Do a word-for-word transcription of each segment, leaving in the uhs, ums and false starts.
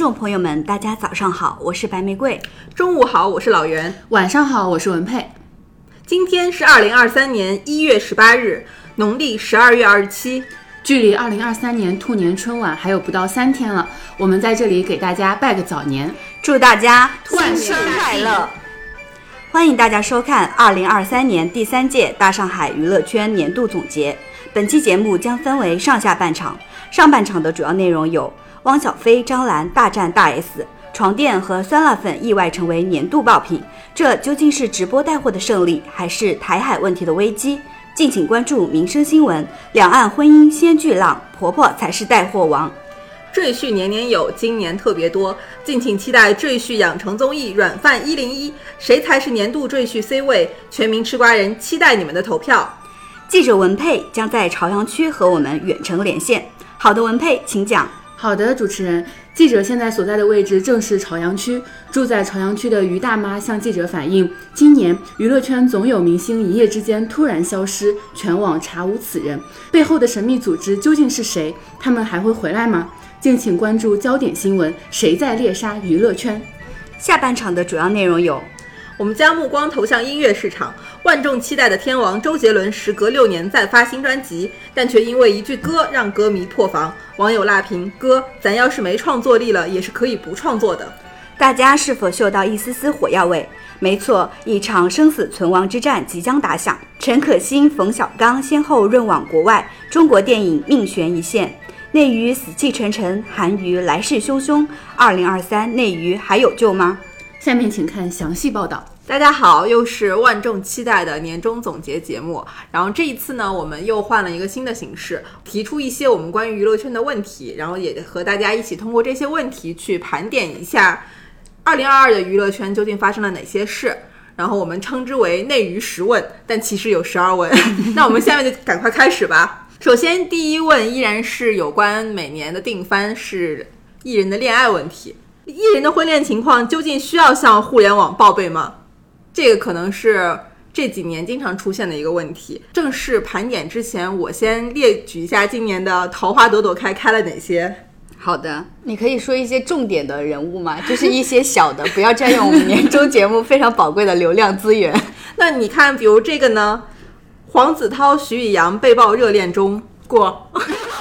众朋友们，大家早上好，我是白玫瑰。 中午好，我是老袁。 晚上好，我是文佩。 今天是二零二三年一月十八日，农历十二月二十七， 距离二零二三年兔年春晚还有不到三天了，我们在这里给大家拜个早年， 祝大家万事快乐。 欢迎大家收看二零二三年第三届大上海娱乐圈年度总结。本期节目将分为上下半场，上半场的主要内容有汪小菲、张兰大战大 S， 床垫和酸辣粉意外成为年度爆品，这究竟是直播带货的胜利，还是台海问题的危机？敬请关注民生新闻。两岸婚姻先巨浪，婆婆才是带货王。 赘婿年年有，今年特别多，敬请期待赘婿养成综艺软饭一零一，谁才是年度赘婿 C 位？全民吃瓜人期待你们的投票。 记者文佩将在朝阳区和我们远程连线。好的，文佩，请讲。 好的，主持人，记者现在所在的位置正是朝阳区。住在朝阳区的于大妈向记者反映，今年娱乐圈总有明星一夜之间突然消失，全网查无此人，背后的神秘组织究竟是谁？他们还会回来吗？敬请关注焦点新闻，谁在猎杀娱乐圈？ 下半场的主要内容有： 我们将目光投向音乐市场，万众期待的天王周杰伦时隔六年再发新专辑，但却因为一句歌让歌迷破防。网友辣评：歌，咱要是没创作力了，也是可以不创作的。 大家是否嗅到一丝丝火药味？没错，一场生死存亡之战即将打响。陈可辛、冯小刚先后润往国外，中国电影命悬一线。内娱死气沉沉，韩娱来势汹汹。二零二三内娱还有救吗？ 下面请看详细报道。 大家好，又是万众期待的年终总结节目。然后这一次呢，我们又换了一个新的形式，提出一些我们关于娱乐圈的问题，然后也和大家一起通过这些问题去盘点一下二零二二的娱乐圈究竟发生了哪些事。然后我们称之为内娱十问，但其实有十二问。那我们下面就赶快开始吧。首先第一问依然是有关每年的定番，是艺人的恋爱问题。艺人的婚恋情况究竟需要向互联网报备吗？这个可能是这几年经常出现的一个问题。正式盘点之前，我先列举一下今年的桃花朵朵开开了哪些。 好的，你可以说一些重点的人物吗？就是一些小的，不要占用我们年终节目非常宝贵的流量资源。 那你看，比如这个呢，黄子韬、徐宇阳被曝热恋中，过。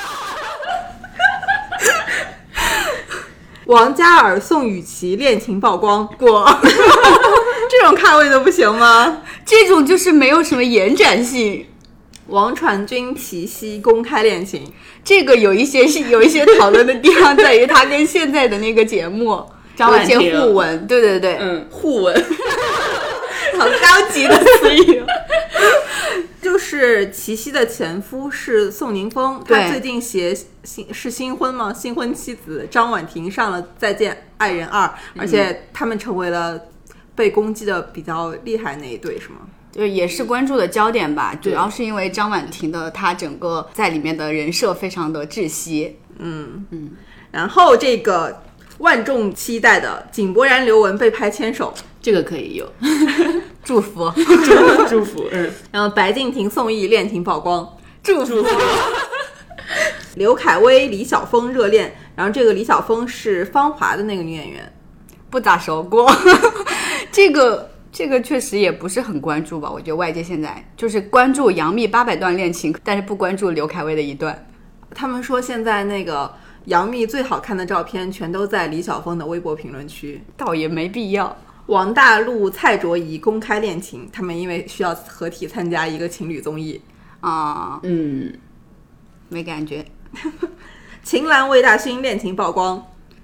王嘉尔、宋雨琦恋情曝光，过。这种咖位的不行吗？ 这种就是没有什么延展性。 王传君、齐溪公开恋情， 这个有一些有一些讨论的地方在于他跟现在的那个节目张婉婷有一些互文，对对对， 嗯，互文， 好高级的词语。 就是齐溪的前夫是宋宁峰，他最近携新是新婚吗？新婚妻子张婉婷上了《再见爱人二》，而且他们成为了被攻击的比较厉害那一对，是吗？ 就也是关注的焦点吧，主要是因为张婉婷的她整个在里面的人设非常的窒息。 嗯嗯，然后这个万众期待的井柏然、刘雯被拍牵手， 这个可以有祝福祝祝福。嗯， 然后白敬亭、宋轶恋情曝光， 祝福。 刘恺威、李晓峰热恋，然后这个李晓峰是《芳华》的那个女演员， 不咋熟过。这个这个确实也不是很关注吧，我觉得外界现在就是关注杨幂八百段恋情，但是不关注刘恺威的一段。 他们说现在那个杨幂最好看的照片全都在李晓峰的微博评论区， 倒也没必要。 王大陆、蔡卓宜公开恋情，他们因为需要合体参加一个情侣综艺啊、呃， 嗯， 没感觉。 秦岚、魏大勋恋情曝光。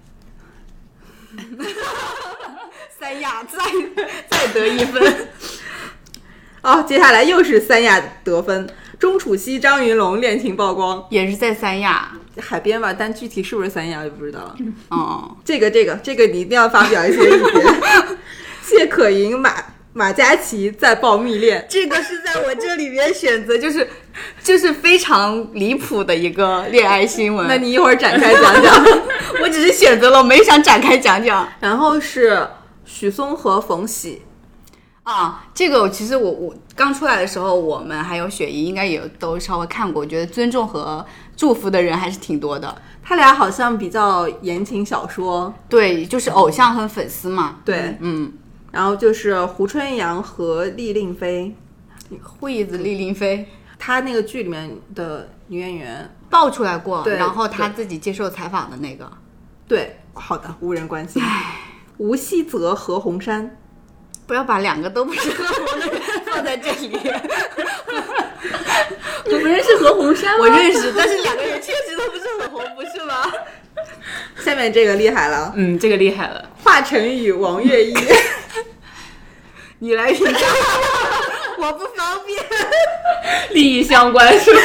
三亚再再得一分。 哦，接下来又是三亚得分。钟楚曦、张云龙恋情曝光， 也是在三亚海边吧，但具体是不是三亚就不知道了。 哦， 这个这个这个你一定要发表一些意见。谢可寅、马马嘉祺在爆蜜恋， 这个是在我这里面选择，就是就是非常离谱的一个恋爱新闻。 那你一会儿展开讲讲。 我只是选择了，我没想展开讲讲。 然后是许嵩和冯喜。 啊，这个其实我我刚出来的时候，我们还有雪姨应该也都稍微看过，我觉得尊重和祝福的人还是挺多的。 他俩好像比较言情小说， 对，就是偶像和粉丝嘛。 对， 嗯， 然后就是胡春阳和厉令飞， 惠子厉令飞， 她那个剧里面的女演员爆出来过， 对然后她自己接受采访的那个。 对，好的，无人关心。吴希泽、何鸿燊， 不要把两个都不是合红的人放在这里。 你不认识何鸿燊吗？ 我认识，但是两个人确实都不是很红，不是吗？ 下面这个厉害了， 嗯，这个厉害了。 华晨宇、王月一， 你来评价，我不方便。 利益相关是吧？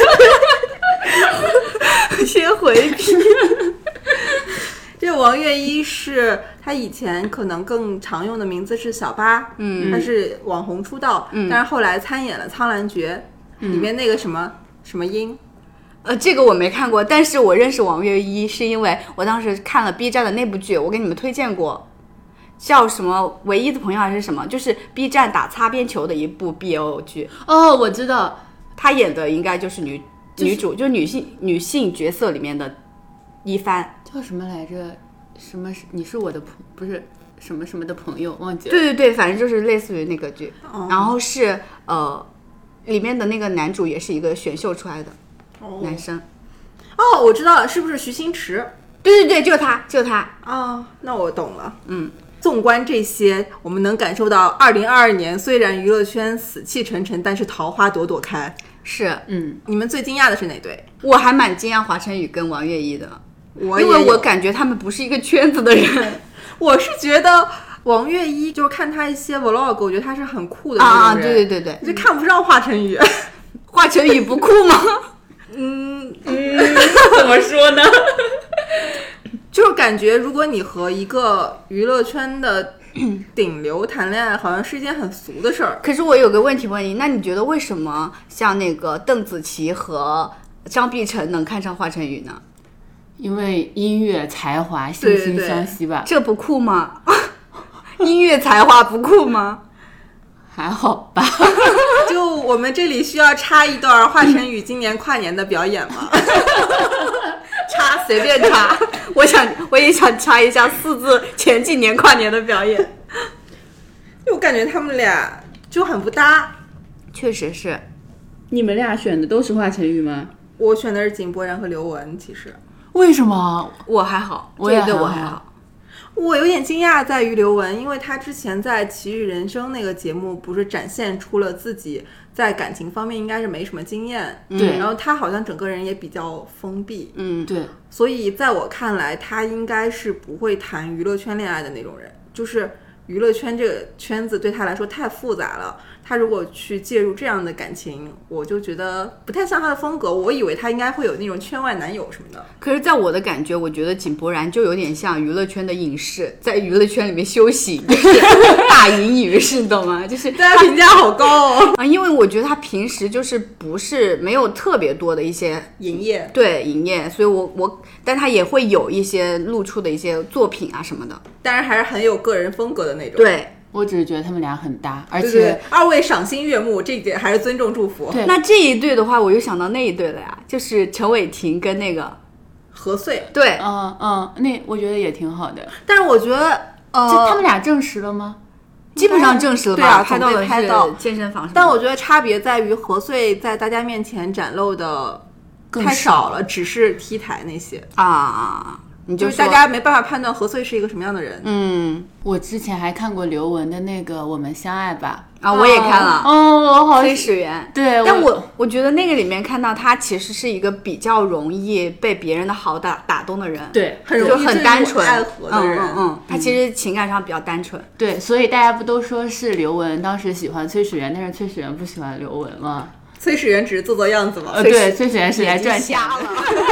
先回避。 这个王月一是他以前可能更常用的名字是小八， 嗯， 他是网红出道， 嗯， 但是后来参演了《苍兰诀》，嗯，里面那个什么什么音。 呃，这个我没看过，但是我认识王月一是因为我当时看了 B 站的那部剧，我给你们推荐过，叫什么唯一的朋友还是什么，就是 B 站打擦边球的一部 B L 剧。 哦，我知道， 她演的应该就是女、就是、女主，就是女性女性角色里面的一番， 叫什么来着？什么？你是我的朋，不是什么什么的朋友，忘记了。 对对对，反正就是类似于那个剧， 哦、 然后是呃，里面的那个男主也是一个选秀出来的。男生。 哦，我知道了，是不是徐星驰？ 对对对，就是他，就是他。 啊、哦，那我懂了。 嗯， 纵观这些，我们能感受到二零二二年虽然娱乐圈死气沉沉，但是桃花朵朵开。 是， 嗯， 你们最惊讶的是哪对？ 我还蛮惊讶华晨宇跟王月一的， 我也因为我感觉他们不是一个圈子的人。 我是觉得王月一就是看他一些 vlog， 我觉得他是很酷的那种人。 啊，对对对对， 就看不上华晨宇。 华晨宇不酷吗？ 嗯嗯，怎么说呢？ 就是感觉如果你和一个娱乐圈的顶流谈恋爱，好像是一件很俗的事儿。 可是我有个问题问你，那你觉得为什么像那个邓紫棋和张碧晨能看上华晨宇呢？ 因为音乐才华惺惺相惜吧。 这不酷吗？音乐才华不酷吗？ 还好吧。 就我们这里需要插一段华晨宇今年跨年的表演吗？ 插随便插，我想我也想插一下四字前几年跨年的表演。 我感觉他们俩就很不搭。 确实是。 你们俩选的都是华晨宇吗？ 我选的是井柏然和刘雯。其实为什么？ 我还好， 我也这个对我还好还好。 我有点惊讶在于刘雯，因为她之前在《奇遇人生》那个节目不是展现出了自己在感情方面应该是没什么经验， 对， 然后她好像整个人也比较封闭， 嗯， 对， 所以在我看来她应该是不会谈娱乐圈恋爱的那种人，就是娱乐圈这个圈子对她来说太复杂了，她如果去介入这样的感情，我就觉得不太像她的风格。我以为她应该会有那种圈外男友什么的。 可是在我的感觉，我觉得井柏然就有点像娱乐圈的隐士，在娱乐圈里面修行，就是大隐隐士，你懂吗？就是大家评价好高哦啊，因为我觉得他平时就是不是没有特别多的一些营业， 对营业，所以我我，但他也会有一些露出的一些作品啊什么的， 当然还是很有个人风格的那种。 对。 我只是觉得他们俩很搭，而且对对二位赏心悦目，这一点还是尊重祝福。 对， 那这一对的话，我又想到那一对了呀，就是陈伟霆跟那个何穗。 对， 嗯嗯，那我觉得也挺好的。 但是我觉得，呃， 这他们俩证实了吗？ 基本上证实了吧？ 对啊，拍到了拍到健身房什么的。 但我觉得差别在于何穗在大家面前展露的太少了，只是 T 台那些啊。你就是大家没办法判断何穗是一个什么样的人。 嗯， 我之前还看过刘雯的那个《我们相爱吧》 啊，我也看了。 哦，我好崔始源。 对， 但我我觉得那个里面看到他其实是一个比较容易被别人的好打打动的人， 对， 很容易就很单纯爱河的人。 嗯嗯嗯，他其实情感上比较单纯。 对，所以大家不都说是刘雯当时喜欢崔始源，但是崔始源不喜欢刘雯吗？ 崔始源只是做做样子嘛。 呃，对，崔始源是来赚钱的。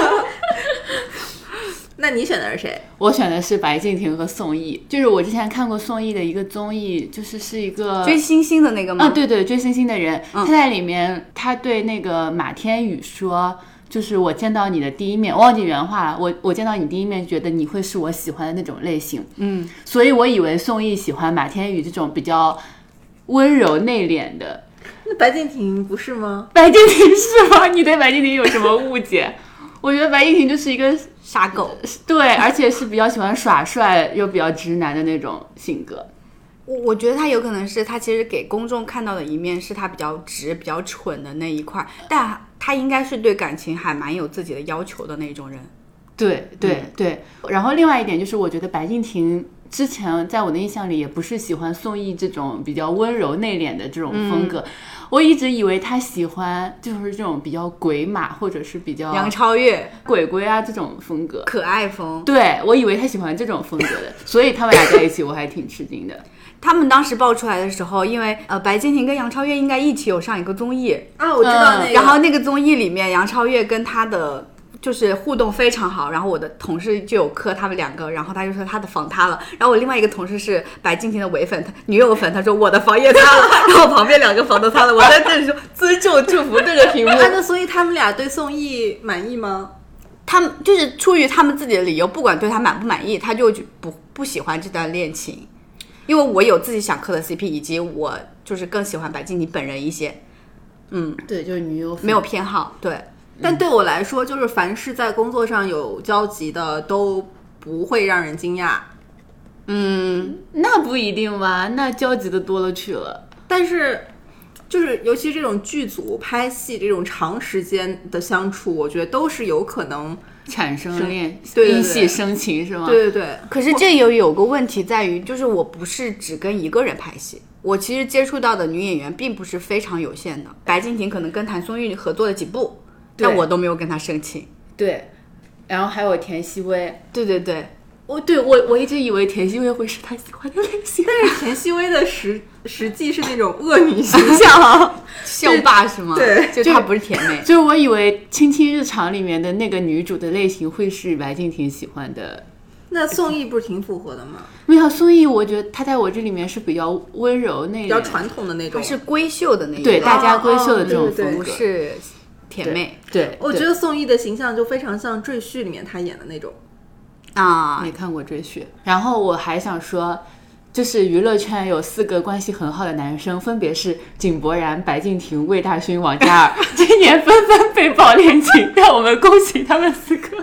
那你选的是谁？ 我选的是白敬亭和宋轶，就是我之前看过宋轶的一个综艺，就是是一个追星星的那个吗？ 啊，对对，追星星的人， 嗯、 他在里面他对那个马天宇说，就是我见到你的第一面，我忘记原话了，我我见到你第一面，觉得你会是我喜欢的那种类型， 嗯， 所以我以为宋轶喜欢马天宇这种比较温柔内敛的。 那白敬亭不是吗？ 白敬亭是吗？你对白敬亭有什么误解？ 我觉得白敬亭就是一个傻狗， 对，而且是比较喜欢耍帅又比较直男的那种性格。 我我觉得他有可能是他其实给公众看到的一面是他比较直比较蠢的那一块，但他应该是对感情还蛮有自己的要求的那种人。 对对、嗯、对。然后另外一点就是我觉得白敬亭之前在我的印象里也不是喜欢宋轶这种比较温柔内敛的这种风格、嗯、我一直以为他喜欢就是这种比较鬼马或者是比较杨超越鬼鬼啊这种风格， 可爱风。 对，我以为他喜欢这种风格的，所以他们俩在一起我还挺吃惊的。 他们当时爆出来的时候，因为呃白敬亭跟杨超越应该一起有上一个综艺啊，我知道那个、嗯、 然后那个综艺里面杨超越跟他的就是互动非常好，然后我的同事就有磕他们两个，然后他就说他的房塌了，然后我另外一个同事是白敬亭的伪粉女友粉，他说我的房也塌了，然后旁边两个房都塌了，我在这里说尊重祝福这个屏幕。 那所以他们俩对宋轶满意吗？ 他们就是出于他们自己的理由，不管对他满不满意，他就不不喜欢这段恋情。因为我有自己想磕的 C P， 以及我就是更喜欢白敬亭本人一些。嗯， 对，就是女友粉没有偏好。对， 但对我来说，就是凡是在工作上有交集的都不会让人惊讶。 嗯，那不一定吧，那交集的多了去了。 但是就是尤其这种剧组拍戏这种长时间的相处，我觉得都是有可能产生恋因戏生情，是吗？ 对对对。 可是这有有个问题在于，就是我不是只跟一个人拍戏，我其实接触到的女演员并不是非常有限的。白敬亭可能跟谭松韵合作了几部，但我都没有跟他生情。 对，然后还有田曦薇。 对对对。 我对我我一直以为田曦薇会是他喜欢的类型， 但是田曦薇的实实际是那种恶女形象， 校霸是吗？ 对， 就她不是甜妹。 就是我以为《亲亲日常》里面的那个女主的类型会是白敬亭喜欢的。 那宋轶不是挺符合的吗？ 没有，宋轶我觉得她在我这里面是比较温柔那比较传统的那种， 她是闺秀的那种， 对，大家闺秀的这种风格， 不是甜妹。 对，对我觉得宋轶的形象就非常像《赘婿》里面她演的那种。 啊， 没看过赘婿。然后我还想说，就是娱乐圈有四个关系很好的男生，分别是井柏然、白敬亭、魏大勋、王嘉尔，今年纷纷被爆恋情，让我们恭喜他们四个。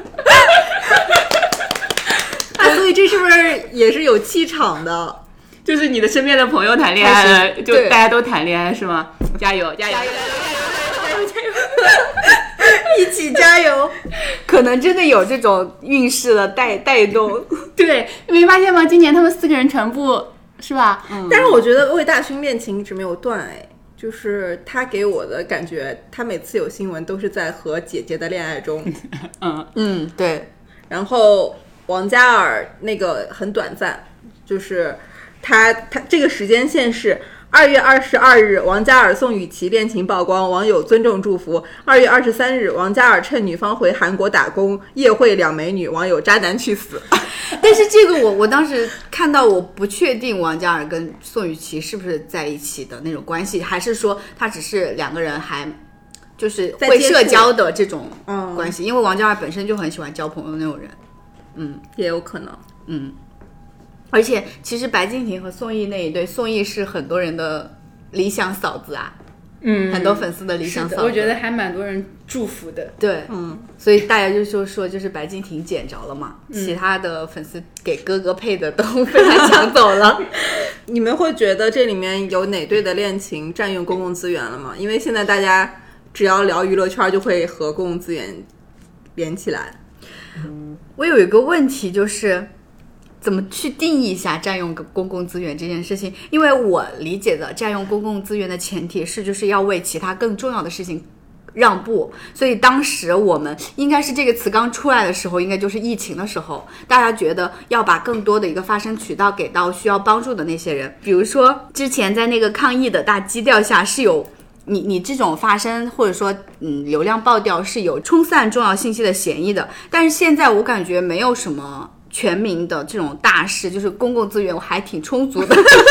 啊，所以这是不是也是有气场的？ 就是你的身边的朋友谈恋爱了，就大家都谈恋爱是吗？加油，加油，加油，加油，加油，加油！ 一起加油！ 可能真的有这种运势的带带动。 对，没发现吗？今年他们四个人全部是吧？ 嗯。但是我觉得魏大勋恋情一直没有断哎，就是他给我的感觉，他每次有新闻都是在和姐姐的恋爱中。 嗯嗯，对。 然后王嘉尔那个很短暂，就是他他这个时间线是。二月二十二日，王嘉尔宋雨琦恋情曝光，网友尊重祝福。二月二十三日，王嘉尔趁女方回韩国打工，夜会两美女，网友渣男去死。 但是这个我我当时看到，我不确定王嘉尔跟宋雨琦是不是在一起的那种关系，还是说他只是两个人还就是会社交的这种关系？因为王嘉尔本身就很喜欢交朋友的那种人。嗯， 也有可能。 嗯。而且其实白敬亭和宋轶那一对，宋轶是很多人的理想嫂子啊， 嗯， 很多粉丝的理想嫂子， 我觉得还蛮多人祝福的。 对， 嗯， 所以大家就说说就是白敬亭捡着了嘛，嗯、其他的粉丝给哥哥配的都被他抢走了。 你们会觉得这里面有哪对的恋情占用公共资源了吗？因为现在大家只要聊娱乐圈就会和公共资源连起来。 嗯，我有一个问题就是怎么去定义一下占用公共资源这件事情？因为我理解的占用公共资源的前提是就是要为其他更重要的事情让步，所以当时我们应该是这个词刚出来的时候，应该就是疫情的时候，大家觉得要把更多的一个发声渠道给到需要帮助的那些人。比如说之前在那个抗疫的大基调下是有你你这种发声或者说嗯流量爆掉是有冲散重要信息的嫌疑的，但是现在我感觉没有什么全民的这种大事，就是公共资源我还挺充足的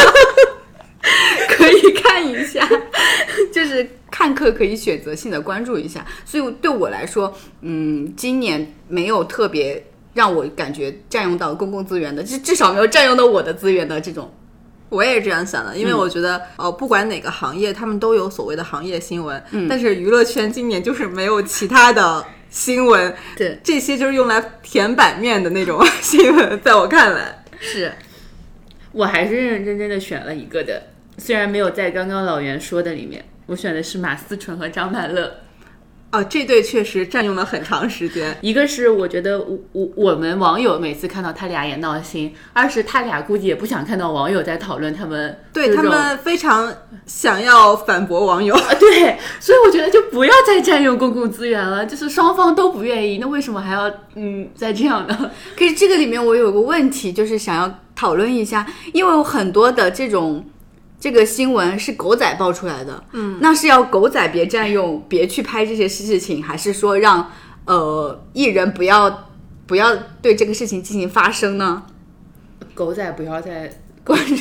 可以看一下，就是看客可以选择性的关注一下。所以对我来说嗯，今年没有特别让我感觉占用到公共资源的，至少没有占用到我的资源的这种。 我也是这样想的，因为我觉得、嗯、呃，不管哪个行业他们都有所谓的行业新闻、嗯、但是娱乐圈今年就是没有其他的新闻， 对， 这些就是用来填版面的那种新闻，在我看来是。 我还是认认真真的选了一个的，虽然没有在刚刚老袁说的里面，我选的是马思纯和张曼乐。 哦，这对确实占用了很长时间。 一个是我觉得我我我们网友每次看到他俩也闹心，二是他俩估计也不想看到网友在讨论他们， 对他们非常想要反驳网友。 啊，对，所以我觉得就不要再占用公共资源了，就是双方都不愿意，那为什么还要嗯再这样呢？ 可是这个里面我有个问题，就是想要讨论一下，因为有很多的这种。这个新闻是狗仔爆出来的，嗯，那是要狗仔别占用，别去拍这些事情，还是说让呃艺人不要不要对这个事情进行发声呢？ 狗仔不要再关注，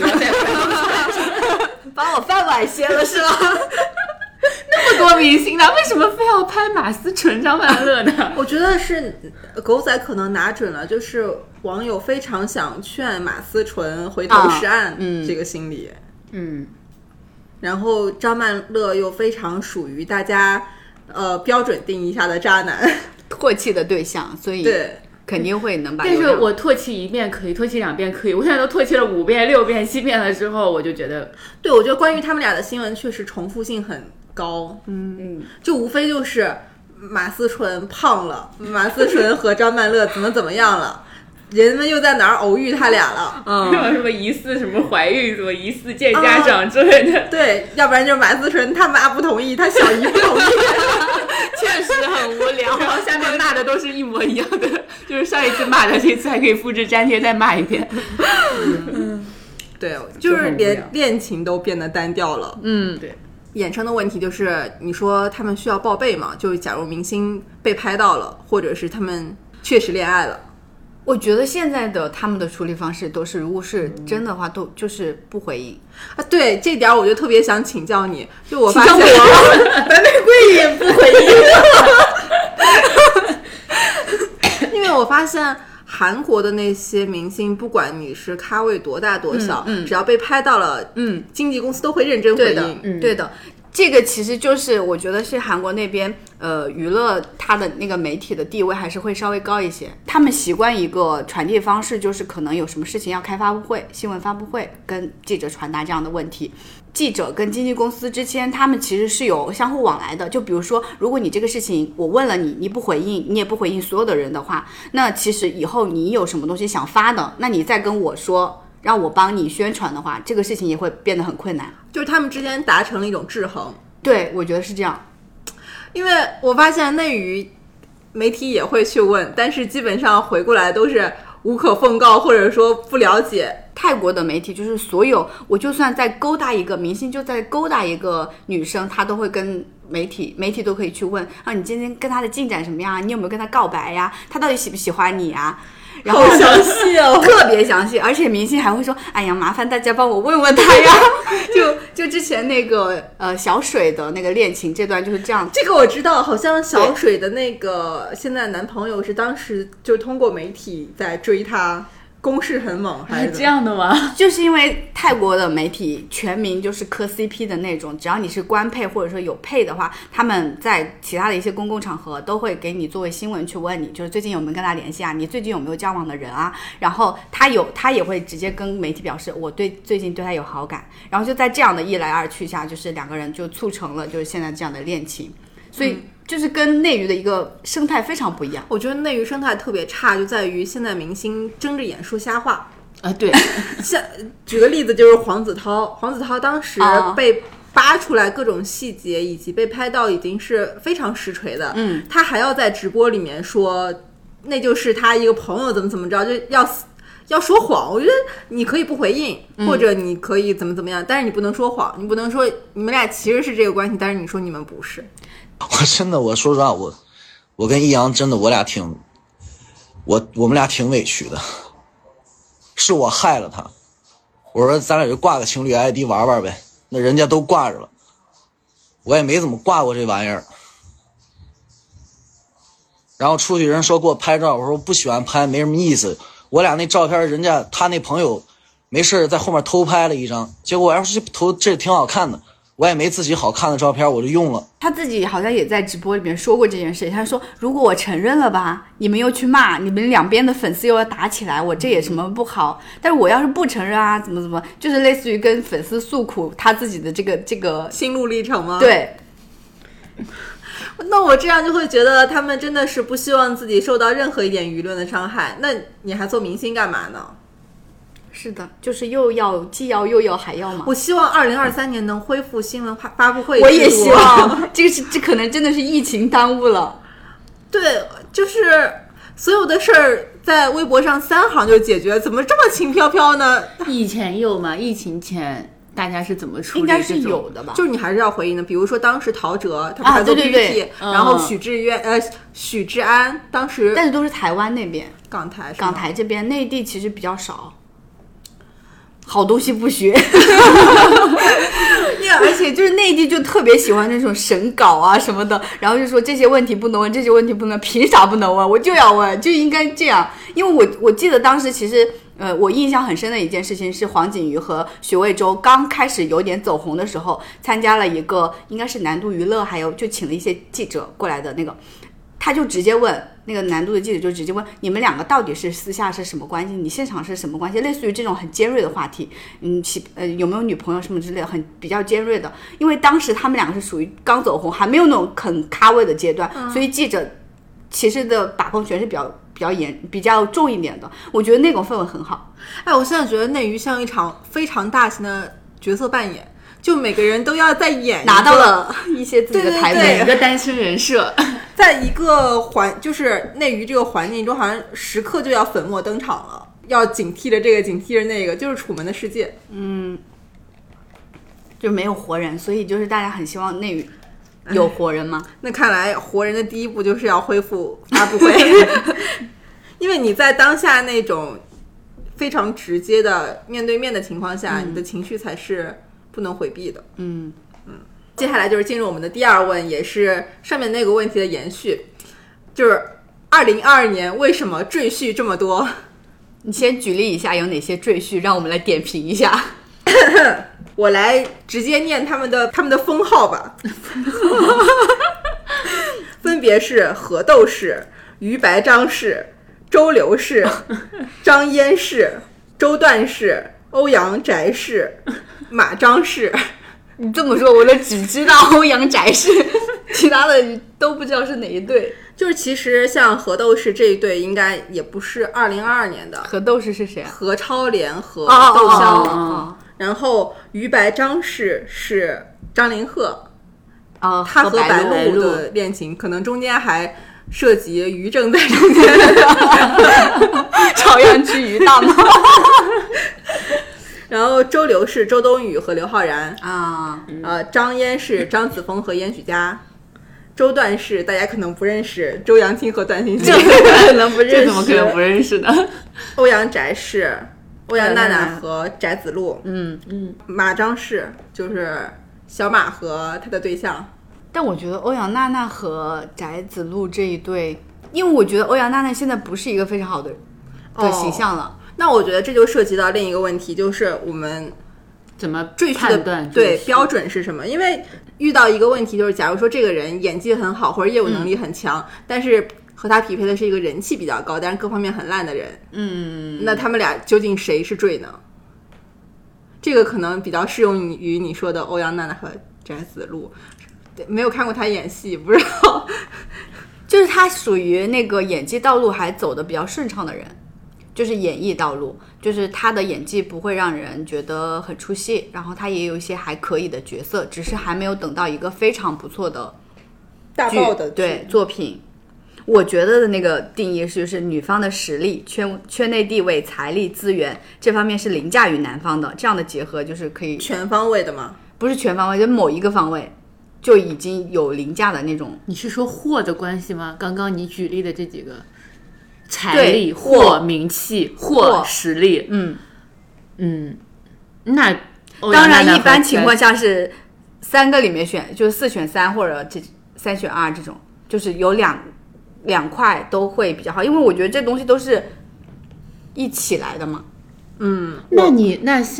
把我饭碗掀了是吧？ 那么多明星呢，为什么非要拍马思纯、张曼乐呢？ 我觉得是狗仔可能拿准了，就是网友非常想劝马思纯回头是岸、啊嗯、这个心理。 嗯， 然后张曼乐又非常属于大家呃标准定义下的渣男， 唾弃的对象，所以对肯定会能把。 但是我唾弃一遍可以，唾弃两遍可以，我现在都唾弃了五遍、六遍、七遍了之后，我就觉得， 对，我觉得关于他们俩的新闻确实重复性很高，嗯嗯，就无非就是马思纯胖了，马思纯和张曼乐怎么怎么样了。人们又在哪儿偶遇他俩了？ 嗯，什么疑似什么怀孕，什么疑似见家长之类的、 啊。对，要不然就是马思纯他妈不同意，他小姨不同意， 确实很无聊。 然后下面骂的都是一模一样的，就是上一次骂的，这次还可以复制粘贴再骂一遍。 嗯，对，就是连恋情都变得单调了。 嗯，对。 衍生的问题就是，你说他们需要报备嘛？就假如明星被拍到了，或者是他们确实恋爱了。 我觉得现在的他们的处理方式都是，如果是真的话，都就是不回应啊。对，这点我就特别想请教你，就我发现白玫瑰也不回应，因为我发现韩国的那些明星，不管你是咖位多大多小， 嗯嗯、 只要被拍到了，嗯，经纪公司都会认真回应。 对的，嗯、对的。这个其实就是我觉得是韩国那边呃娱乐它的那个媒体的地位还是会稍微高一些，他们习惯一个传递方式，就是可能有什么事情要开发布会、新闻发布会，跟记者传达这样的问题。记者跟经纪公司之间他们其实是有相互往来的，就比如说如果你这个事情我问了你，你不回应，你也不回应所有的人的话，那其实以后你有什么东西想发的，那你再跟我说让我帮你宣传的话，这个事情也会变得很困难。 就是他们之间达成了一种制衡。 对，我觉得是这样。 因为我发现内娱媒体也会去问，但是基本上回过来都是无可奉告，或者说不了解。 泰国的媒体就是所有，我就算在勾搭一个明星，就在勾搭一个女生，他都会跟媒体媒体都可以去问啊，你今天跟他的进展什么样？你有没有跟他告白呀？他到底喜不喜欢你啊？然后好详细哦， 特别详细，而且明星还会说：“哎呀，麻烦大家帮我问问他呀。”就就之前那个呃小水的那个恋情这段就是这样。 这个我知道，好像小水的那个现在男朋友是当时就通过媒体在追她。攻势很猛，还是这样的吗？ 就是因为泰国的媒体全民就是磕 C P 的那种，只要你是官配或者说有配的话，他们在其他的一些公共场合都会给你作为新闻去问你，就是最近有没有跟他联系啊？你最近有没有交往的人啊？然后他有，他也会直接跟媒体表示我对最近对他有好感，然后就在这样的一来二去下，就是两个人就促成了就是现在这样的恋情，所以。嗯就是跟内娱的一个生态非常不一样。 我觉得内娱生态特别差，就在于现在明星睁着眼说瞎话啊。对， 像举个例子就是黄子韬，黄子韬当时被扒出来各种细节，以及被拍到已经是非常实锤的。 嗯， 他还要在直播里面说，那就是他一个朋友怎么怎么着，就要要说谎。我觉得你可以不回应，或者你可以怎么怎么样，但是你不能说谎，你不能说你们俩其实是这个关系，但是你说你们不是。 我真的，我说实话，我我跟易阳真的，我俩挺，我我们俩挺委屈的，是我害了他。我说咱俩就挂个情侣 I D 玩玩呗，那人家都挂着了，我也没怎么挂过这玩意儿。然后出去人说给我拍照，我说不喜欢拍，没什么意思。我俩那照片，人家他那朋友没事在后面偷拍了一张，结果我要是投这挺好看的， 我也没自己好看的照片，我就用了。 他自己好像也在直播里面说过这件事，他说如果我承认了吧，你们又去骂，你们两边的粉丝又要打起来，我这也什么不好，但是我要是不承认啊，怎么怎么，就是类似于跟粉丝诉苦他自己的这个这个心路历程吗？ 对。 那我这样就会觉得他们真的是不希望自己受到任何一点舆论的伤害，那你还做明星干嘛呢？ 是的，就是又要既要又要还要嘛。 我希望二零二三年能恢复新闻发布会。 我也希望，这个是这可能真的是疫情耽误了。 对，就是所有的事儿在微博上三行就解决，怎么这么轻飘飘呢？ 以前有吗？疫情前大家是怎么处理？ 应该是有的吧。 就是你还是要回应的，比如说当时陶喆他不还做 P P T，、啊、对对对然后许志远、嗯、呃许志安当时， 但是都是台湾那边， 港台港台这边，内地其实比较少。好东西不学而且就是内地就特别喜欢那种审稿啊什么的，然后就说这些问题不能问，这些问题不能，凭啥不能问？我就要问，就应该这样。因为我我记得当时其实呃，我印象很深的一件事情是黄景瑜和许魏洲刚开始有点走红的时候，参加了一个应该是南都娱乐，还有就请了一些记者过来的那个，他就直接问那个南都的记者，就直接问你们两个到底是私下是什么关系，你现场是什么关系，类似于这种很尖锐的话题，嗯，呃，有没有女朋友什么之类的，很比较尖锐的。因为当时他们两个是属于刚走红，还没有那种很咖位的阶段，嗯、所以记者其实的把控权是比较比较严、比较重一点的。我觉得那种氛围很好。 哎，我现在觉得内娱像一场非常大型的角色扮演。就每个人都要在演， 拿到了一些自己的台本， 一个单身人设， 在一个环就是内娱这个环境中，好像时刻就要粉墨登场了，要警惕着这个，警惕着那个，就是楚门的世界。 嗯，就没有活人，所以就是大家很希望内娱有活人吗？ 那看来活人的第一步就是要恢复发布会，因为你在当下那种非常直接的面对面的情况下，嗯、你的情绪才是不能回避的。 嗯嗯，接下来就是进入我们的第二问，也是上面那个问题的延续，就是二零二二年为什么赘婿这么多？ 你先举例一下有哪些赘婿，让我们来点评一下。 我来直接念他们的他们的封号吧。分别是何窦氏、于白张氏、周刘氏、张嫣氏、周段氏、欧阳翟氏、马张氏。 你这么说我都只知道欧阳翟氏，其他的都不知道是哪一对。 就是其实像何窦氏这一对应该也不是二零二二年的。 何窦氏是谁啊？ 何超莲和窦骁。 哦哦哦， 然后于白张氏是张凌赫。 哦， 他和白鹿的恋情可能中间还涉及于正在中间。 朝阳区于大吗？ 然后周刘是周冬雨和刘昊然啊， 呃，张嫣是张子枫和严许佳，周段是大家可能不认识，周扬青和段欣欣， 这可能不认识， 这怎么可能不认识呢？ 欧阳翟是欧阳娜娜和翟子路， 嗯嗯， 马张是就是小马和他的对象。 但我觉得欧阳娜娜和翟子路这一对，因为我觉得欧阳娜娜现在不是一个非常好的的形象了。 哦，那我觉得这就涉及到另一个问题，就是我们怎么赘婿的对标准是什么？因为遇到一个问题就是，假如说这个人演技很好或者业务能力很强，嗯、但是和他匹配的是一个人气比较高但是各方面很烂的人， 嗯， 那他们俩究竟谁是赘呢？这个可能比较适用于你说的欧阳娜娜和翟子路。没有看过他演戏，不知道。 就是他属于那个演技道路还走得比较顺畅的人，就是演艺道路，就是他的演技不会让人觉得很出戏，然后他也有一些还可以的角色，只是还没有等到一个非常不错的大爆的对作品。我觉得的那个定义是，就是女方的实力、圈圈内地位、财力资源这方面是凌驾于男方的，这样的结合就是可以全方位的吗？ 不是全方位，就某一个方位就已经有凌驾的那种。 你是说货的关系吗？刚刚你举例的这几个，财力、货、名气、货、实力， 嗯嗯，那当然一般情况下是三个里面选，就是四选三或者这三选二这种，就是有两两块都会比较好，因为我觉得这东西都是一起来的嘛。 嗯， 那你那像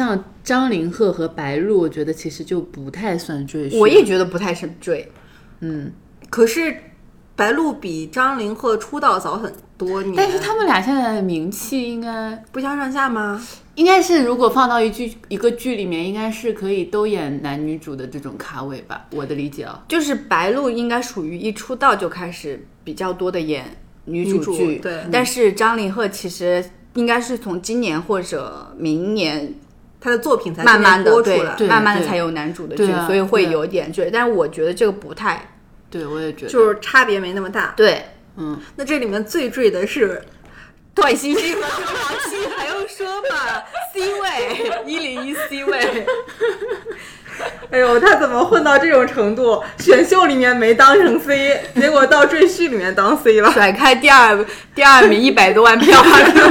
张凌赫和白鹿，我觉得其实就不太算赘婿。 我也觉得不太是赘。 嗯， 可是白鹿比张凌赫出道早很多年， 但是他们俩现在的名气应该不相上下吗？ 应该是，如果放到一剧一个剧里面，应该是可以都演男女主的这种咖位吧，我的理解啊。 就是白鹿应该属于一出道就开始比较多的演女主剧， 女主对但是张凌赫其实应该是从今年或者明年他的作品才慢慢的播出来， 对慢慢的才有男主的剧， 啊、 所以会有点赘。但是我觉得这个不太， 对我也觉得就是差别没那么大。 对， 嗯， 那这里面最赘的是段星星和周扬青，还用说吗 ？C 位，一零一 C 位。 哎呦，他怎么混到这种程度？选秀里面没当成 C， 结果到赘婿里面当 C 了， 甩开第二第二名一百多万票。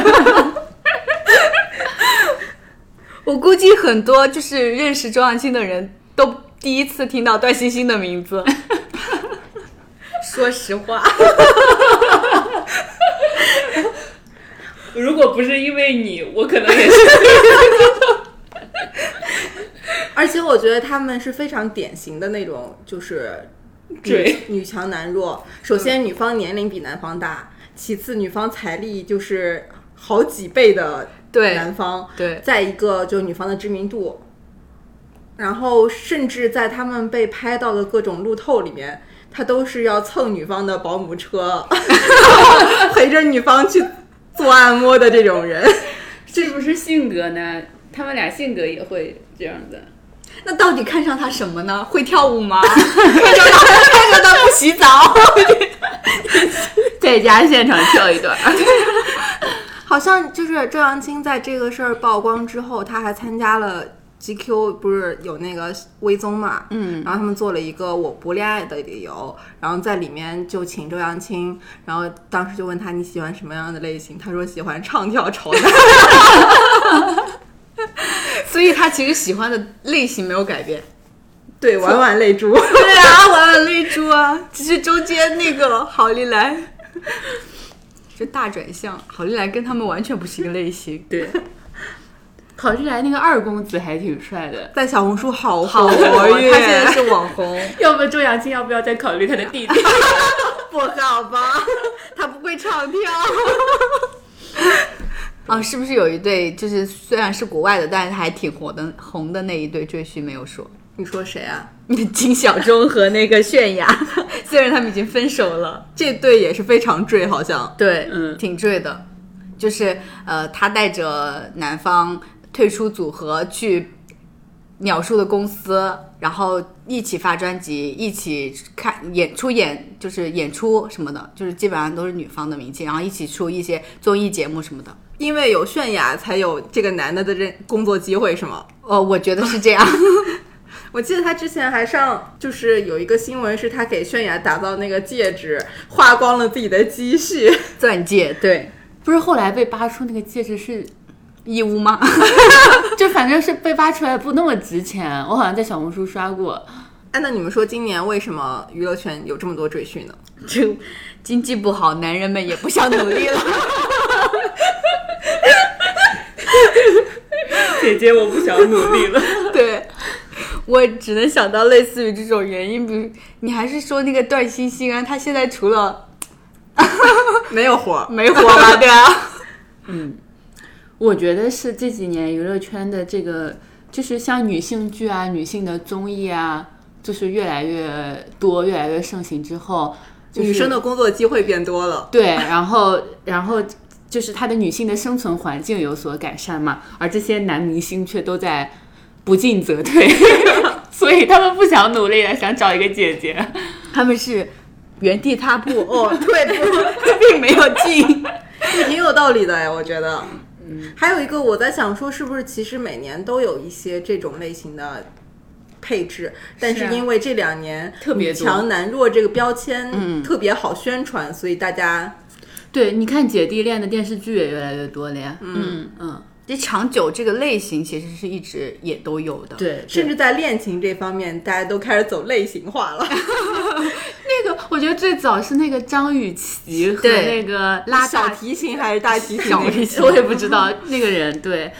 我估计很多就是认识周扬青的人都第一次听到段星星的名字。说实话。 如果不是因为你，我可能也是。 而且我觉得他们是非常典型的那种，就是女女强男弱。首先，女方年龄比男方大；其次，女方财力就是好几倍的男方； 对， 再一个就女方的知名度。然后，甚至在他们被拍到的各种路透里面，他都是要蹭女方的保姆车，陪着女方去做按摩的这种人。 是不是性格呢？他们俩性格也会这样的。 那到底看上他什么呢？会跳舞吗？看上他，看上他不洗澡， 在家现场跳一段。 好像就是周扬青在这个事儿曝光之后，他还参加了 G Q， 不是有那个微综嘛，嗯，然后他们做了一个我不恋爱的理由，然后在里面就请周扬青，然后当时就问他你喜欢什么样的类型，他说喜欢唱跳潮男。 所以他其实喜欢的类型没有改变。 对，婉婉泪珠。 对啊，婉婉泪珠啊，只是中间那个郝丽来就大转向，郝丽来跟他们完全不是一个类型。 对，郝丽来那个二公子还挺帅的， 在小红书好好活跃， 他现在是网红。 要不周扬青要不要再考虑他的弟弟？ 不好吧，他不会唱跳。啊，是不是有一对就是虽然是国外的，但是还挺火的红的那一对赘婿没有说？ 你说谁啊？ 金小钟和那个泫雅，虽然他们已经分手了， 这对也是非常赘，好像对， 嗯， 挺赘的。就是呃，他带着男方退出组合去鸟叔的公司，然后一起发专辑，一起看演出演就是演出什么的，就是基本上都是女方的名气，然后一起出一些综艺节目什么的。 因为有泫雅才有这个男的的这工作机会是吗？ 哦，我觉得是这样。 我记得他之前还上，就是有一个新闻是他给泫雅打造那个戒指，花光了自己的积蓄， 钻戒。对， 不是后来被扒出那个戒指是义乌吗？ 就反正是被扒出来不那么值钱，我好像在小红书刷过。 哎，那你们说今年为什么娱乐圈有这么多赘婿呢？ 就经济不好，男人们也不想努力了。 姐姐，我不想努力了。 对，我只能想到类似于这种原因，比如你还是说那个段星星啊，他现在除了没有活， 没活了，对啊。 嗯，我觉得是这几年娱乐圈的这个，就是像女性剧啊、女性的综艺啊，就是越来越多、越来越盛行之后，就是、 女生的工作机会变多了。 对，然后，然后。就是她的女性的生存环境有所改善嘛，而这些男明星却都在不进则退，所以他们不想努力了，想找一个姐姐。 他们是原地踏步哦，退步，并没有进， 也挺有道理的哎，我觉得。嗯，还有一个我在想说，是不是其实每年都有一些这种类型的配置，但是因为这两年特别强男弱这个标签嗯特别好宣传，所以大家。 对，你看姐弟恋的电视剧也越来越多了呀。 嗯嗯，这长久这个类型其实是一直也都有的。 对， 甚至在恋情这方面，大家都开始走类型化了。 那个，我觉得最早是那个张雨绮和那个拉小提琴还是大提琴？ 小提琴，我也不知道那个人。对，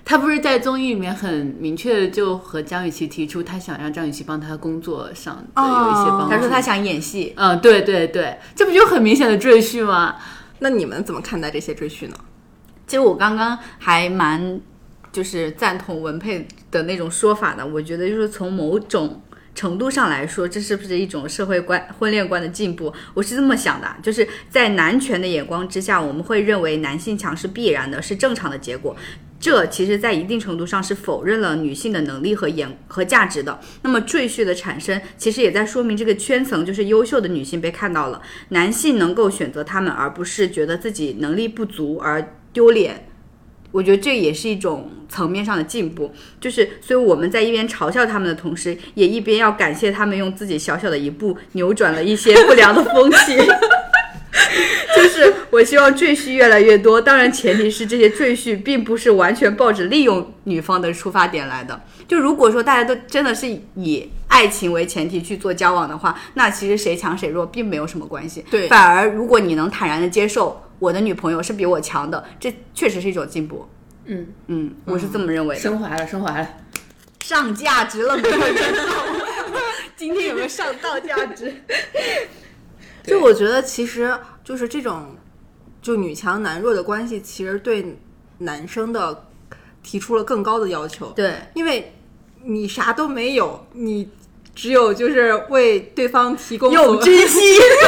他不是在综艺里面很明确的就和张雨绮提出他想让张雨绮帮他工作上的有一些帮助、 哦、他说他想演戏。 嗯，对对对，这不就很明显的赘婿吗？ 那你们怎么看待这些赘婿呢？ 其实我刚刚还蛮就是赞同文佩的那种说法的，我觉得就是从某种程度上来说，这是不是一种社会观婚恋观的进步？我是这么想的，就是在男权的眼光之下，我们会认为男性强是必然的，是正常的结果。这其实在一定程度上是否认了女性的能力和眼和价值的。那么赘婿的产生其实也在说明这个圈层就是优秀的女性被看到了，男性能够选择他们，而不是觉得自己能力不足而丢脸。我觉得这也是一种层面上的进步，就是所以我们在一边嘲笑他们的同时，也一边要感谢他们用自己小小的一步扭转了一些不良的风气。就是我希望赘婿越来越多，当然前提是这些赘婿并不是完全抱着利用女方的出发点来的。就如果说大家都真的是以爱情为前提去做交往的话，那其实谁强谁弱并没有什么关系。 对， 反而如果你能坦然的接受我的女朋友是比我强的，这确实是一种进步。 嗯嗯，我是这么认为的。 升华了，升华了， 上价值了，没有人道。今天有没有上到价值？ 就我觉得其实就是这种就女强男弱的关系，其实对男生的提出了更高的要求。 对， 因为你啥都没有，你只有就是为对方提供有珍惜。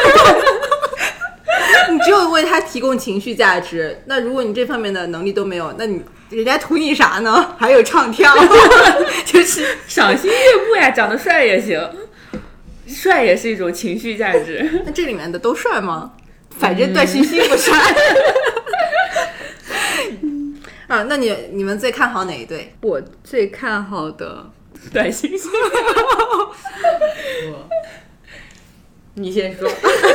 你只有为他提供情绪价值，那如果你这方面的能力都没有，那你人家图你啥呢？还有唱跳， 就是赏心悦目呀，长得帅也行，帅也是一种情绪价值。 那这里面的都帅吗？ 反正段欣欣不帅。 啊，那你你们最看好哪一对？ 我最看好的段欣欣。 你先说。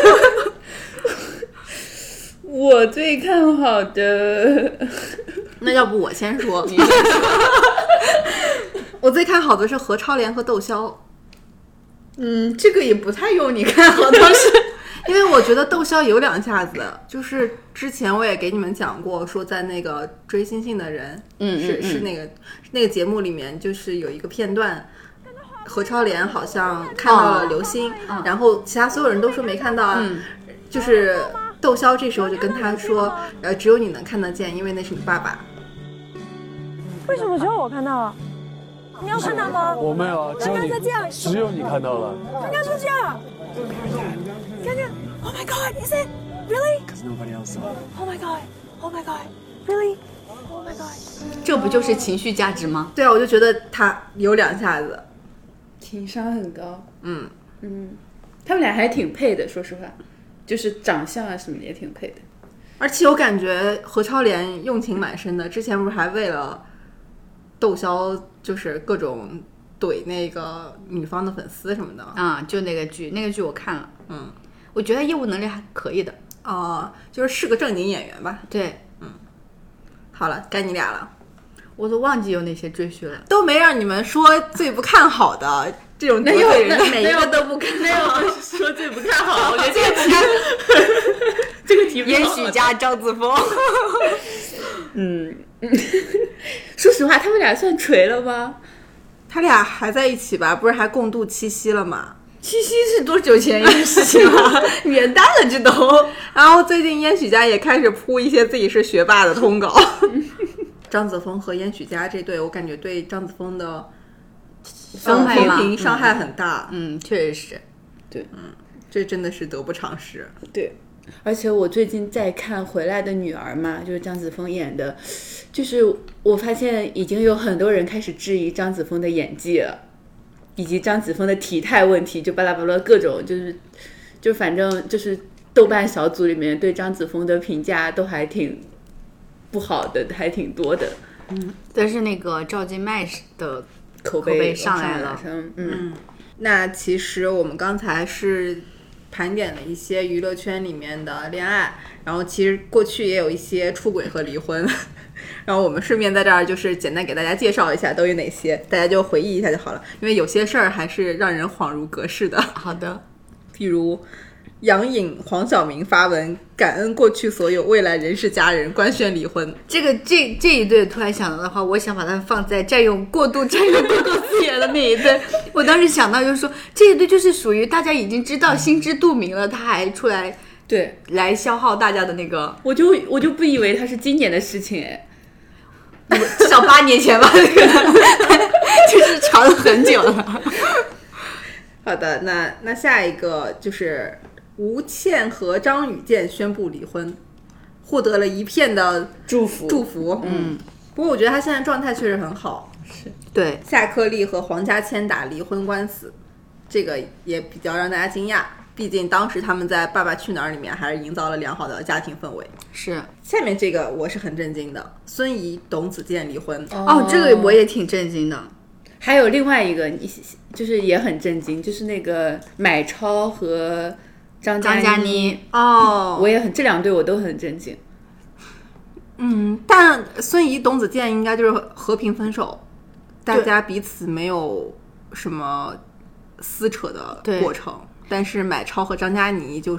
我最看好的， 那要不我先说。你先说。我最看好的是何超莲和窦骁。 嗯，这个也不太用你看好，当时。 因为我觉得窦骁有两下子，就是之前我也给你们讲过，说在那个追星星的人， 嗯是嗯嗯是那个那个节目里面，就是有一个片段，何超莲好像看到了流星， 哦、 然后其他所有人都说没看到啊， 嗯、 就是窦骁这时候就跟他说，呃，只有你能看得见，因为那是你爸爸。 为什么只有我看到了？你要看到吗？ 我没有啊，只有你，只有你看到了。 刚刚是这样。刚刚 ，Oh my God, is it really? Because nobody else saw. Oh my God, Oh my God, really? Oh my God. 这不就是情绪价值吗？ 对啊，我就觉得他有两下子， 情商很高。 嗯嗯，他们俩还挺配的，说实话，就是长相啊什么的也挺配的。 而且我感觉何超莲用情蛮深的，之前不是还为了窦骁就是各种怼那个女方的粉丝什么的啊、嗯，就那个剧，那个剧我看了， 嗯， 我觉得业务能力还可以的， 哦、呃，就是是个正经演员吧？ 对， 嗯，好了，该你俩了， 我都忘记有哪些赘婿了， 都没让你们说最不看好的这种得罪人，每一个都不看好， 没有说最不看好，我觉得这个题这个题目燕许家张子枫， 嗯，说实话，他们俩算锤了吗？ 他俩还在一起吧？不是还共度七夕了吗？ 七夕是多久前一件事情了？元旦了这都。 然后最近燕许家也开始铺一些自己是学霸的通稿。张子枫和燕许家这对，我感觉对张子枫的伤害风评伤害很大。 嗯，确实是。 对， 嗯，这真的是得不偿失。 对。而且我最近在看《回来的女儿》嘛，就是张子枫演的，就是我发现已经有很多人开始质疑张子枫的演技了，以及张子枫的体态问题，就巴拉巴拉各种，就是就反正就是豆瓣小组里面对张子枫的评价都还挺不好的，还挺多的。 嗯，但是那个赵今麦的口碑碑上来了， 嗯嗯。那其实我们刚才是盘点了一些娱乐圈里面的恋爱，然后其实过去也有一些出轨和离婚，然后我们顺便在这儿就是简单给大家介绍一下都有哪些，大家就回忆一下就好了，因为有些事儿还是让人恍如隔世的。 好的， 譬如杨颖、黄晓明发文感恩过去所有未来人士家人，官宣离婚。 这个这这一对突然想到的话，我想把它放在占用过度占用过度资源的那一对。我当时想到就是说，这一对就是属于大家已经知道心知肚明了，他还出来对来消耗大家的那个， 我就我就不以为它是今年的事情哎， 至少八年前吧，就是吵了很久了。 好的，那那下一个就是吴倩和张雨健宣布离婚，获得了一片的祝福祝福。嗯，不过我觉得他现在状态确实很好。 是对， 夏克立和黄家千打离婚官司，这个也比较让大家惊讶。毕竟当时他们在《爸爸去哪儿》里面还是营造了良好的家庭氛围。 是， 下面这个我是很震惊的，孙怡、董子健离婚。 哦，这个我也挺震惊的。 还有另外一个，就是也很震惊，就是那个买超和张嘉张嘉倪哦， 我也很，这两对我都很震惊。 嗯，但孙怡、董子健应该就是和平分手，大家彼此没有什么撕扯的过程。但是买超和张嘉倪就是，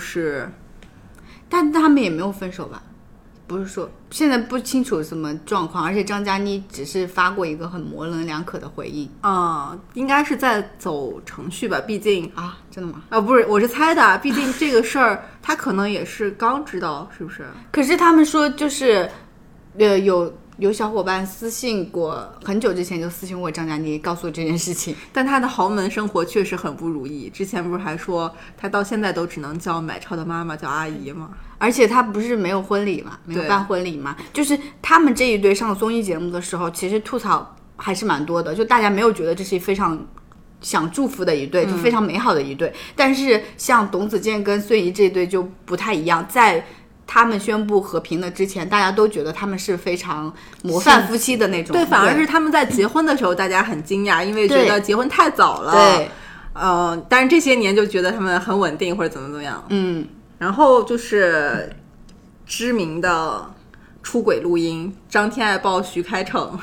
但他们也没有分手吧？不是说现在不清楚什么状况，而且张嘉倪只是发过一个很模棱两可的回应啊、嗯，应该是在走程序吧，毕竟啊，真的吗？ 啊，不是，我是猜的，毕竟这个事儿他可能也是刚知道，是不是？ 可是他们说就是，呃，有有小伙伴私信过，很久之前就私信过张嘉倪，告诉我这件事情。 但他的豪门生活确实很不如意，之前不是还说他到现在都只能叫买超的妈妈叫阿姨吗？ 而且他不是没有婚礼嘛，没有办婚礼嘛，就是他们这一对上综艺节目的时候，其实吐槽还是蛮多的，就大家没有觉得这是非常想祝福的一对，就非常美好的一对。嗯、但是像董子健跟孙怡这一对就不太一样，在他们宣布和平的之前，大家都觉得他们是非常模范夫妻的那种。 对，反而是他们在结婚的时候，大家很惊讶，因为觉得结婚太早了。 对， 嗯、呃，但是这些年就觉得他们很稳定或者怎么怎么样。 嗯。 然后就是知名的出轨录音，张天爱爆徐开骋，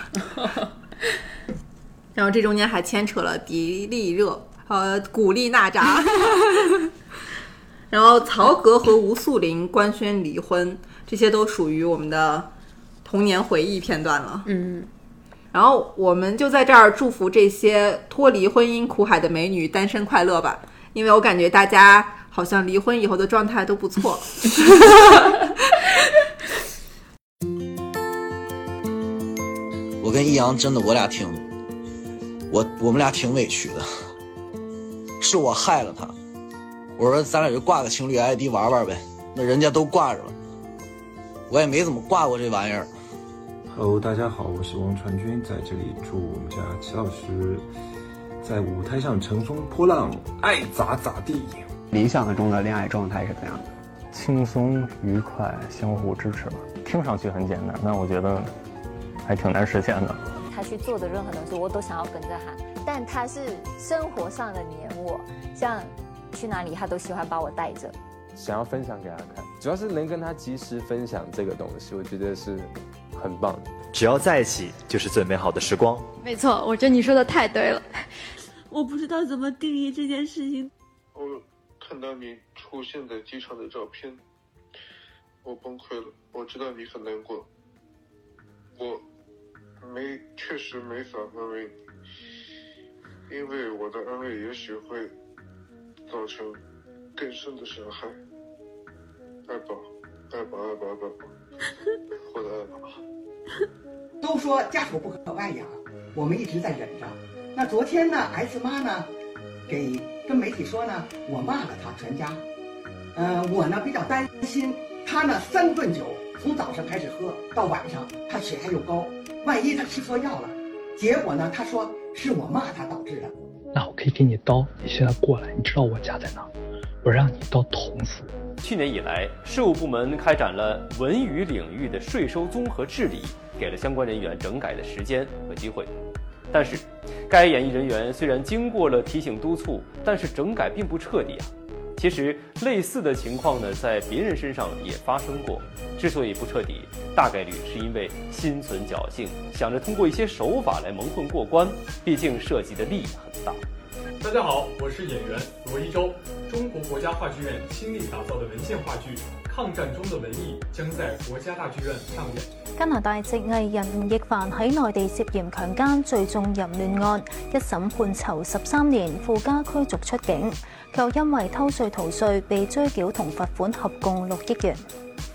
然后这中间还牵扯了迪丽热、呃古力娜扎，然后曹格和吴素玲官宣离婚，这些都属于我们的童年回忆片段了。 嗯， 然后我们就在这儿祝福这些脱离婚姻苦海的美女单身快乐吧，因为我感觉大家好像离婚以后的状态都不错。 我跟易阳真的，我俩挺，我我们俩挺委屈的，是我害了他。我说咱俩就挂个情侣 I D 玩玩呗，那人家都挂着了，我也没怎么挂过这玩意儿。 Hello， 大家好，我是王传君，在这里祝我们家齐老师在舞台上乘风破浪，爱咋咋地。 理想中的恋爱状态是怎样的？ 轻松愉快，相互支持吧。听上去很简单，但我觉得还挺难实现的。 他去做的任何东西，我都想要跟着他，但他是生活上的黏我，像去哪里他都喜欢把我带着， 想要分享给他看，主要是能跟他及时分享这个东西，我觉得是很棒的。 只要在一起，就是最美好的时光。 没错，我觉得你说的太对了。我不知道怎么定义这件事情。 我看到你出现在机场的照片，我崩溃了。我知道你很难过，我没确实没法安慰你，因为我的安慰也许会造成更深的伤害。爱宝，爱宝，爱宝，爱宝，我的爱宝。 都说家丑不可外扬，我们一直在忍着。那昨天呢 ，S 妈呢，给跟媒体说呢，我骂了他全家。嗯、呃，我呢比较担心他呢三顿酒，从早上开始喝到晚上，他血压又高，万一他吃错药了，结果呢他说是我骂他导致的。 那我可以给你刀，你现在过来，你知道我家在哪，我让你刀捅死我。 去年以来，税务部门开展了文娱领域的税收综合治理，给了相关人员整改的时间和机会。但是，该演艺人员虽然经过了提醒督促，但是整改并不彻底啊。其实，类似的情况呢，在别人身上也发生过。之所以不彻底，大概率是因为心存侥幸，想着通过一些手法来蒙混过关，毕竟涉及的利益很大。 大家好，我是演员罗一舟， 中國國家話劇院傾力打造的文獻話劇《抗戰中的文藝》將在國家大劇院上演。 加拿大籍藝人吳亦凡喺內地涉嫌強姦聚眾淫亂案，一審判囚十三年，附加驅逐出境，卻因為偷稅逃稅被追繳同罰款合共六億元。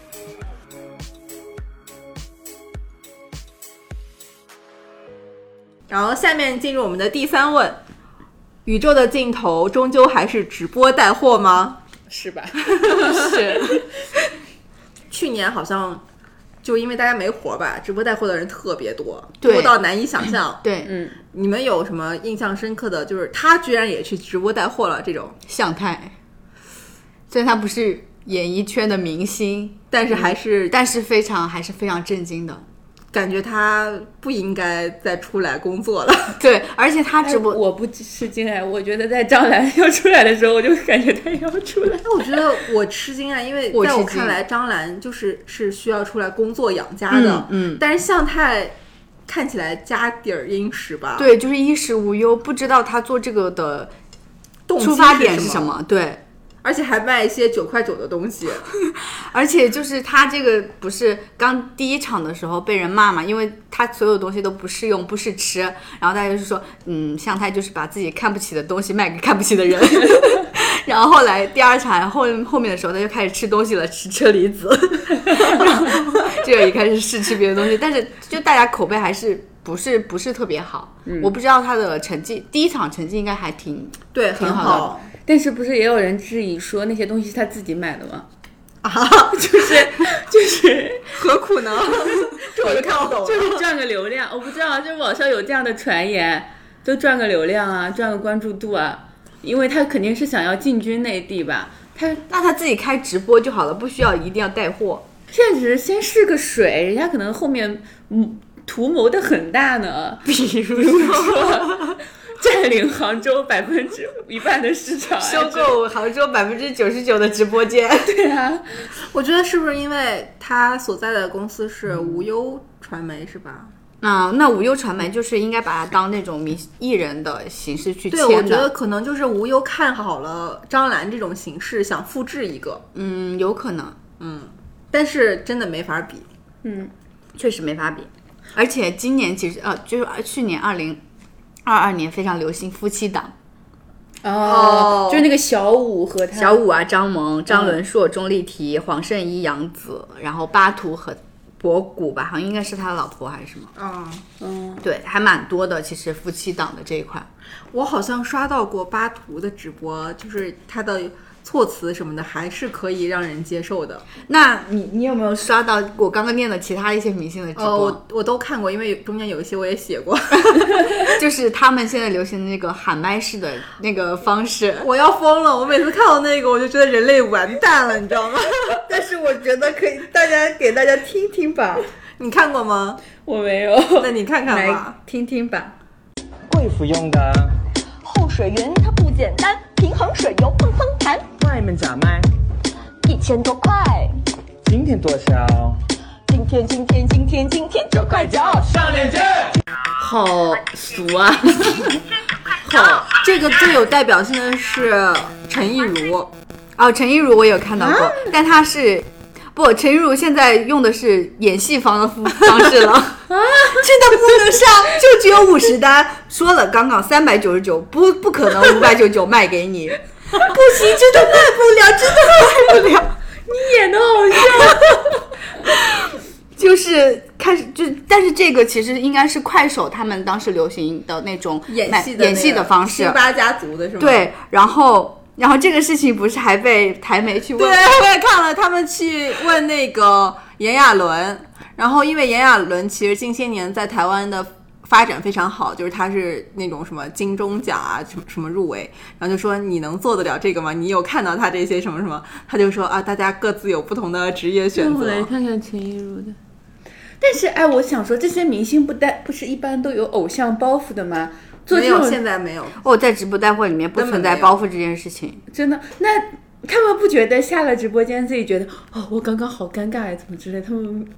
然後下面進入我們的第三問：宇宙的盡頭終究還是直播帶貨嗎？ 是吧？ 是。去年好像就因為大家沒活吧，直播帶貨的人特別多，多到難以想象。 對， 嗯，你們有什麼印象深刻的？就是他居然也去直播帶貨了，這種向太，雖然他不是演藝圈的明星， 但是還是、 嗯、但是非常還是非常震驚的。 感覺他不應該再出來工作了。 對，而且他直播、 哎、我不吃驚哎，我覺得在張蘭要出來的時候，我就感覺他要出來。 我覺得我吃驚啊，因為在我看來，張蘭就是是需要出來工作養家的。 嗯，嗯但是向太看起來家底兒殷實吧？ 對，就是衣食無憂，不知道他做這個的出發點是什麼？對。 而且還賣一些九塊九的東西， 而且就是他這個不是剛第一場的時候被人罵嘛，因為他所有東西都不適用不是吃，然後大家就是說嗯，向太就是把自己看不起的東西賣給看不起的人然後後來第二場後後面的時候他就開始吃東西了，吃車厘子然後這個也開始試吃別的東西，但是就大家口碑還是不是不是特別好、嗯、我不知道他的成績第一場成績應該還挺對挺好的很好， 但是不是也有人質疑說那些東西是他自己買的嗎？啊，就是就是何苦呢？這我就看不懂了， 就是賺個流量，我不知道，就是網上有這樣的傳言，都賺個流量啊，賺個關注度啊，因為他肯定是想要進軍內地吧，他那他自己開直播就好了，不需要一定要帶貨。 現在只是先試個水，人家可能後面嗯圖謀的很大呢，比如說佔領杭州百分之一半的市場， 收購杭州百分之九十九的直播間。 對啊， 我覺得是不是因為他所在的公司是無憂傳媒，是吧？ 啊，那無憂傳媒就是應該把它當那種明藝人的形式去簽的。 對，我覺得可能就是無憂看好了張蘭這種形式，想複製一個。 嗯，有可能。 嗯，但是真的沒法比。 嗯，確實沒法比。而且今年其實呃，就是去年二零二二年非常流行夫妻檔。 哦，就是那個小五和他小五啊，張萌、張倫碩、鐘麗緹、黃聖依、楊紫，然後巴圖和博古吧，好像應該是他的老婆還是什麼？ 嗯嗯，對，還蠻多的。其實夫妻檔的這一塊， 我好像刷到過巴圖的直播，就是他的措辭什麼的還是可以讓人接受的。 那你你有沒有刷到我剛剛念的其他一些明星的直播？ 呃、我我都看過，因為中間有一些我也寫過就是他們現在流行的那個喊麥式的那個方式， 我要瘋了。我每次看到那個我就覺得人類完蛋了，你知道嗎？但是我覺得可以大家給大家聽聽吧。你看過嗎？ 我沒有。 那你看看吧， 來聽聽吧。 貴婦用的後水源它不簡單，平衡水油碰碰彈， 外面咋賣？ 一千多塊。 今天多少？ 今天今天今天今天九塊九， 上鏈接。 好俗啊！ 好，這個最有代表性的是陳意如。 哦，陳意如我有看到過，啊、但他是不，陳意如現在用的是演戲方的方式了。啊，真的不能上，就只有五十單。說了剛剛三百九十九，不不可能五百九十九賣給你，不行，真的賣不了，真的賣不了。 你演的好像， 就是開始就，但是這個其實應該是快手他們當時流行的那種演戲的、那個、 演戲的方式， 辛巴家族的是嗎？ 對，然後。然後這個事情不是還被台媒去問？ 對，我也看了，他們去問那個炎亞綸，然後因為炎亞綸其實近些年在台灣的發展非常好，就是他是那種什麼金鐘獎啊什麼什麼入圍，然後就說你能做得了這個嗎？你有看到他這些什麼什麼？他就說啊，大家各自有不同的職業選擇。 我來看看陳意如的。但是哎，我想說這些明星不帶不是一般都有偶像包袱的嗎？ 沒有，現在沒有。 哦，在直播帶貨裡面不存在包袱這件事情， 真的。那他們不覺得下了直播間自己覺得哦，我剛剛好尷尬呀，怎麼之類？他們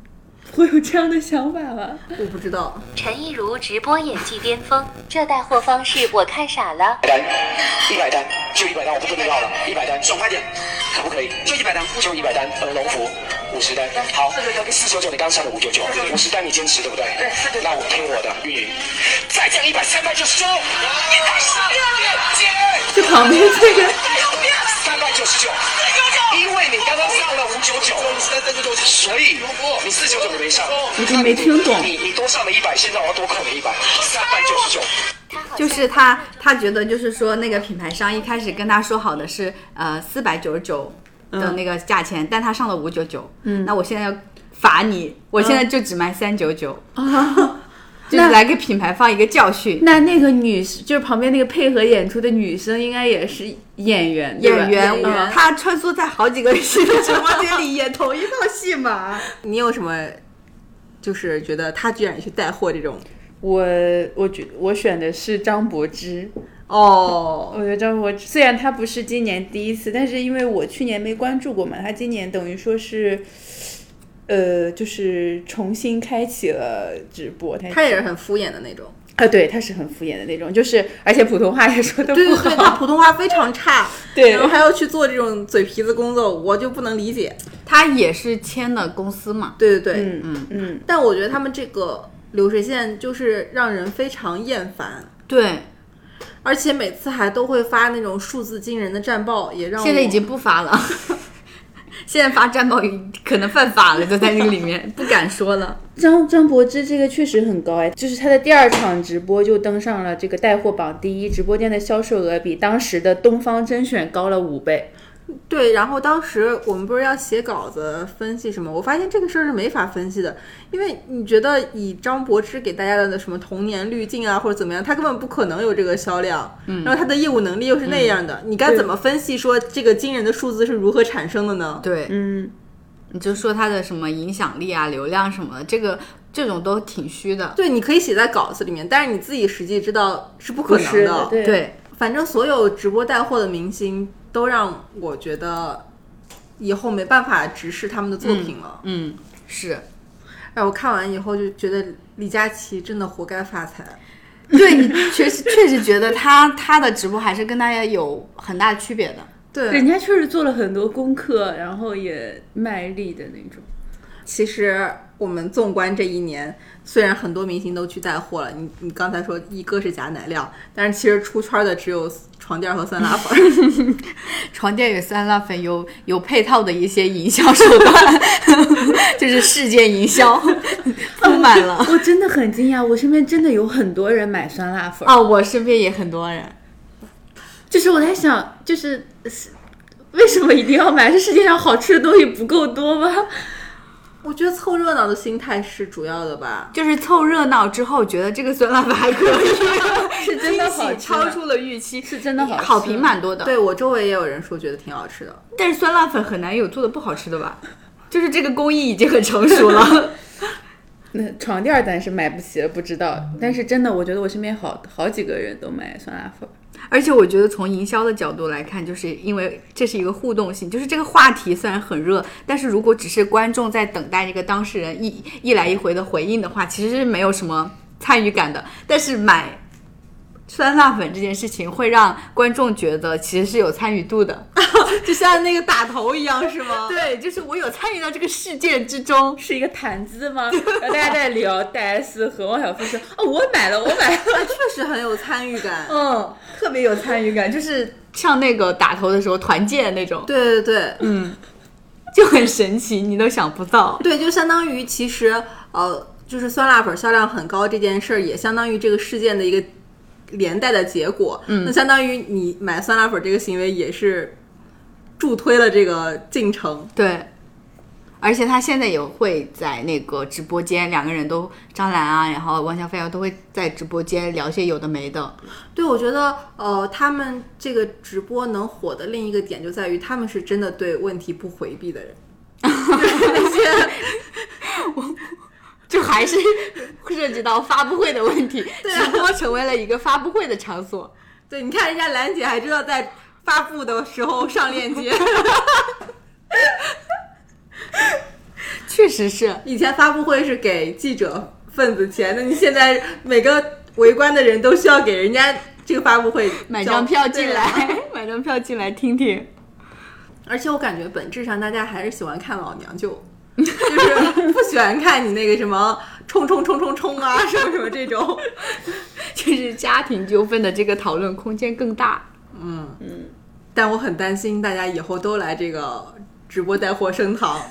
会有这样的想法吗？ 我不知道。 陈亦儒直播演技巅峰，这带货方式我看傻了。 单一百单就一百单，我不跟你要了，一百单爽快点，可不可以？就一百单，就一百单，鹅绒服五十单，好，四九九你刚上的五九九，五十单你坚持对不对？对，那我听我的运营，再降一百，三百九十九，你太傻了，姐， 这旁边这个三百九十九。因为你刚刚上了五九九，所以你四九九没上， 我就没听懂。 你你多上了一百，现在我要多扣你一百，三百九十九。 就是他，他觉得就是说那个品牌商一开始跟他说好的是呃四百九十九的那个价钱，嗯、但他上了五九九，嗯，那我现在要罚你，我现在就只卖三九九啊。就是来给品牌方一个教训。 那那个女就是旁边那个配合演出的女生，应该也是演员， 演员，嗯、她穿梭在好几个人的直播间里演同一套戏码。 你有什么就是觉得她居然去带货这种？ 我我觉我选的是张柏芝。 哦， 我觉得张柏芝虽然她不是今年第一次，但是因为我去年没关注过嘛，她今年等于说是。呃，就是重新开启了直播， 他也是很敷衍的那种啊，对，他是很敷衍的那种，就是而且普通话也说的不好， 对对对，他普通话非常差， 对， 然后还要去做这种嘴皮子工作，我就不能理解。 他也是签的公司嘛， 对对对， 嗯嗯嗯。 但我觉得他们这个流水线就是让人非常厌烦， 对， 而且每次还都会发那种数字惊人的战报，也让我现在已经不发了。现在发战报可能犯法了，就在那个里面不敢说了。 张张柏芝这个确实很高哎，就是他的第二场直播就登上了这个带货榜第一，直播间的销售额比当时的东方甄选高了五倍。 对，然后当时我们不是要写稿子分析什么，我发现这个事儿是没法分析的，因为你觉得以张柏芝给大家的什么童年滤镜啊或者怎么样，他根本不可能有这个销量，嗯，然后他的业务能力又是那样的，嗯、你该怎么分析说这个惊人的数字是如何产生的呢？ 对， 嗯， 你就说他的什么影响力啊、流量什么的，这个这种都挺虚的。 对，你可以写在稿子里面，但是你自己实际知道是不可能的。 对， 对， 反正所有直播带货的明星。都让我觉得以后没办法直视他们的作品了。 嗯，嗯是。 哎，我看完以后就觉得李佳琦真的活该发财。 对，你确实确实觉得他他的直播还是跟大家有很大区别的。 对， 人家确实做了很多功课，然后也卖力的那种。 其实我们纵观这一年，虽然很多明星都去带货了，你你刚才说一哥是假奶料，但是其实出圈的只有床垫和酸辣粉。 床垫与酸辣粉有有配套的一些营销手段，就是事件营销铺满了。 我真的很惊讶，我身边真的有很多人买酸辣粉啊、哦！我身边也很多人， 就是我在想，就是为什么一定要买？是世界上好吃的东西不够多吗？ 我觉得凑热闹的心态是主要的吧， 就是凑热闹之后觉得这个酸辣粉还可以， 是真的好吃， 超出了预期， 是真的好吃， 好评蛮多的。 对，我周围也有人说觉得挺好吃的， 但是酸辣粉很难有做的不好吃的吧？就是这个工艺已经很成熟了。 那床垫咱是买不起了，不知道，但是真的，我觉得我身边好好几个人都买酸辣粉。 而且我觉得从营销的角度来看，就是因为这是一个互动性，就是这个话题虽然很热，但是如果只是观众在等待这个当事人一一来一回的回应的话，其实是没有什么参与感的。但是买酸辣粉这件事情会让观众觉得其实是有参与度的， 就像那个打头一样，是吗？ 对，就是我有参与到这个事件之中。 是一个谈资吗？然后大家在聊，戴 S 和汪小菲说：“哦，我买了，我买了。” 确实很有参与感， 嗯，特别有参与感，就是像那个打头的时候团建那种。 对对对， 嗯，就很神奇，你都想不到。 对，就相当于其实呃，就是酸辣粉销量很高这件事儿，也相当于这个事件的一个连带的结果。 嗯， 那相当于你买酸辣粉这个行为也是助推了这个进程。 对，而且他现在也会在那个直播间，两个人都张兰啊，然后王小飞啊，都会在直播间聊些有的没的。 对，我觉得呃，他们这个直播能火的另一个点就在于他们是真的对问题不回避的人。那些我就还是涉及到发布会的问题，对啊，直播成为了一个发布会的场所。 对，你看人家兰姐还知道在发布的时候上链接。 确实是， 以前发布会是给记者份子钱的，你现在每个围观的人都需要给人家这个发布会买张票进来，买张票进来听听。 而且我感觉本质上大家还是喜欢看老娘舅，就是不喜欢看你那个什么冲冲冲冲冲啊什么什么这种， 就是家庭纠纷的这个讨论空间更大。 嗯嗯，但我很担心大家以后都来这个直播带货升堂，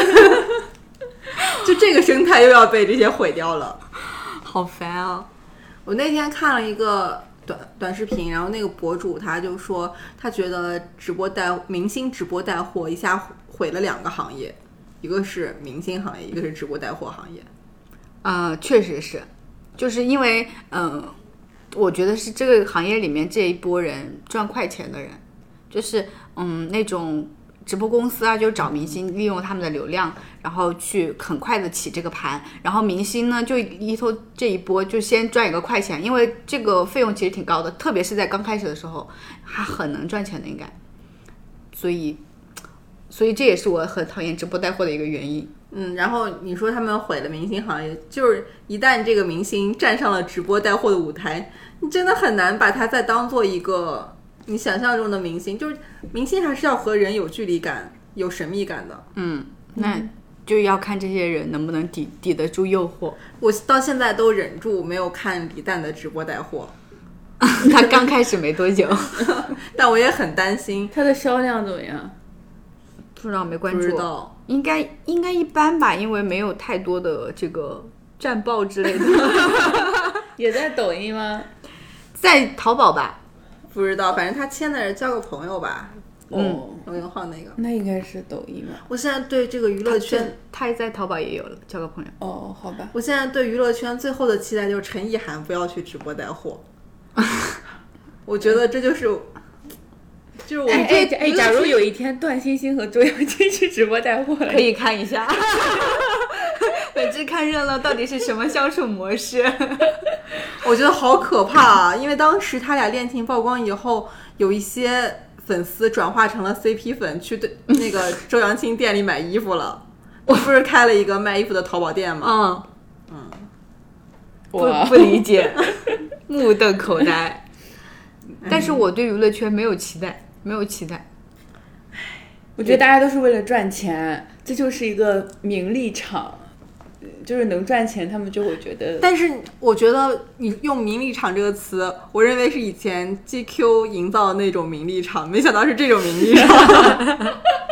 就这个生态又要被这些毁掉了， 好烦啊！ 我那天看了一个短短视频，然后那个博主他就说，他觉得直播带明星直播带货一下毁了两个行业，一个是明星行业，一个是直播带货行业。 啊、呃，确实是，就是因为嗯、呃，我觉得是这个行业里面这一波人赚快钱的人，就是嗯那种直播公司啊，就找明星利用他们的流量，然后去很快的起这个盘，然后明星呢就一头这一波就先赚一个快钱，因为这个费用其实挺高的，特别是在刚开始的时候还很能赚钱的应该，所以所以这也是我很讨厌直播带货的一个原因。 嗯，然后你说他们毁了明星行业，就是一旦这个明星站上了直播带货的舞台，你真的很难把他再当做一个你想象中的明星，就是明星还是要和人有距离感、有神秘感的。 嗯，那就要看这些人能不能抵抵得住诱惑。 我到现在都忍住没有看李诞的直播带货， 他刚开始没多久， 但我也很担心他的销量怎么样？ 不知道，没关注。 不知道， 应该应该一般吧，因为没有太多的这个战报之类的。 也在抖音吗？ 在淘宝吧。 不知道，反正他签的是交个朋友吧。 嗯， 罗永浩那个， 那应该是抖音吧。 我现在对这个娱乐圈， 他也在淘宝也有了，交个朋友。 哦，好吧。 我现在对娱乐圈最后的期待就是陈意涵不要去直播带货。我觉得这就是，就是我哎哎哎，假如有一天段星星和周扬青去直播带货了， 可以看一下。本质看热闹，到底是什么相处模式？ 我觉得好可怕啊！因为当时他俩恋情曝光以后，有一些粉丝转化成了 C P 粉，去对那个周扬青店里买衣服了。我不是开了一个卖衣服的淘宝店吗？嗯嗯， 不不理解，目瞪口呆。但是我对娱乐圈没有期待，没有期待。 我觉得大家都是为了赚钱，这就是一个名利场。就是能赚钱，他们就会觉得。 但是我觉得你用名利场这个词，我认为是以前 G Q 营造的那种名利场，没想到是这种名利场。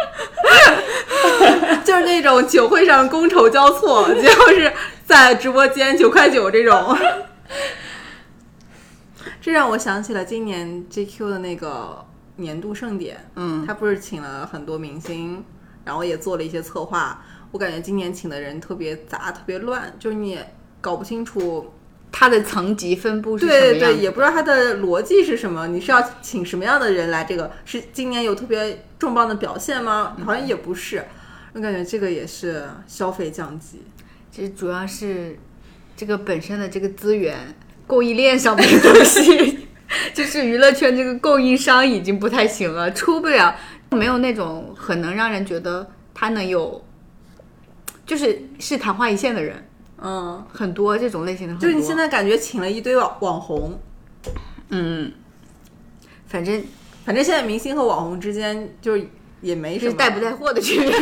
就是那种酒会上觥筹交错，结果是在直播间九块九这种。这让我想起了今年 G Q 的那个年度盛典， 嗯， 他不是请了很多明星，然后也做了一些策划。我感觉今年请的人特别杂，特别乱，就是你也搞不清楚他的层级分布是什么样的， 对对，也不知道他的逻辑是什么。你是要请什么样的人来？这个是今年有特别重磅的表现吗？好像也不是。我感觉这个也是消费降级。 其实主要是这个本身的这个资源供应链上面的东西，就是娱乐圈这个供应商已经不太行了，出不了，没有那种很能让人觉得他能有。就是是昙花一现的人， 嗯， 很多这种类型的很多。 就是你现在感觉请了一堆网网红， 嗯，反正反正现在明星和网红之间就也没什么是带不带货的区别。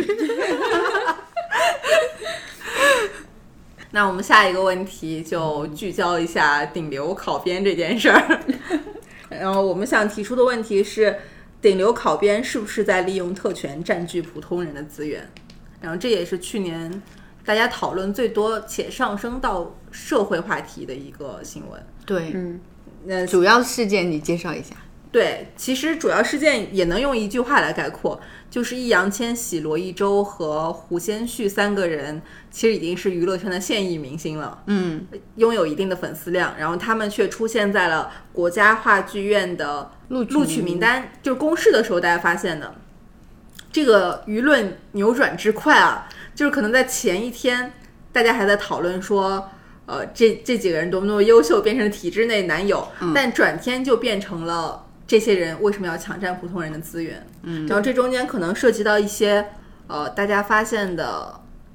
那我们下一个问题就聚焦一下顶流考编这件事儿。然后我们想提出的问题是，顶流考编是不是在利用特权占据普通人的资源？然后这也是去年大家讨论最多且上升到社会话题的一个新闻。 对， 嗯， 那主要事件你介绍一下。 对，其实主要事件也能用一句话来概括，就是易烊千玺、罗一舟和胡先煦三个人其实已经是娱乐圈的现役明星了， 嗯， 拥有一定的粉丝量，然后他们却出现在了国家话剧院的录取名单，就是公示的时候大家发现的。这个舆论扭转之快啊，就是可能在前一天大家还在讨论说呃，这这几个人多么多么优秀，变成体制内男友， 嗯， 但转天就变成了这些人为什么要抢占普通人的资源？ 嗯， 然后这中间可能涉及到一些呃大家发现的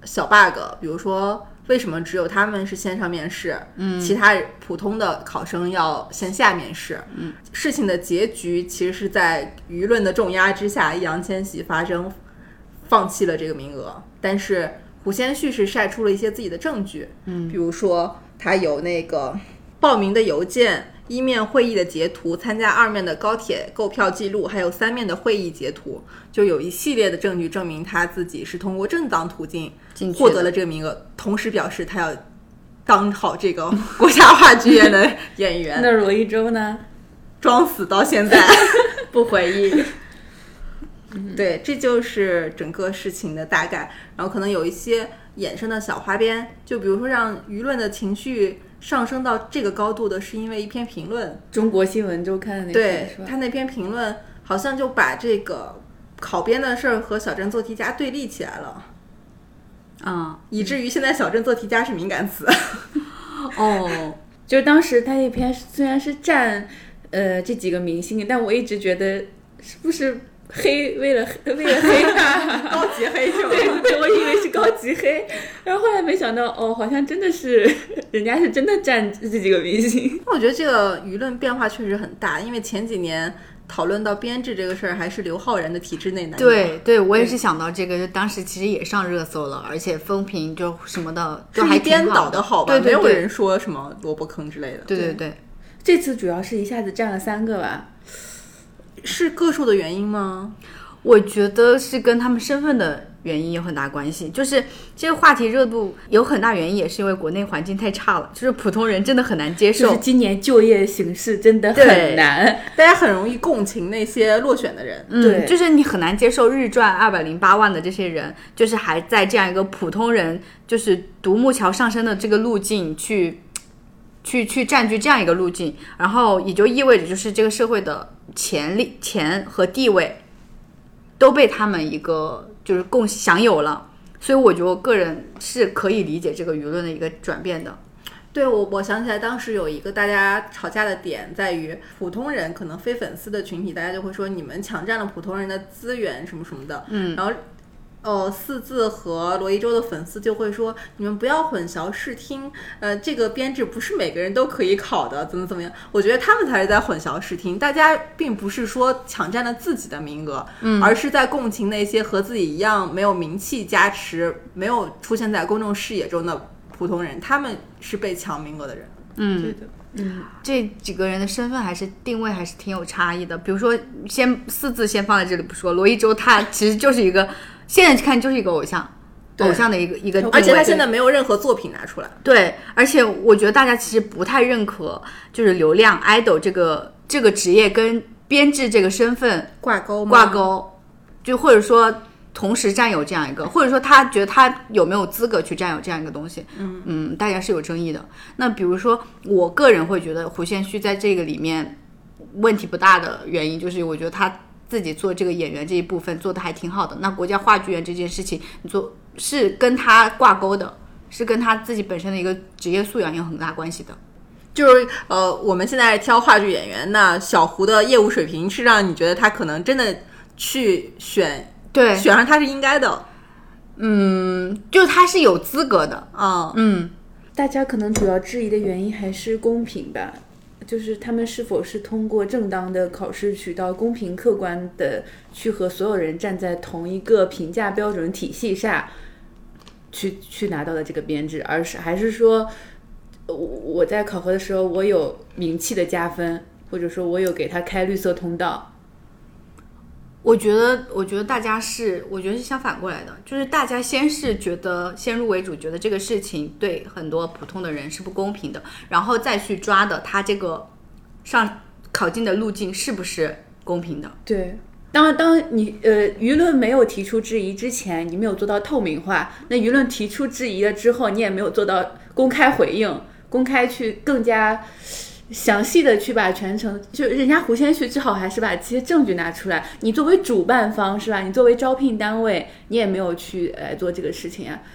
小 bug， 比如说为什么只有他们是线上面试， 嗯， 其他普通的考生要线下面试， 嗯， 事情的结局其实是在舆论的重压之下，易烊千玺发声放弃了这个名额，但是胡先煦是晒出了一些自己的证据， 嗯， 比如说他有那个报名的邮件、一面会议的截图、参加二面的高铁购票记录，还有三面的会议截图，就有一系列的证据证明他自己是通过正当途径获得了这个名额，同时表示他要当好这个国家话剧院的演员。 那罗一舟呢？ 装死到现在不回忆。 对，这就是整个事情的大概，然后可能有一些衍生的小花边，就比如说让舆论的情绪上升到这个高度的是因为一篇评论， 中国新闻周刊的那对是吧？ 他那篇评论好像就把这个考编的事儿和小镇做题家对立起来了， 啊、嗯， 以至于现在小镇做题家是敏感词。 哦，就是当时他那篇虽然是站呃这几个明星，但我一直觉得是不是黑为了为了黑他高级黑是吧？ 对对，我以为是高级黑，然后后来没想到哦，好像真的是人家是真的站这几个明星。 我觉得这个舆论变化确实很大，因为前几年讨论到编制这个事儿，还是刘昊然的体制内男友。 对对，我也是想到这个，就当时其实也上热搜了，而且风评就什么的都还挺编导的好吧？ 对对对， 没有人说什么萝卜坑之类的。 对对对， 这次主要是一下子占了三个吧。 是个数的原因吗？ 我觉得是跟他们身份的原因有很大关系，就是这个话题热度有很大原因也是因为国内环境太差了，就是普通人真的很难接受， 就是今年就业形势真的很难， 大家很容易共情那些落选的人， 嗯，对，就是你很难接受日赚二百零八万的这些人，就是还在这样一个普通人就是独木桥上升的这个路径去去去占据这样一个路径，然后也就意味着就是这个社会的潜力、钱和地位都被他们一个就是共享有了，所以我觉得我个人是可以理解这个舆论的一个转变的。 对，我我想起来当时有一个大家吵架的点在于普通人可能非粉丝的群体，大家就会说你们抢占了普通人的资源什么什么的， 嗯， 然后哦，四字和罗一舟的粉丝就会说你们不要混淆视听，呃，这个编制不是每个人都可以考的，怎么怎么样？我觉得他们才是在混淆视听，大家并不是说抢占了自己的名额， 嗯， 而是在共情那些和自己一样没有名气加持、没有出现在公众视野中的普通人，他们是被抢名额的人。 嗯， 对的。 嗯，这几个人的身份还是定位还是挺有差异的。比如说，先四字先放在这里不说，罗一舟他其实就是一个。现在看就是一个偶像，偶像的一个一个定位， 而且他现在没有任何作品拿出来。 对，而且我觉得大家其实不太认可，就是流量 idol 这个这个职业跟编制这个身份挂钩吗？ 挂钩，就或者说同时占有这样一个，或者说他觉得他有没有资格去占有这样一个东西， 嗯嗯，大家是有争议的。那比如说，我个人会觉得胡先煦在这个里面问题不大的原因，就是我觉得他自己做这个演员这一部分做的还挺好的。那国家话剧院这件事情，你做是跟他挂钩的，是跟他自己本身的一个职业素养有很大关系的。 就是呃，我们现在挑话剧演员，那小胡的业务水平是让你觉得他可能真的去选， 对， 选上他是应该的。 嗯，就他是有资格的啊。 嗯， 大家可能主要质疑的原因还是公平吧。就是他们是否是通过正当的考试渠道公平客观的去和所有人站在同一个评价标准体系下去去拿到的这个编制，而是还是说我在考核的时候我有名气的加分，或者说我有给他开绿色通道。 我觉得我觉得大家是我觉得是相反过来的，就是大家先是觉得先入为主，觉得这个事情对很多普通的人是不公平的，然后再去抓的他这个上考进的路径是不是公平的。 对，当当你呃舆论没有提出质疑之前，你没有做到透明化，那舆论提出质疑了之后，你也没有做到公开回应，公开去更加详细的去把全程，就人家胡先煦至少还是把这些证据拿出来，你作为主办方是吧，你作为招聘单位，你也没有去来做这个事情啊。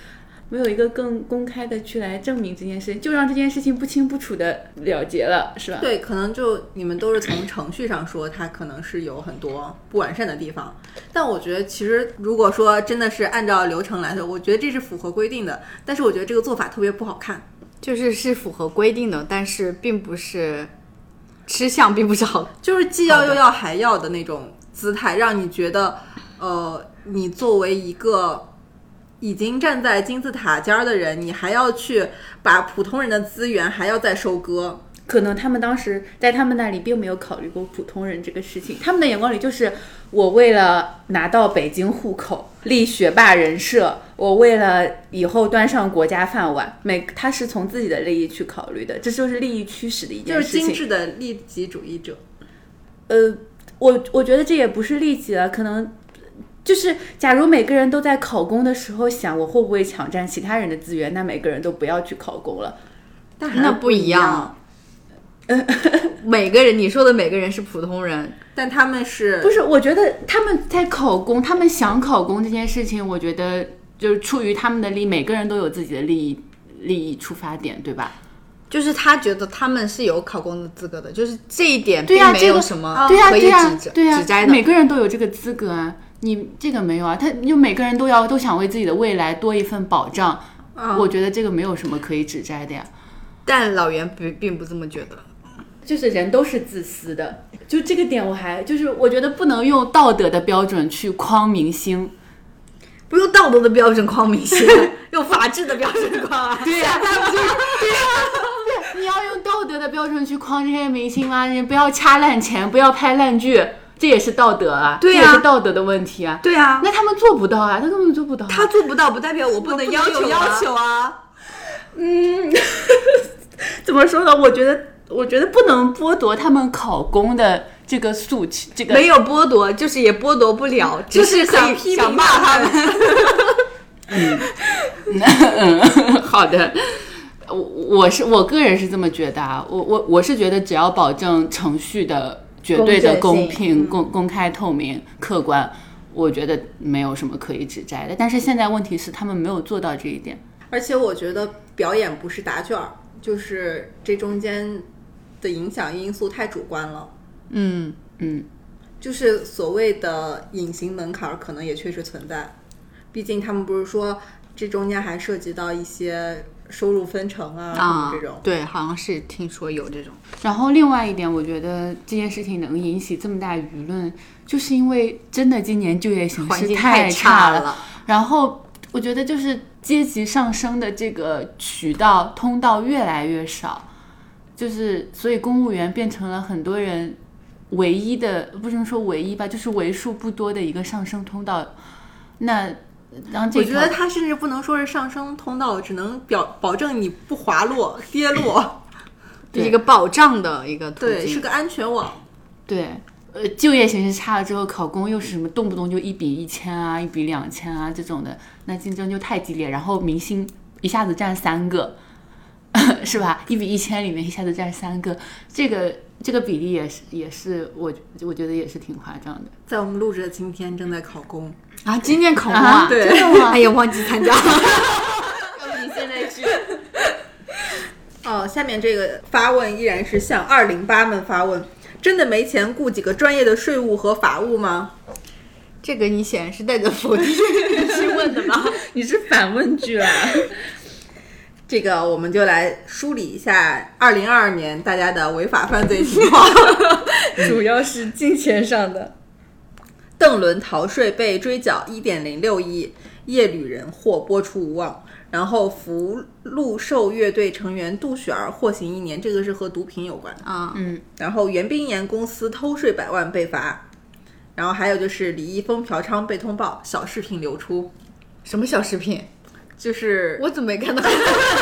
没有一个更公开的去来证明这件事，就让这件事情不清不楚的了结了，是吧？ 对，可能就你们都是从程序上说它可能是有很多不完善的地方，但我觉得其实如果说真的是按照流程来说，我觉得这是符合规定的，但是我觉得这个做法特别不好看。 就是是符合规定的，但是并不是吃相并不是好， 就是既要又要还要的那种姿态，让你觉得呃，你作为一个已经站在金字塔尖的人，你还要去把普通人的资源还要再收割。 可能他们当时在他们那里并没有考虑过普通人这个事情，他们的眼光里就是我为了拿到北京户口立学霸人设，我为了以后端上国家饭碗，每他是从自己的利益去考虑的，这就是利益驱使的一件事情， 就是精致的利己主义者。 呃，我我觉得这也不是利己了，可能就是假如每个人都在考公的时候想我会不会抢占其他人的资源，那每个人都不要去考公了。 但那不一样，每个人你说的每个人是普通人， 但他们是不是？我觉得他们在考公，他们想考公这件事情，我觉得就是出于他们的利益，每个人都有自己的利益利益出发点，对吧？ 就是他觉得他们是有考公的资格的，就是这一点对呀， 并没有什么对呀可以对呀指对呀指摘的， 每个人都有这个资格啊。你这个没有啊，他就每个人都要都想为自己的未来多一份保障， 嗯、 我觉得这个没有什么可以指摘的呀。 但老袁并并不这么觉得， 就是人都是自私的，就这个点我还就是我觉得不能用道德的标准去框明星， 不用道德的标准框明星，用法治的标准框啊。 对呀、啊，他不就是对呀、啊？你要用道德的标准去框这些明星吗？你不要掐烂钱，不要拍烂剧。这也是道德啊， 对啊， 这也是道德的问题啊。 对啊， 那他们做不到啊，他根本做不到、啊。 他做不到，不代表我不能要求、啊、 要求啊。 嗯，怎么说呢？我觉得，我觉得不能剥夺他们考公的这个诉求，这个没有剥夺，就是也剥夺不了，只是想批想骂他们。 嗯嗯，好的。我我是我个人是这么觉得啊，我我我是觉得只要保证程序的绝对的公平、公公开、透明、客观，我觉得没有什么可以指摘的。但是现在问题是他们没有做到这一点， 而且我觉得表演不是答卷，就是这中间的影响因素太主观了。 嗯嗯， 就是所谓的隐形门槛可能也确实存在，毕竟他们不是说这中间还涉及到一些收入分成啊， 啊这种。 对，好像是听说有这种。 然后另外一点，我觉得这件事情能引起这么大舆论，就是因为真的今年就业形势太差了。 然后我觉得就是阶级上升的这个渠道通道越来越少，就是所以公务员变成了很多人唯一的，不能说唯一吧，就是为数不多的一个上升通道。那然后这我觉得它甚至不能说是上升通道，只能表保证你不滑落跌落， 是一个保障的一个途径， 对，是个安全网。 对，呃，就业形势差了之后，考公又是什么动不动就一比一千啊，一比两千啊这种的，那竞争就太激烈，然后明星一下子占三个，是吧？一比一千里面一下子占三个，这个这个比例也是也是我我觉得也是挺夸张的。 在我们录制的今天正在考公啊，今天考公啊？ 对， 真的吗？哎呀，忘记参加了。 要不你现在去？哦，下面这个发问依然是向二零八们发问：真的没钱雇几个专业的税务和法务吗？ 这个你显然是带着否定去问的吧？ 你是反问句啊？ 这个我们就来梳理一下二零二二年大家的违法犯罪情况， 主要是金钱上的。 邓伦逃税被追缴 一点零六亿，叶旅人获播出无望。然后福禄寿乐队成员杜雪儿获刑一年，这个是和毒品有关啊。 嗯。 然后袁冰妍公司偷税百万被罚。然后还有就是李易峰嫖娼被通报，小视频流出。 什么小视频？ 就是我怎么没看到？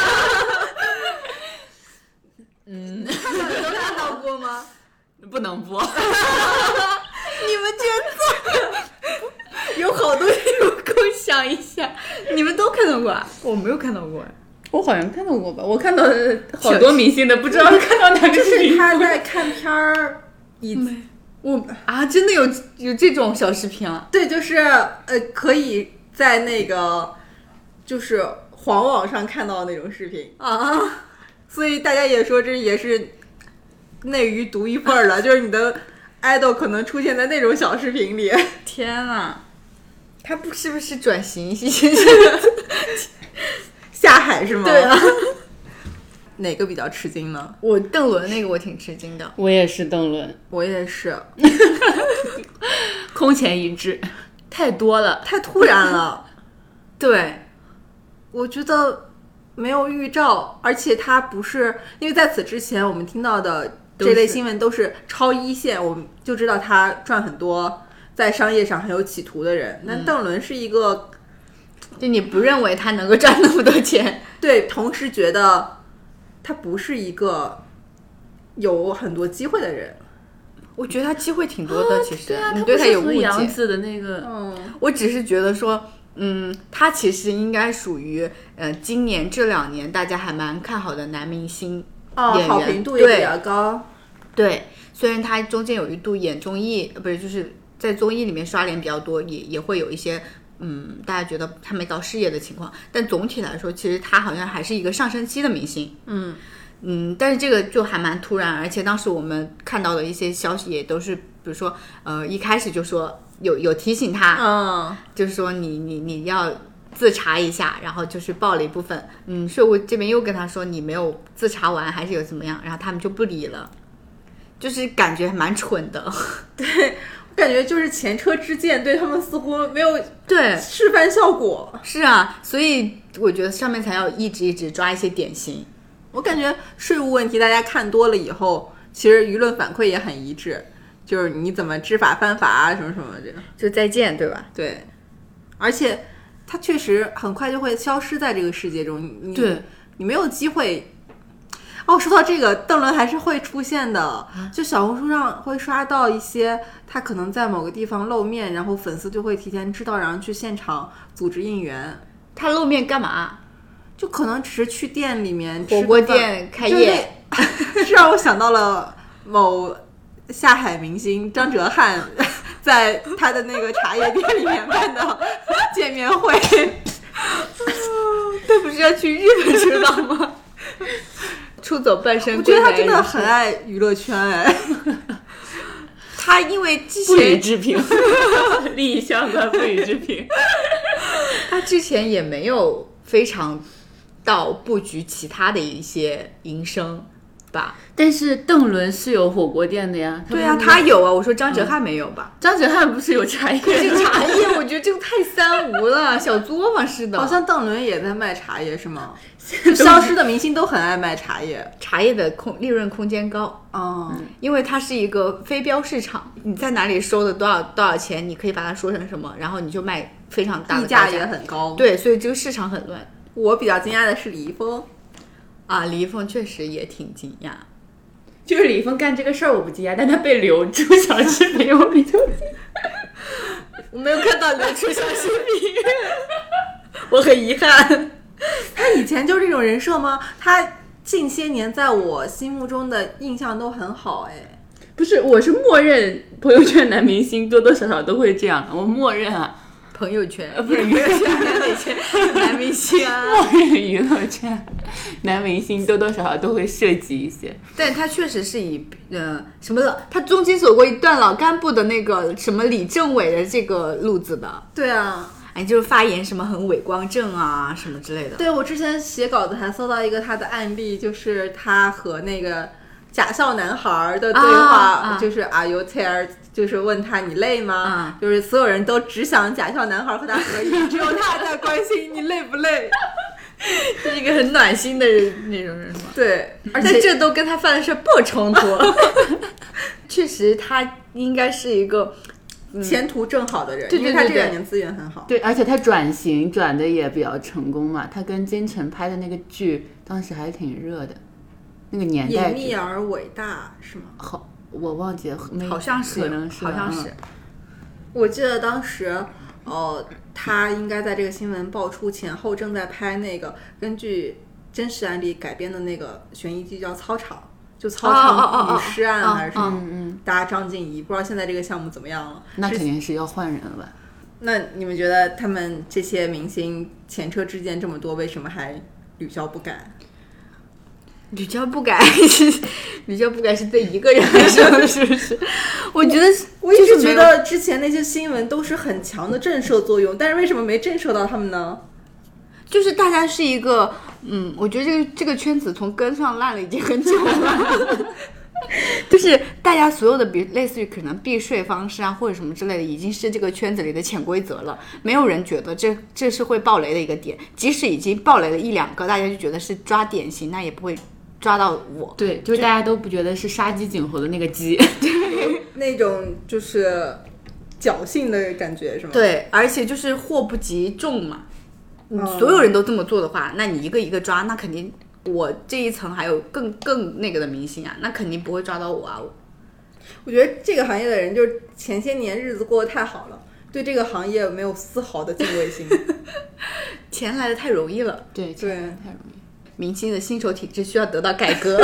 嗯，你们都看到过吗？ 不能播。 你们觉得有好多人有空想一下，你们都看到过啊？我没有看到过， 我好像看到过吧？我看到好多明星的，不知道是看到哪个就是他在看片儿，以我啊，真的有有这种小视频啊？ 对，就是呃，可以在那个就是黄网上看到的那种视频啊，所以大家也说这也是内娱独一份了，就是你的 idol 可能出现在那种小视频里。 天哪，他不是不是转型下海是吗？ 对啊。 哪个比较吃惊呢？ 我邓伦那个我挺吃惊的。 我也是邓伦， 我也是， 空前一致，太多了， 太突然了。 对， 我觉得没有预兆，而且他不是因为在此之前我们听到的这类新闻都是超一线，我们就知道他赚很多，在商业上很有企图的人。那、嗯、邓伦是一个， 就你不认为他能够赚那么多钱， 对，同时觉得他不是一个有很多机会的人。 我觉得他机会挺多的，其实、 对啊、 你对他有误解。 杨紫的那个， 嗯，我只是觉得说，嗯，他其实应该属于呃，今年这两年大家还蛮看好的男明星演员， 哦，好评度也比较高。 对，虽然他中间有一度演综艺，不是就是在综艺里面刷脸比较多，也也会有一些嗯，大家觉得他没到事业的情况，但总体来说，其实他好像还是一个上升期的明星。 嗯。 嗯，但是这个就还蛮突然，而且当时我们看到的一些消息也都是，比如说，呃，一开始就说有有提醒他， 嗯， 就是说你你你要自查一下，然后就是报了一部分，嗯，税务这边又跟他说你没有自查完，还是有怎么样，然后他们就不理了，就是感觉蛮蠢的。 对，我感觉就是前车之鉴对他们似乎没有对示范效果。 是啊，所以我觉得上面才要一直一直抓一些典型。 我感觉税务问题大家看多了以后，其实舆论反馈也很一致，就是你怎么知法犯法啊，什么什么的， 就再见，对吧？ 对，而且它确实很快就会消失在这个世界中，你对你没有机会。哦，说到这个，邓伦还是会出现的，就小红书上会刷到一些他可能在某个地方露面，然后粉丝就会提前知道，然后去现场组织应援。 他露面干嘛？ 就可能只是去店里面火锅店开业， 是让我想到了某下海明星张哲瀚在他的那个茶叶店里面办的见面会。 他不是要去日本知道吗？出走半生， 我觉得他真的很爱娱乐圈哎。 他因为之前不予置评，利益相关不予置评。 他之前也没有非常到布局其他的一些营生吧， 但是邓伦是有火锅店的呀。 对啊，他有啊。我说张哲瀚没有吧？ 嗯、张哲瀚不是有茶叶？ 这茶叶，我觉得这个太三无了，小作坊似的。 好像邓伦也在卖茶叶是吗？消失的明星都很爱卖茶叶， 茶叶的空利润空间高。 哦、 嗯，因为它是一个非标市场，你在哪里收的多少多少钱，你可以把它说成什么，然后你就卖非常大的溢价也很高。 对，所以这个市场很乱。 我比较惊讶的是李易峰啊，李易峰确实也挺惊讶。 就是李易峰干这个事儿我不惊讶，但他被流出小视频我比较惊讶。 我没有看到流出小视频，我很遗憾。 他以前就是这种人设吗？他近些年在我心目中的印象都很好哎。 不是，我是默认朋友圈男明星多多少少都会这样，我默认啊。 朋友圈呃不是娱乐圈哪些男明星啊？ 默认娱乐圈男明星多多少少都会涉及一些， 但他确实是以呃什么了，他中间走过一段老干部的那个什么李政委的这个路子的。 对啊， 哎，就是发言什么很伪光正啊什么之类的。 对，我之前写稿子还搜到一个他的案例，就是他和那个假笑男孩的对话， 啊啊、 就是 Are you tired？ 就是问他你累吗？ 啊、 就是所有人都只想假笑男孩和他合影，只有他在关心你累不累。 是一个很暖心的那种人吗？ 对， 而且这都跟他犯的事不冲突。确实，他应该是一个、 嗯、前途正好的人， 对对对对， 因为他这两年资源很好。 对，而且他转型转的也比较成功嘛。他跟金晨拍的那个剧，当时还挺热的，那个年代。 隐秘而伟大是吗？ 好。我忘记了， 好像是， 可能是， 好像是。 嗯、我记得当时，哦、呃，他应该在这个新闻爆出前后正在拍那个根据真实案例改编的那个悬疑剧，叫《操场》，就操场女尸案还是什么？ 嗯嗯。 大家张静怡，不知道现在这个项目怎么样了？ 那肯定是要换人了吧？ 那你们觉得他们这些明星前车之鉴这么多，为什么还屡教不改？ 屡教不改，屡教不改是对一个人来说，是不是？我觉得， 我一直觉得之前那些新闻都是很强的震慑作用，但是为什么没震慑到他们呢？ 就是大家是一个，嗯，我觉得这个这个圈子从根上烂了已经很久了。就是大家所有的比类似于可能避税方式啊或者什么之类的，已经是这个圈子里的潜规则了，没有人觉得这这是会爆雷的一个点，即使已经爆雷了一两个，大家就觉得是抓典型，那也不会抓到我。 对，就是大家都不觉得是杀鸡儆猴的那个鸡， 对，那种就是侥幸的感觉是吗？ 对，而且就是祸不及众嘛，你所有人都这么做的话，那你一个一个抓，那肯定我这一层还有更更那个的明星啊，那肯定不会抓到我啊。 我觉得这个行业的人就是前些年日子过得太好了，对这个行业没有丝毫的敬畏心。 钱来的太容易了， 对对， 太容易。 明星的薪酬体制需要得到改革。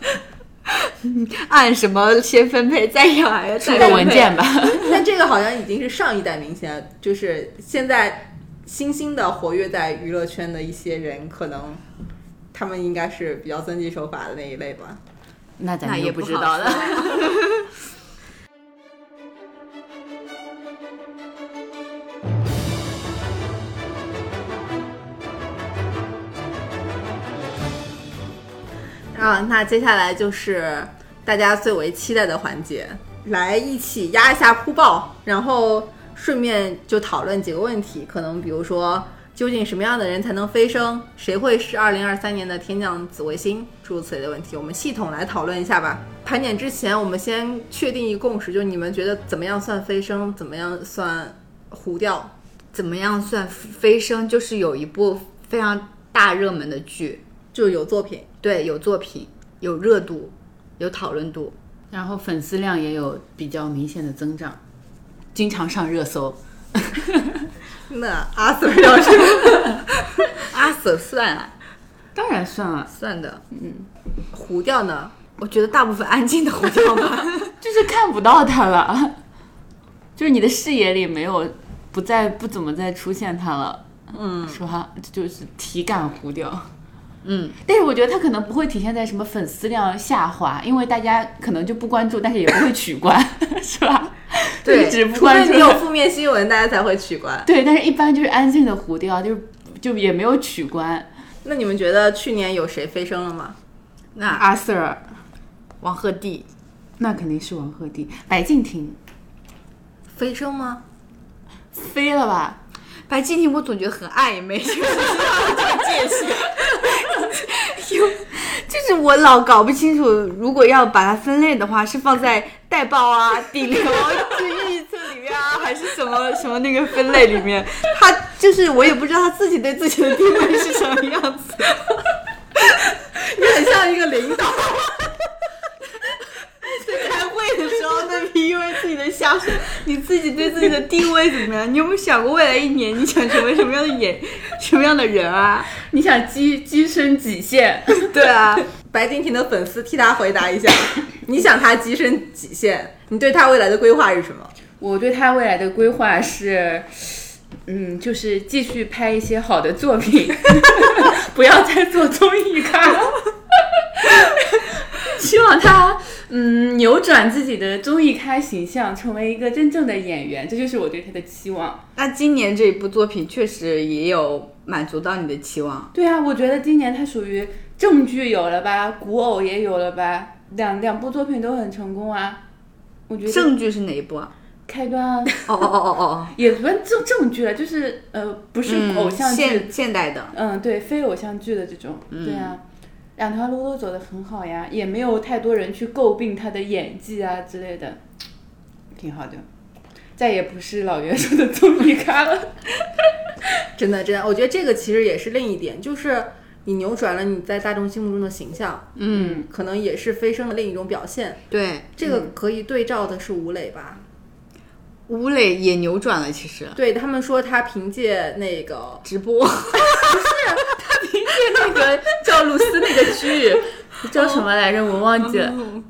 按什么先分配再要还要出个文件吧。 但这个好像已经是上一代明星了，就是现在新兴的活跃在娱乐圈的一些人，可能他们应该是比较遵纪守法的那一类吧。 那咱们也不知道了。 啊，那接下来就是大家最为期待的环节，来一起压一下铺报，然后顺便就讨论几个问题，可能比如说究竟什么样的人才能飞升，谁会是二零二三年的天降紫微星，诸如此类的问题，我们系统来讨论一下吧。盘点之前，我们先确定一个共识，就是你们觉得怎么样算飞升，怎么样算糊掉？ 怎么样算飞升？就是有一部非常大热门的剧， 就有作品， 对，有作品，有热度，有讨论度， 然后粉丝量也有比较明显的增长，经常上热搜。 那阿 Sir 要是阿 Sir 算啊， 当然算了， 算的。 嗯，糊掉呢？ 我觉得大部分安静的糊掉吧， 就是看不到他了，就是你的视野里没有，不再不怎么再出现他了。 嗯， 是吧？就是体感糊掉。 嗯， 但是我觉得它可能不会体现在什么粉丝量下滑，因为大家可能就不关注，但是也不会取关，是吧？ 对， 只不关注， 除非你有负面新闻，大家才会取关。 对，但是一般就是安静的糊掉，就是就也没有取关。 那你们觉得去年有谁飞升了吗？ 那阿 Sir、 王鹤棣， 那肯定是王鹤棣。白敬亭飞升吗？ 飞了吧？ 白敬亭我总觉得很暧昧，就是这个界限，就是我老搞不清楚，如果要把它分类的话，是放在带爆啊、顶流就预测里面啊，还是什么什么那个分类里面？他就是我也不知道他自己对自己的定位是什么样子， 你很像一个领导。 在开会的时候，在 P U A 自己的下属，你自己对自己的定位怎么样？你有没有想过未来一年你想成为什么样的演什么样的人啊？ 你想跻跻身几线？ 对啊，白敬亭的粉丝替他回答一下，你想他跻身几线？你对他未来的规划是什么？ 我对他未来的规划是，嗯，就是继续拍一些好的作品，不要再做综艺咖了。希望他嗯扭转自己的综艺咖形象，成为一个真正的演员，这就是我对他的期望。 那今年这一部作品确实也有满足到你的期望。 对啊，我觉得今年他属于正剧有了吧，古偶也有了吧，两两部作品都很成功啊。我觉得正剧是哪一部啊？ 开端。 哦哦哦哦哦， 也不是正正剧了，就是呃不是偶像剧， 嗯、现现代的， 嗯，对，非偶像剧的这种，嗯、对啊。两条路都走得很好呀，也没有太多人去诟病他的演技啊之类的，挺好的。再也不是老袁说的综艺咖了。 真的真的，我觉得这个其实也是另一点，就是你扭转了你在大众心目中的形象， 嗯， 可能也是飞升的另一种表现。 对， 这个可以对照的是吴磊吧？ 吴磊也扭转了，其实。 对，他们说他凭借那个直播， 不是他凭借那个赵露思那个剧叫什么来着？我忘记了。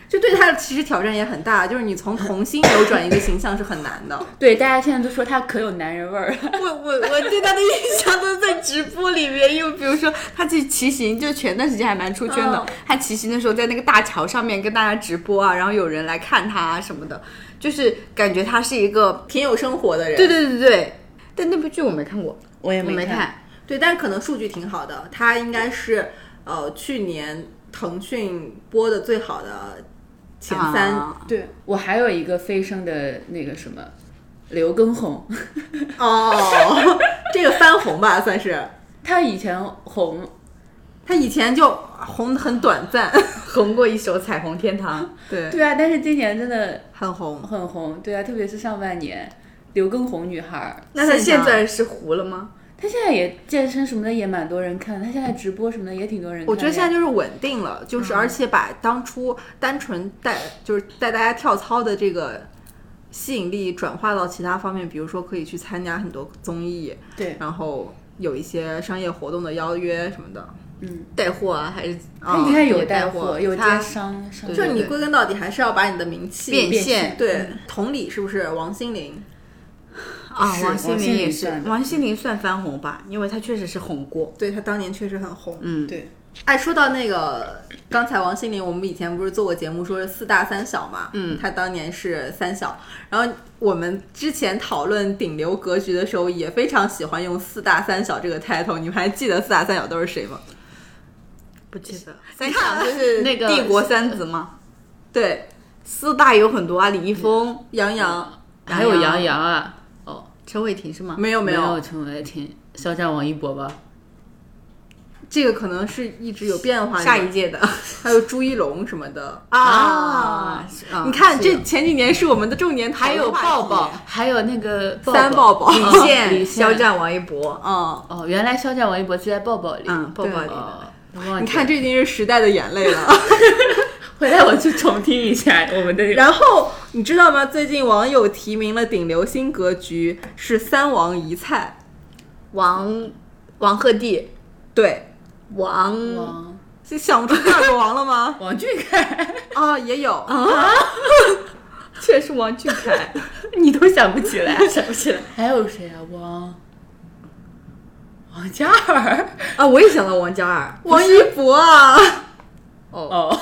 就对他其实挑战也很大，就是你从童星扭转一个形象是很难的。 对，大家现在都说他可有男人味儿了。 我我我对他的印象都在直播里面，因为比如说他去骑行，就前段时间还蛮出圈的。嗯、他骑行的时候在那个大桥上面跟大家直播啊，然后有人来看他啊什么的，就是感觉他是一个挺有生活的人。 对对对对，但那部剧我没看过， 我也没 看, 没看。 对，但是可能数据挺好的，他应该是呃去年腾讯播的最好的前三。 啊、对，我还有一个飞升的那个什么刘畊宏。 哦，这个翻红吧算是。 他以前红， 他以前就红很短暂， 红过一首《彩虹天堂》。 对对啊，但是今年真的很红很红。对啊，特别是上半年，刘畊宏女孩。 那他现在是糊了吗？ 他现在也健身什么的也蛮多人看，他现在直播什么的也挺多人看。 我觉得现在就是稳定了，就是而且把当初单纯带就是带大家跳操的这个吸引力转化到其他方面，比如说可以去参加很多综艺， 对， 然后有一些商业活动的邀约什么的， 嗯， 带货啊还是他应该有带货，有接商， 就是你归根到底还是要把你的名气变现。 对， 嗯、 同理是不是王心凌？ 啊，王心凌也是，王心凌算翻红吧，因为她确实是红过， 对她当年确实很红。 嗯， 对。 哎，说到那个，刚才王心凌，我们以前不是做过节目，说是四大三小嘛？ 嗯， 她当年是三小。然后我们之前讨论顶流格局的时候，也非常喜欢用四大三小这个 title。你们还记得四大三小都是谁吗？ 不记得。三小就是那个帝国三子嘛。 对， 四大有很多啊，李易峰、 杨洋， 还有杨洋啊。哦， 陈伟霆是吗？ 没有没有， 没有陈伟霆，肖战、王一博吧。 这个可能是一直有变化， 下一届的还有朱一龙什么的啊。 啊你看，这前几年是我们的重点讨论， 还有抱抱，还有那个三抱抱， 李现、肖战、王一博。 嗯哦，原来肖战、王一博是在抱抱里， 嗯，抱抱里的。 哦、 你看，这已经是时代的眼泪了。 回来我去重听一下我们的。 然后你知道吗？最近网友提名了顶流新格局是三王一蔡， 王王鹤棣， 对。 王王是想不出第二个王了吗？ 王俊凯啊，也有啊，确实王俊凯， 你都想不起来， 想不起来。 还有谁啊？王王嘉尔啊，我也想到王嘉尔， 王一博啊。 哦哦，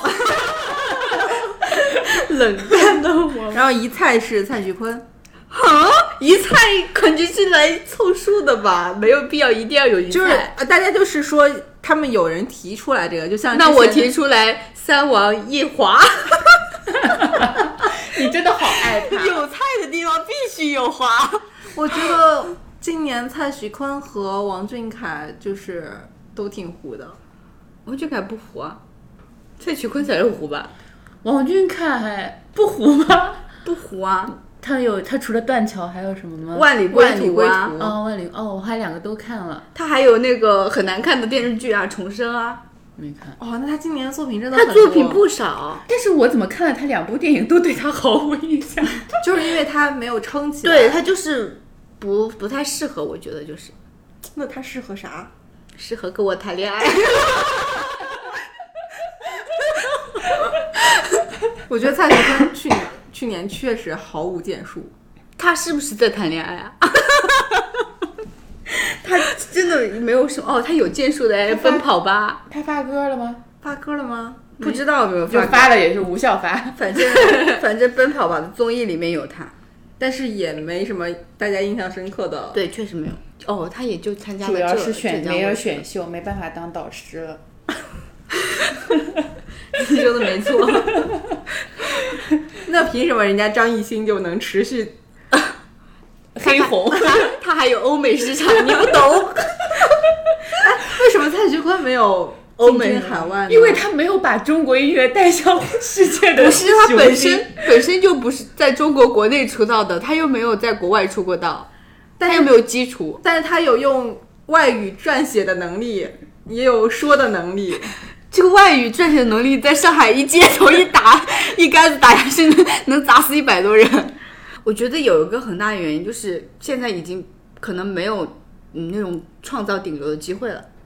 冷淡的我。 然后一蔡是蔡徐坤。 啊，一蔡感觉是来凑数的吧，没有必要一定要有一蔡。 就是大家就是说，他们有人提出来这个，就像那我提出来三王一华。 你真的好爱他， 有菜的地方必须有华。 我觉得今年蔡徐坤和王俊凯就是都挺糊的。 王俊凯不糊啊，蔡徐坤才是糊吧？ 王俊凯不糊吗？ 不糊啊。 他有他除了断桥还有什么吗？ 万里归途啊！ 哦，万里哦，我还两个都看了。 他还有那个很难看的电视剧啊，重生啊， 没看。 哦，那他今年的作品真的很多，他作品不少。 但是我怎么看了他两部电影都对他毫无印象， 就是因为他没有撑起来。 对他就是不不太适合，我觉得就是。 那他适合啥？ 适合跟我谈恋爱。 我觉得蔡徐坤去年。去年确实毫无建树， 他是不是在谈恋爱啊？他真的没有什么哦，他有建树的奔跑吧？ 他发歌了吗？ 发歌了吗？ 不知道有没有发，就发了也是无效发。 反正反正奔跑吧的综艺里面有他， 但是也没什么大家印象深刻的。 对，确实没有。哦，他也就参加了， 主要是选没有选秀，没办法当导师了。 你说的没错。那凭什么人家张艺兴就能持续黑红？ 他还有欧美市场，你不懂。 哎，为什么蔡徐坤没有欧美海外呢？ 因为他没有把中国音乐带向世界的。 不是他本身本身就不是在中国国内出道的，他又没有在国外出过道， 但他又没有基础， 但是他有用外语撰写的能力，也有说的能力。 这个外语撰写的能力，在上海一街头一打一竿子打下去，能能砸死一百多人。我觉得有一个很大的原因就是现在已经可能没有嗯那种创造顶流的机会了，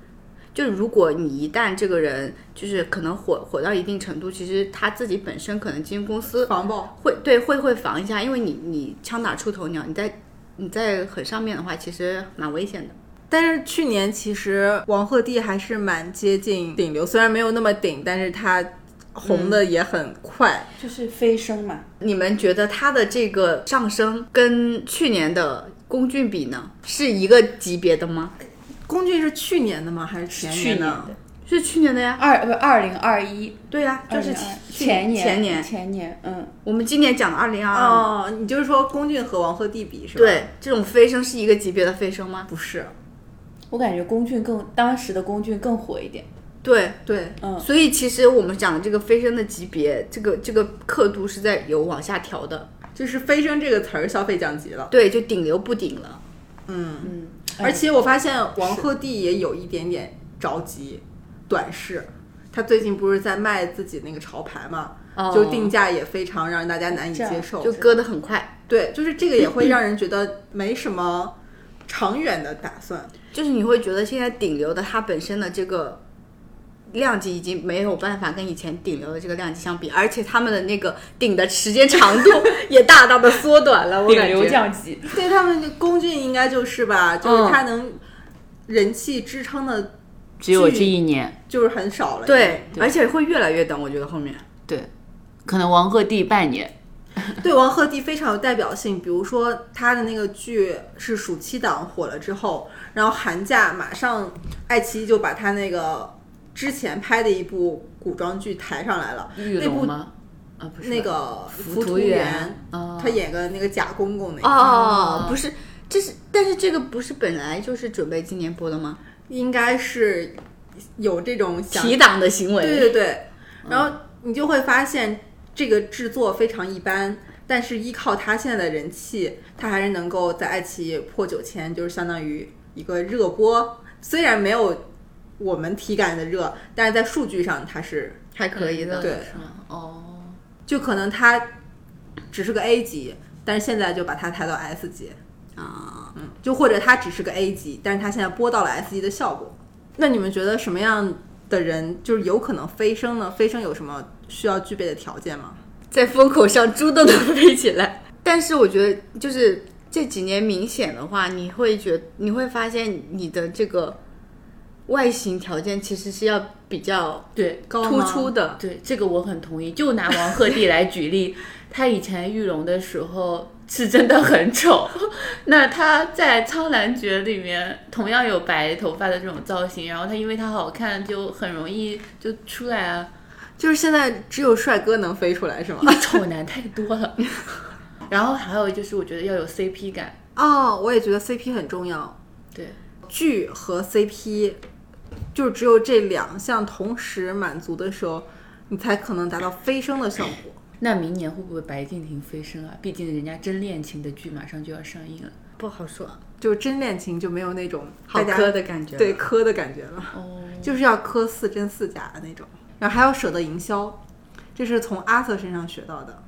就如果你一旦这个人就是可能火火到一定程度，其实他自己本身可能经纪公司防爆会对会会防一下，因为你你枪打出头鸟，你在你在很上面的话，其实蛮危险的。 但是去年其实王鹤棣还是蛮接近顶流，虽然没有那么顶，但是他红的也很快， 嗯、就是飞升嘛。 你们觉得他的这个上升跟去年的龚俊比呢，是一个级别的吗？ 龚俊是去年的吗？还是前年的？ 是去年的呀， 二不二零二一， 对呀，就是前年前年前年，嗯， 我们今年讲的二零二二。 哦，你就是说龚俊和王鹤棣比是吧？ 对，这种飞升是一个级别的飞升吗？ 不是， 我感觉龚俊更当时的龚俊更火一点。 对对， 嗯， 所以其实我们讲的这个飞升的级别，这个这个刻度是在有往下调的， 就是飞升这个词儿消费降级了， 对，就顶流不顶了。 嗯嗯，而且我发现王鹤棣也有一点点着急，短视。他最近不是在卖自己那个潮牌嘛，哦、就定价也非常让大家难以接受， 就割得很快。 对，就是这个也会让人觉得没什么长远的打算。 就是你会觉得现在顶流的它本身的这个量级已经没有办法跟以前顶流的这个量级相比，而且他们的那个顶的时间长度也大大的缩短了。我感觉顶流降级， 对他们龚俊应该就是吧，就是他能人气支撑的。 只有这一年， 就是很少了。 对，而且会越来越短。我觉得后面， 对，可能王鹤棣半年。 对，王鹤棣非常有代表性。比如说他的那个剧是暑期档火了之后，然后寒假马上爱奇艺就把他那个之前拍的一部古装剧抬上来了。 玉龙吗？啊，不是那个《浮屠缘》， 哦、 他演个那个假公公那个。 哦，不是，这是，但是这个不是本来就是准备今年播的吗？ 应该是有这种提档的行为， 对对对，然后你就会发现这个制作非常一般，但是依靠他现在的人气，他还是能够在爱奇艺破九千，就是相当于一个热播。虽然没有我们体感的热，但是在数据上它是还可以的。 对， 哦， 就可能它只是个 A 级，但是现在就把它抬到 S 级。 啊， 嗯，就或者它只是个 A 级，但是它现在播到了 S 级的效果。那你们觉得什么样的人就是有可能飞升呢？飞升有什么需要具备的条件吗？ 在风口上猪都能飞起来。但是我觉得就是这几年明显的话，你会觉你会发现你的这个外形条件其实是要比较对突出的。 对，这个我很同意。就拿王鹤棣来举例，他以前玉龙的时候是真的很丑，那他在《苍兰诀》里面同样有白头发的这种造型，然后他因为他好看，就很容易就出来啊。 就是现在只有帅哥能飞出来是吗？ 因为丑男太多了。然后还有就是我觉得要有 C P 感。 哦，我也觉得 C P 很重要。 对， 剧和 C P 就只有这两项同时满足的时候，你才可能达到飞升的效果。 那明年会不会白敬亭飞升啊？毕竟人家真恋情的剧马上就要上映了。 不好说， 就真恋情就没有那种好磕的感觉， 对，磕的感觉了。 哦， 就是要磕四真四假的那种。然后还要舍得营销，这是从阿瑟身上学到的。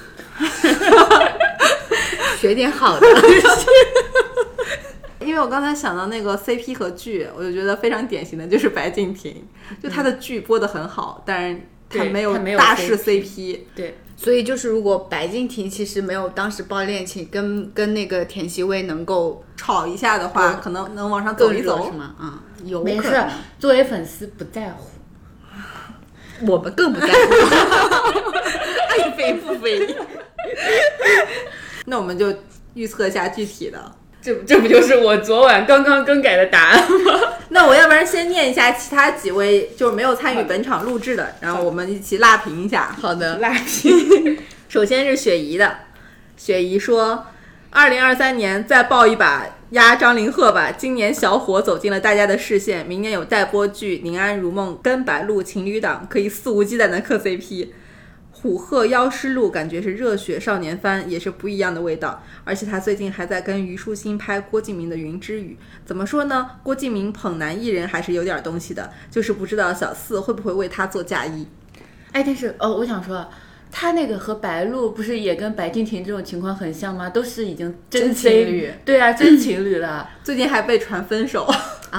学点好的。 因为我刚才想到那个 C P 和剧，我就觉得非常典型的就是白敬亭，就他的剧播得很好，但是他没有大势 C P。 对， 所以就是如果白敬亭其实没有当时爆恋情，跟跟那个田曦薇能够吵一下的话，可能能往上走一走， 是吗？啊、嗯，有没事，作为粉丝不在乎。 我们更不在乎，爱飞不飞。 那我们就预测一下具体的， 这这不就是我昨晚刚刚更改的答案吗？ 那我要不然先念一下其他几位就是没有参与本场录制的，然后我们一起辣评一下。 好的， 辣评。首先是雪姨的，雪姨说二零二三年再爆一把压张凌赫吧，今年小火走进了大家的视线，明年有待播剧《宁安如梦》跟白鹿情侣档，可以肆无忌惮的磕 C P。虎鹤妖师录感觉是热血少年番，也是不一样的味道。而且他最近还在跟虞书欣拍郭敬明的《云之羽》，怎么说呢？郭敬明捧男艺人还是有点东西的，就是不知道小四会不会为他做嫁衣。 哎，但是哦，我想说，他那个和白鹿不是也跟白敬亭这种情况很像吗？都是已经真情侣， 对啊，真情侣了。 最近还被传分手啊，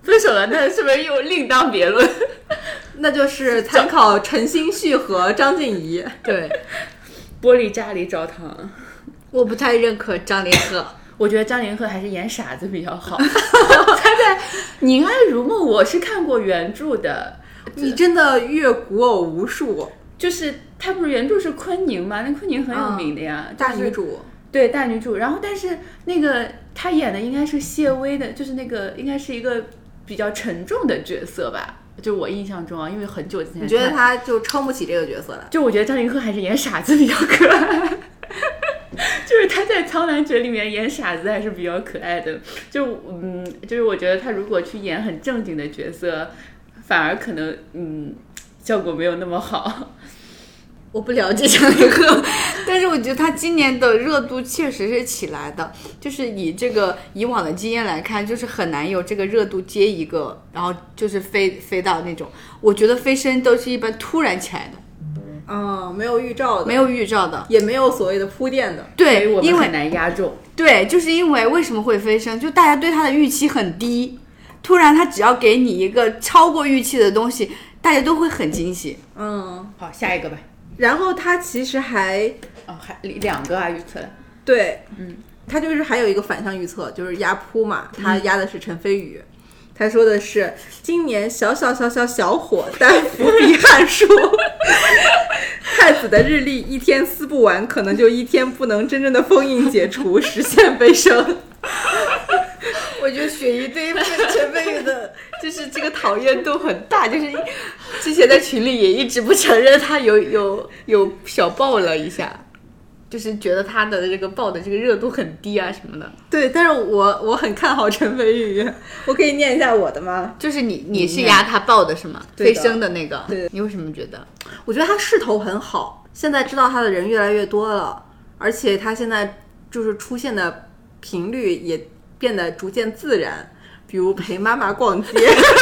分手了，那是不是又另当别论？ 那就是参考陈星旭和张婧仪。 对，玻璃渣里找糖。 我不太认可张凌赫， 我觉得张凌赫还是演傻子比较好。他在《宁爱如梦》，我是看过原著的。 你真的阅古偶无数。 就是他不是原著是昆宁吗？那昆宁很有名的呀， 嗯就是、大女主。 对，大女主。然后但是那个他演的应该是谢薇的，就是那个应该是一个比较沉重的角色吧。就我印象中啊，因为很久之前， 你觉得他就撑不起这个角色了？ 就我觉得张凌赫还是演傻子比较可爱，就是他在《苍兰诀》里面演傻子还是比较可爱的。就嗯，就是我觉得他如果去演很正经的角色，反而可能嗯效果没有那么好。 我不了解张凌赫，但是我觉得他今年的热度确实是起来的，就是以这个以往的经验来看，就是很难有这个热度接一个，然后就是飞飞到那种，我觉得飞升都是一般突然起来的。 嗯，没有预兆的， 没有预兆的， 也没有所谓的铺垫的， 对， 我们很难压中。 对，就是因为为什么会飞升，就大家对他的预期很低，突然他只要给你一个超过预期的东西，大家都会很惊喜。 嗯， 好，下一个吧。 然后他其实还哦，还两个啊预测。 对， 嗯， 他就是还有一个反向预测，就是压扑嘛，他压的是陈飞宇。嗯，他说的是今年小小小小小火，但伏笔撼数。太子的日历一天撕不完，可能就一天不能真正的封印解除，实现飞升。 我觉得雪姨对陈飞宇的就是这个讨厌度很大，就是之前在群里也一直不承认他有有有小爆了一下，就是觉得他的这个爆的这个热度很低啊什么的。 对，但是我我很看好陈飞宇，我可以念一下我的吗？ 就是你你是压他爆的是吗？飞升的那个。 对， 你为什么觉得？ 我觉得他势头很好，现在知道他的人越来越多了，而且他现在就是出现的频率也变得逐渐自然，比如陪妈妈逛街。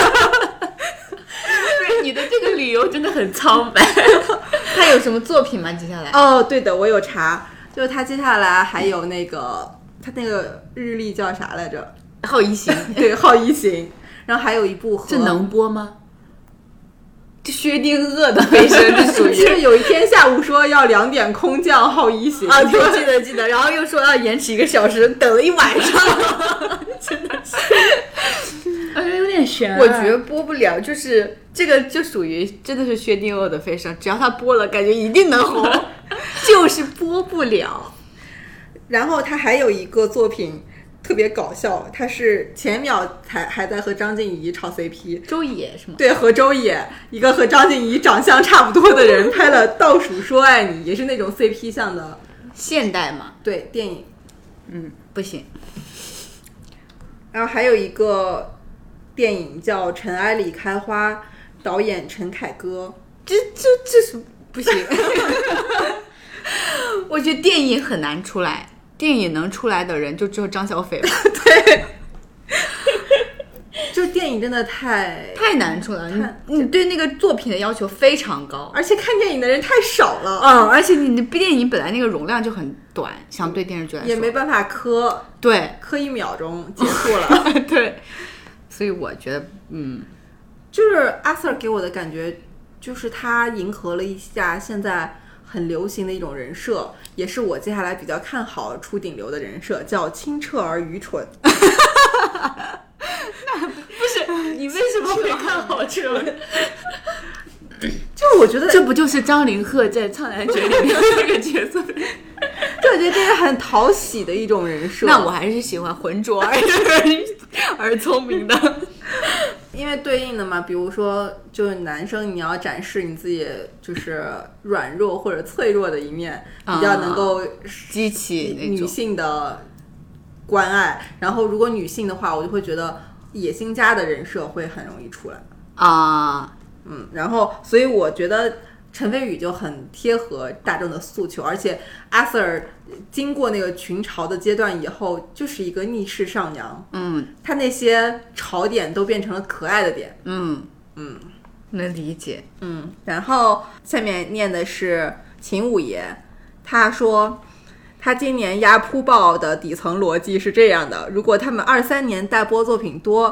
你的这个理由真的很苍白。 他有什么作品吗？接下来？ 哦，对的，我有查，就是他接下来还有那个他那个日历叫啥来着？ 好一行。 对，好一行。然后还有一部和这能播吗？ 薛定谔的飞升，这属于就是有一天下午说要两点空降好一行啊，对，记得记得，然后又说要延迟一个小时，等了一晚上，真的是， 我觉得有点悬、啊。 我觉得播不了，就是这个就属于真的是薛定谔的飞升，只要他播了，感觉一定能红，就是播不了。 然后他还有一个作品特别搞笑，他是前秒还还在和张婧仪炒 C P， 周也是吗？ 对，和周也，一个和张婧仪长相差不多的人拍了《倒数说爱你》，也是那种 C P 向的现代嘛， 对，电影。 嗯，不行。 然后还有一个电影叫《尘埃里开花》，导演陈凯歌， 这这这是不行。我觉得电影很难出来。电影能出来的人就只有张小斐了。 对，就电影真的太太难出来了，你你对那个作品的要求非常高， 而且看电影的人太少了。 嗯，而且你的电影本来那个容量就很短，相对电视剧来说也没办法磕， 对， 磕一秒钟结束了。 对，所以我觉得，嗯， 就是阿 Sir 给我的感觉，就是他迎合了一下现在很流行的一种人设，也是我接下来比较看好出顶流的人设，叫清澈而愚蠢。 那不是你为什么会看好这种？ 就我觉得这不就是张凌赫在《苍兰诀》里面的那个角色？ 就我觉得这是很讨喜的一种人设。 那我还是喜欢浑浊而而聪明的。 因为对应的嘛，比如说就是男生你要展示你自己就是软弱或者脆弱的一面，比较能够激起女性的关爱。然后如果女性的话，我就会觉得野心家的人设会很容易出来啊。 嗯，然后所以我觉得陈飞宇就很贴合大众的诉求，而且阿 Sir 经过那个群嘲的阶段以后，就是一个逆势上扬。 嗯， 他那些潮点都变成了可爱的点。 嗯嗯， 能理解。 嗯，然后下面念的是秦五爷，他说他今年压扑报的底层逻辑是这样的：如果他们二三年待播作品多，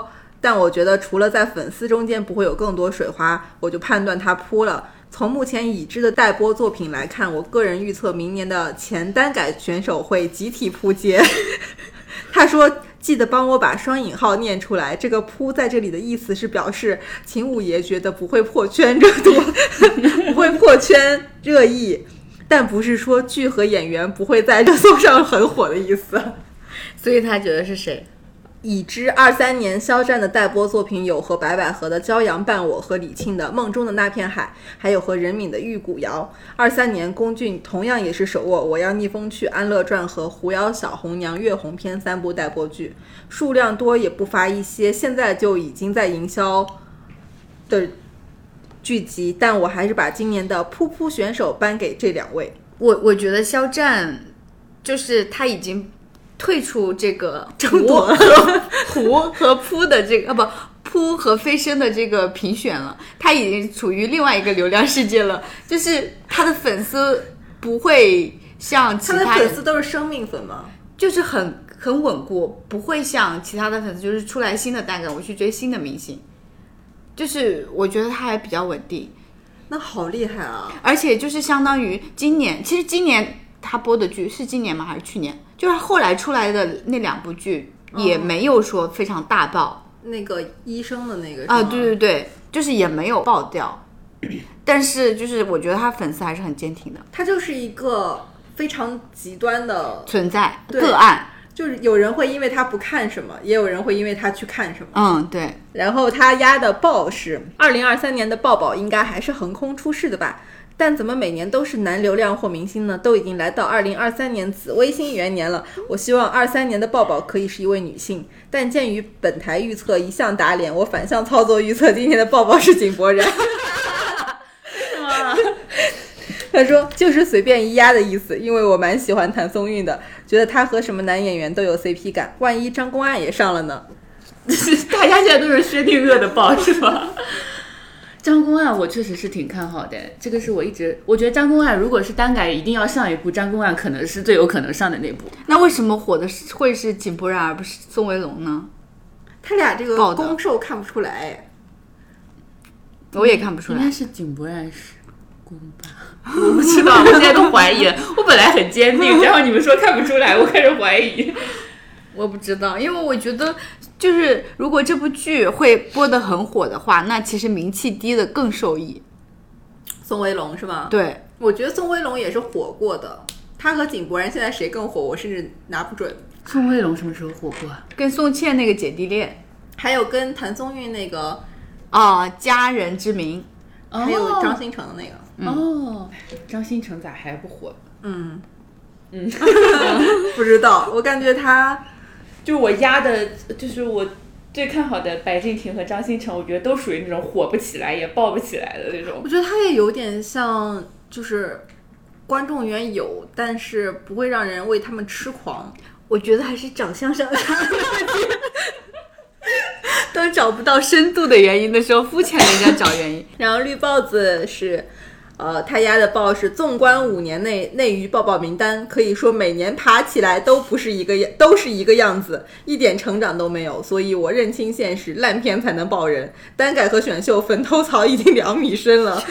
但我觉得除了在粉丝中间不会有更多水花，我就判断他扑了。从目前已知的待播作品来看，我个人预测明年的前单改选手会集体扑街。他说记得帮我把双引号念出来，这个扑在这里的意思是表示秦五爷觉得不会破圈热度不会破圈热议，但不是说剧和演员不会在热搜上很火的意思。 所以他觉得是谁？ 已知二三年肖战的待播作品有和白百合的《骄阳伴我》和李沁的《梦中的那片海》，还有和任敏的《玉骨遥》。二三年龚俊同样也是手握《我要逆风去》《安乐传》和《狐妖小红娘月红篇》三部待播剧，数量多也不乏一些现在就已经在营销的剧集，但我还是把今年的扑扑选手颁给这两位。 我我觉得肖战就是他已经退出这个胡和胡和扑的这个啊不扑和飞升的这个评选了，他已经处于另外一个流量世界了。就是他的粉丝不会像其他他的粉丝都是生命粉吗？ 就是很很稳固，不会像其他的粉丝就是出来新的单梗我去追新的明星。就是我觉得他还比较稳定。 那好厉害啊！ 而且就是相当于今年，其实今年他播的剧是今年吗？还是去年？就是后来出来的那两部剧也没有说非常大爆， 嗯、那个医生的那个啊，对对对，就是也没有爆掉，但是就是我觉得他粉丝还是很坚挺的。 他就是一个非常极端的存在个案， 就是有人会因为他不看什么，也有人会因为他去看什么。 嗯，对。 然后他压的爆是二零二三年的爆宝，应该还是横空出世的吧？但怎么每年都是男流量或明星呢？都已经来到二零二三年紫微星元年了，我希望二三年的爆宝可以是一位女性。但鉴于本台预测一向打脸，我反向操作预测今年的爆宝是井柏然。 为什么？ 他说就是随便一压的意思，因为我蛮喜欢谭松韵的，觉得他和什么男演员都有 C P 感，万一张公爱也上了呢？ 大家现在都是薛定谔的爆是吧？张公爱我确实是挺看好的，这个是我一直我觉得张公爱如果是单改一定要上一部，张公爱可能是最有可能上的那部。 那为什么火的会是井柏然而不是宋威龙呢？ 他俩这个攻受看不出来， 我也看不出来。 应该是井柏然是攻吧，我不知道，我现在都怀疑了。我本来很坚定，然后你们说看不出来，我开始怀疑。 我不知道，因为我觉得就是如果这部剧会播得很火的话，那其实名气低的更受益。 宋威龙是吗？ 对， 我觉得宋威龙也是火过的，他和井柏然现在谁更火，我甚至拿不准。 宋威龙什么时候火过？ 跟宋茜那个姐弟恋， 还有跟谭松韵那个啊《家人之名》， 还有张新成的那个。 嗯、哦，张新成咋还不火？ 嗯嗯， 不知道，我感觉他。 就我压的，就是我最看好的白敬亭和张新成，我觉得都属于那种火不起来也爆不起来的那种。 我觉得他也有点像，就是观众缘有，但是不会让人为他们痴狂。 我觉得还是长相上的问题。当找不到深度的原因的时候，肤浅人家找原因。 然后绿帽子是。呃，他压的爆是纵观五年内内娱爆爆名单，可以说每年爬起来都不是一个都是一个样子，一点成长都没有。所以我认清现实，烂片才能爆人。单改和选秀坟头草已经两米深了。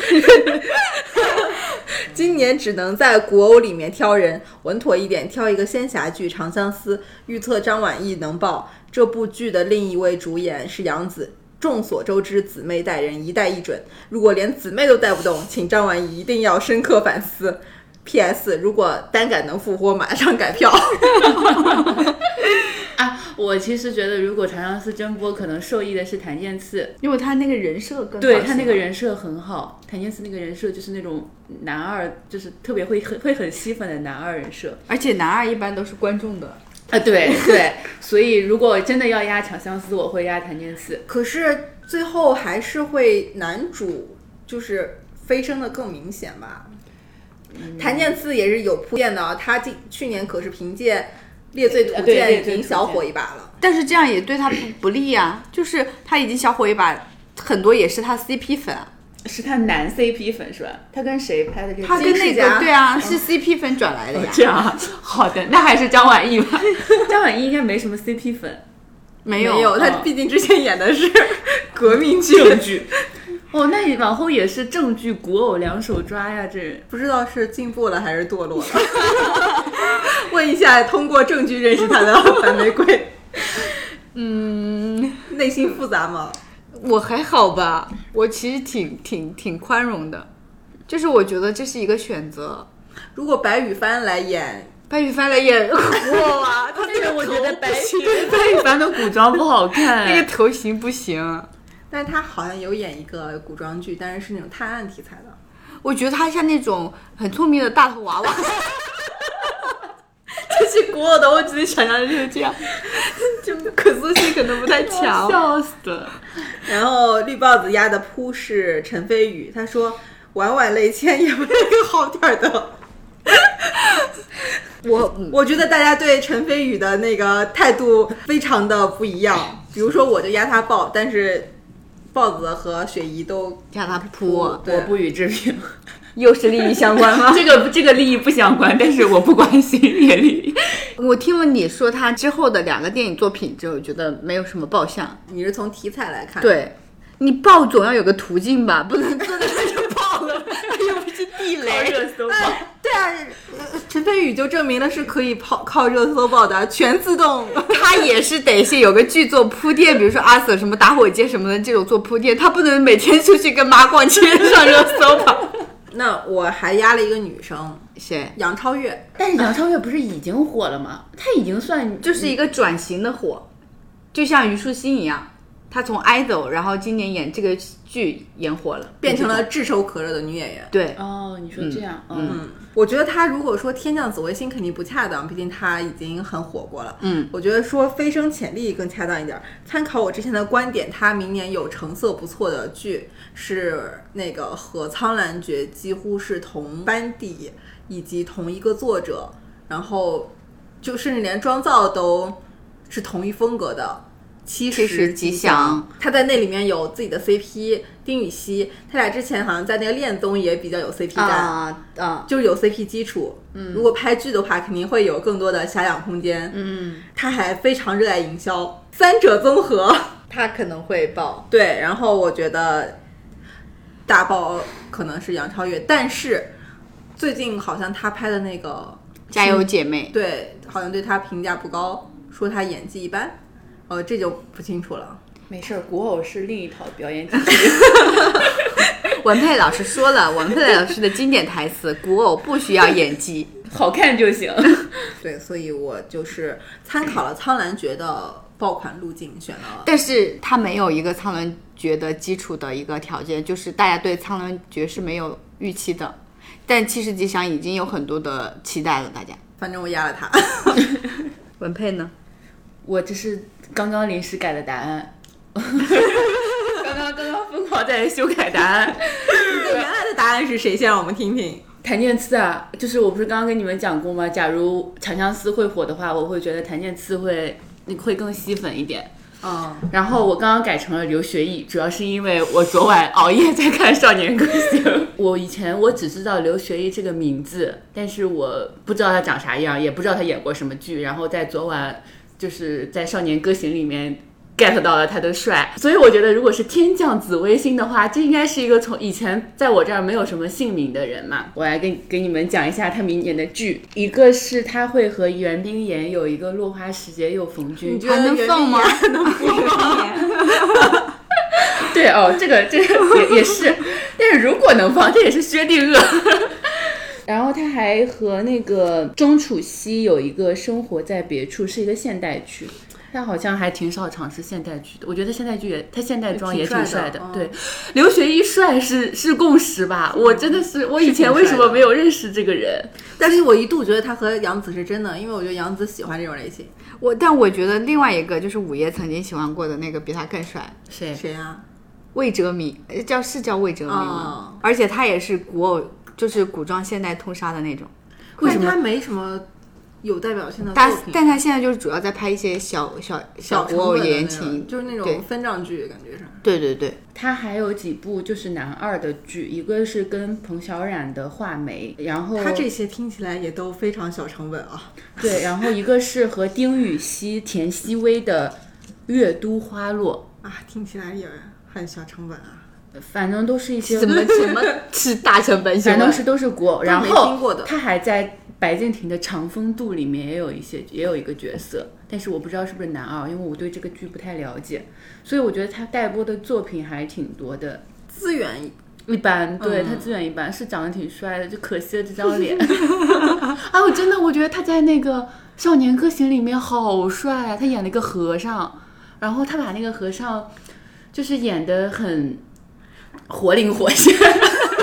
今年只能在古偶里面挑人，稳妥一点挑一个仙侠剧《长相思》，预测张晚意能爆。这部剧的另一位主演是杨紫。众所周知，姊妹带人一带一准，如果连姊妹都带不动，请张晚意一定要深刻反思。P S 如果单改能复活，马上改票。 啊，我其实觉得如果长相思真播，可能受益的是谭健次， 因为他那个人设更好， 对他那个人设很好。谭健次那个人设就是那种男二，就是特别会很会很吸粉的男二人设， 而且男二一般都是观众的。 啊，对对，所以如果真的要压长相思，我会压谭健次。 可是最后还是会男主就是飞升的更明显吧。嗯、谭健次也是有铺垫的，他今去年可是凭借《猎罪图鉴》已经小火一把了。 但是这样也对他不不利啊，就是他已经小火一把，很多也是他 C P 粉啊。 是他男 C P 粉是吧？他跟谁拍的这个？ 他跟那个对啊，是 C P 粉转来的呀。 哦、这样好的，那还是张晚意吧。张晚意应该没什么 C P 粉。 没有， 没有，他毕竟之前演的是革命剧。 正剧。哦，那你往后也是正剧古偶两手抓呀，这不知道是进步了还是堕落了。问一下，通过正剧认识他的白玫瑰， 嗯， 内心复杂吗？ 我还好吧，我其实挺挺挺宽容的，就是我觉得这是一个选择。 如果白羽帆来演， 白羽帆来演古偶啊，他但是我觉得白白羽帆的古装不好看， 那个头型不行。 但是他好像有演一个古装剧，但是是那种探案题材的。 我觉得他像那种很聪明的大头娃娃。这是古偶的，我只能想象就是这样，就可塑性可能不太强， 笑死了。 然后绿帽子压的扑是陈飞宇，他说婉婉泪千也不是一个好点的。我我觉得大家对陈飞宇的那个态度非常的不一样，比如说我就压他爆，但是豹子和雪姨都压他扑， 我不予置评。 又是利益相关吗？ 这个这个利益不相关，但是我不关心也利益。 我听了你说他之后的两个电影作品之后，我觉得没有什么爆相。 你是从题材来看？ 对，你爆总要有个途径吧，不能做的就爆了，又不是地雷。 热搜爆、 哎，对啊，陈飞宇就证明了是可以靠靠热搜爆的，全自动。 他也是得是有个剧做铺垫，比如说阿 Sir 什么打火机什么的这种做铺垫，他不能每天出去跟妈逛街上热搜吧。 那我还压了一个女生， 谁？ 杨超越。 但是杨超越不是已经火了吗？她已经算就是一个转型的火，就像虞书欣一样，她从 idol， 然后今年演这个剧演火了， 变成了炙手可热的女演员。 对， 哦，你说这样， 嗯，嗯我觉得她如果说天降紫微星肯定不恰当，毕竟她已经很火过了。 嗯， 我觉得说飞升潜力更恰当一点。参考我之前的观点，她明年有成色不错的剧。是那个和苍兰诀几乎是同班底以及同一个作者，然后就甚至连妆造都是同一风格的。七十吉祥，他在那里面有自己的 C P 丁禹兮，他俩之前好像在那个恋综也比较有 C P 感啊啊， 就是有 C P 基础。嗯，如果拍剧的话，肯定会有更多的遐想空间。 嗯， 他还非常热爱营销，三者综合， 他可能会爆。 对，然后我觉得。大爆可能是杨超越，但是最近好像她拍的那个 《加油姐妹》， 对，好像对她评价不高，说她演技一般，呃，这就不清楚了。 没事，古偶是另一套表演体系。 文佩老师说了，文佩老师的经典台词：古偶不需要演技， 好看就行。 对，所以我就是参考了苍兰诀的爆款路径选了， 但是它没有一个苍兰诀的基础的一个条件，就是大家对苍兰诀是没有预期的，但七十吉祥已经有很多的期待了，大家。 反正我压了它。 文佩呢？ 我这是刚刚临时改的答案。刚刚刚刚疯狂在修改答案。 原来的答案是谁？先让我们听听。 檀健次啊，就是我不是刚刚跟你们讲过吗？假如长相思会火的话，我会觉得檀健次会会更吸粉一点。 嗯， 然后我刚刚改成了刘学义，主要是因为我昨晚熬夜在看《少年歌星》。我以前我只知道刘学义这个名字，但是我不知道他长啥样，也不知道他演过什么剧。然后在昨晚就是在《少年歌星》里面get 到了他的帅，所以我觉得如果是天降紫微星的话，这应该是一个从以前在我这儿没有什么姓名的人嘛。我来跟给你们讲一下他明年的剧，一个是他会和袁冰妍有一个落花时节又逢君， 你觉得能放吗？能放吗？ 对哦，这个这个也也是，但是如果能放，这也是薛定谔。然后他还和那个钟楚曦有一个生活在别处，是一个现代剧。他好像还挺少尝试现代剧的，我觉得现代剧也，他现代妆也挺帅的。对，刘学义帅是是共识吧？我真的是，我以前为什么没有认识这个人？ 但是我一度觉得他和杨紫是真的，因为我觉得杨紫喜欢这种类型。 我但我觉得另外一个就是午夜曾经喜欢过的那个比他更帅。 谁谁啊？ 魏哲鸣，叫是叫魏哲鸣吗？ 哦、 而且他也是古偶，就是古装现代通杀的那种。 为什么他没什么？有代表性的作品，但他现在就是主要在拍一些小小小古偶言情， 就是那种分账剧，感觉是。 对对对， 他还有几部就是男二的剧，一个是跟彭小苒的《画眉》，然后他这些听起来也都非常小成本啊。 对，然后一个是和丁禹兮、田曦薇的月都花落啊，听起来也很小成本啊。 反正都是一些什么什么是大成本， 反正是都是国，然后他还在白敬亭的《长风渡》里面也有一些也有一个角色，但是我不知道是不是男二，因为我对这个剧不太了解，所以我觉得他待播的作品还挺多的。 资源一般，对、嗯、他资源一般，是长得挺帅的，就可惜了这张脸。啊，我真的我觉得他在那个《少年歌行》里面好帅啊，他演了一个和尚，然后他把那个和尚就是演得很活灵活现。就是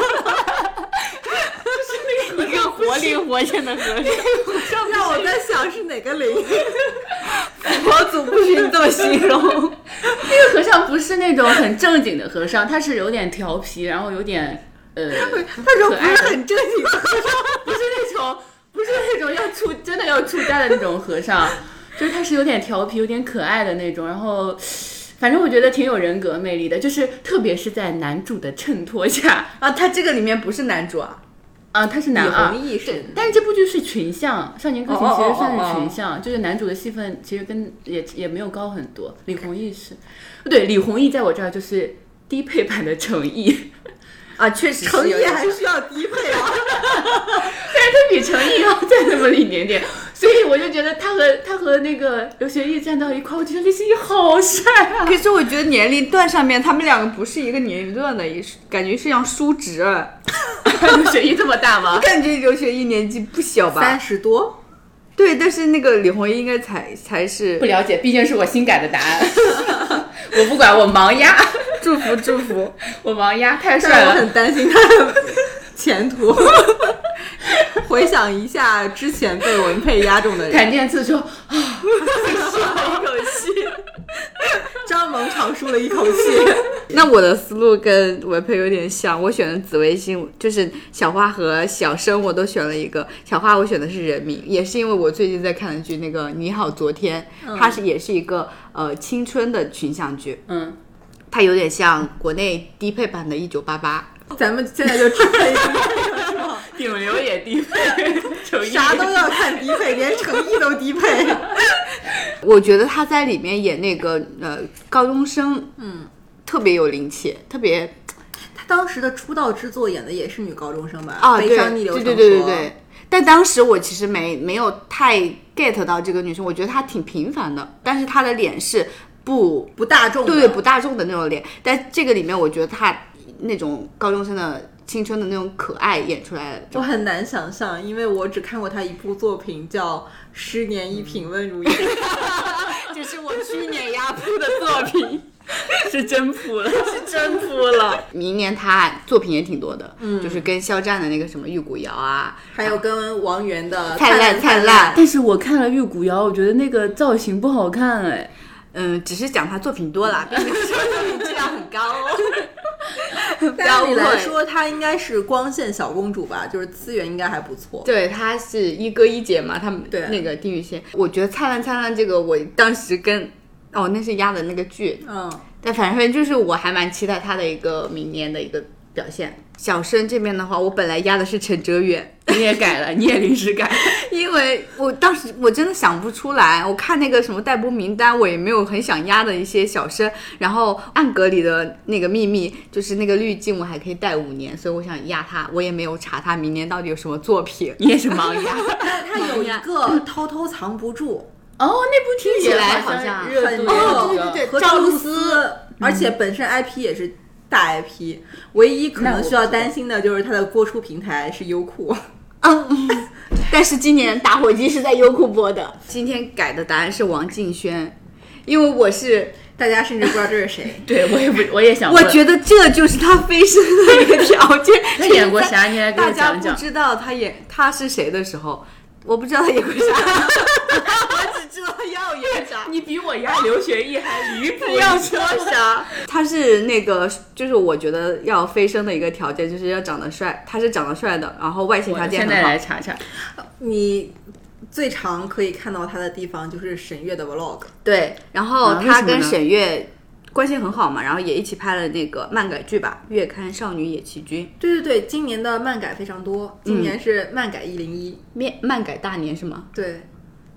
那个一个活灵活现的和尚。 让我在想是哪个灵？ 佛祖不许你这么形容。 那个和尚不是那种很正经的和尚，他是有点调皮，然后有点呃， 他说不是很正经的和尚， 不是那种不是那种要出真的要出家的那种和尚，就是他是有点调皮、有点可爱的那种，然后。反正我觉得挺有人格魅力的，就是特别是在男主的衬托下啊，他这个里面不是男主啊， 啊，他是男二， 李弘毅是， 但是这部剧是群像，《少年歌行》其实算是群像，哦哦哦哦就是男主的戏份其实跟也也没有高很多。李弘毅是，对，李弘毅在我这儿就是低配版的程毅啊，确实程毅还需要低配啊， 但是他比程毅要再那么一点点。所以我就觉得他和他和那个刘学义站到一块，我觉得刘学义好帅啊！ 可是我觉得年龄段上面他们两个不是一个年龄段的，也是感觉是像叔侄。 刘学义这么大吗？ 我感觉刘学义年纪不小吧， 三十多。 对，但是那个李弘毅应该才才是不了解，毕竟是我新改的答案。我不管，我盲压， 祝福祝福， 我盲压，太帅了， 我很担心他的前途。回想一下之前被文佩压中的人， 谭健次说：“啊， 舒了一口气。”张萌长舒了一口气。 那我的思路跟文佩有点像，我选的紫微星，就是小花和小生，我都选了一个。小花我选的是人民，也是因为我最近在看的剧那个《你好昨天》，嗯、它是也是一个呃青春的群像剧， 嗯， 它有点像国内低配版的一九八八。 咱们现在就只配低配了是吗？ 顶流也低配， 啥都要看低配，连诚意都低配。 我觉得他在里面演那个呃高中生， 嗯， 特别有灵气，特别。 他当时的出道之作演的也是女高中生吧？ 啊， 悲伤逆流成河。 对对对对对。但当时我其实没没有太 get 到这个女生，我觉得她挺平凡的，但是她的脸是不不大众的， 对对不大众的那种脸。但这个里面，我觉得她那种高中生的青春的那种可爱演出来了， 我很难想象，因为我只看过她一部作品叫《十年一品温如一》， 这是我去年压铺的作品。 是真扑了， 是真扑了。明年他作品也挺多的，嗯，就是跟肖战的那个什么《玉骨遥》啊， 还有跟王源的《 灿烂灿烂》。 但是我看了《玉骨遥》，我觉得那个造型不好看哎。 嗯，只是讲他作品多了，并不是说作品质量很高哦。 按理来说，她应该是光线小公主吧，就是资源应该还不错。 对，她是一哥一姐嘛，他们对那个地域线。我觉得《灿烂灿烂》这个，我当时跟。哦，那是压的那个剧， 嗯， 但反正就是我还蛮期待他的一个明年的一个表现。小生这边的话，我本来压的是陈哲远， 你也改了，你也临时改， 因为我当时我真的想不出来，我看那个什么待播名单，我也没有很想压的一些小生，然后暗格里的那个秘密就是那个滤镜，我还可以戴五年，所以我想压他，我也没有查他明年到底有什么作品， 你也是盲压， 他有一个偷偷藏不住。 哦，那部听起来好像很热， 哦，对对对，赵露思， 而且本身 I P 也是大 I P，、嗯、唯一可能需要担心的就是它的播出平台是优酷。 嗯，但是今年打火机是在优酷播的。今天改的答案是王敬轩，因为我是大家甚至不知道这是谁。 对，我也不，我也想问。 我觉得这就是他飞升的一个条件。 他演过啥？你来给我讲讲。 大家不知道他演他是谁的时候。我不知道他演过啥，我只知道他要演啥。 你比我压刘学义还离谱， 要说啥？他是那个，就是我觉得要飞升的一个条件，就是要长得帅。他是长得帅的，然后外形条件很好。 现在来查查， 你最常可以看到他的地方就是沈月的 vlog。 对，然后他跟沈月关系很好嘛，然后也一起拍了那个漫改剧吧，《月刊少女野崎君》。 对对对，今年的漫改非常多，今年是漫改一零一， 漫漫改大年是吗？ 对，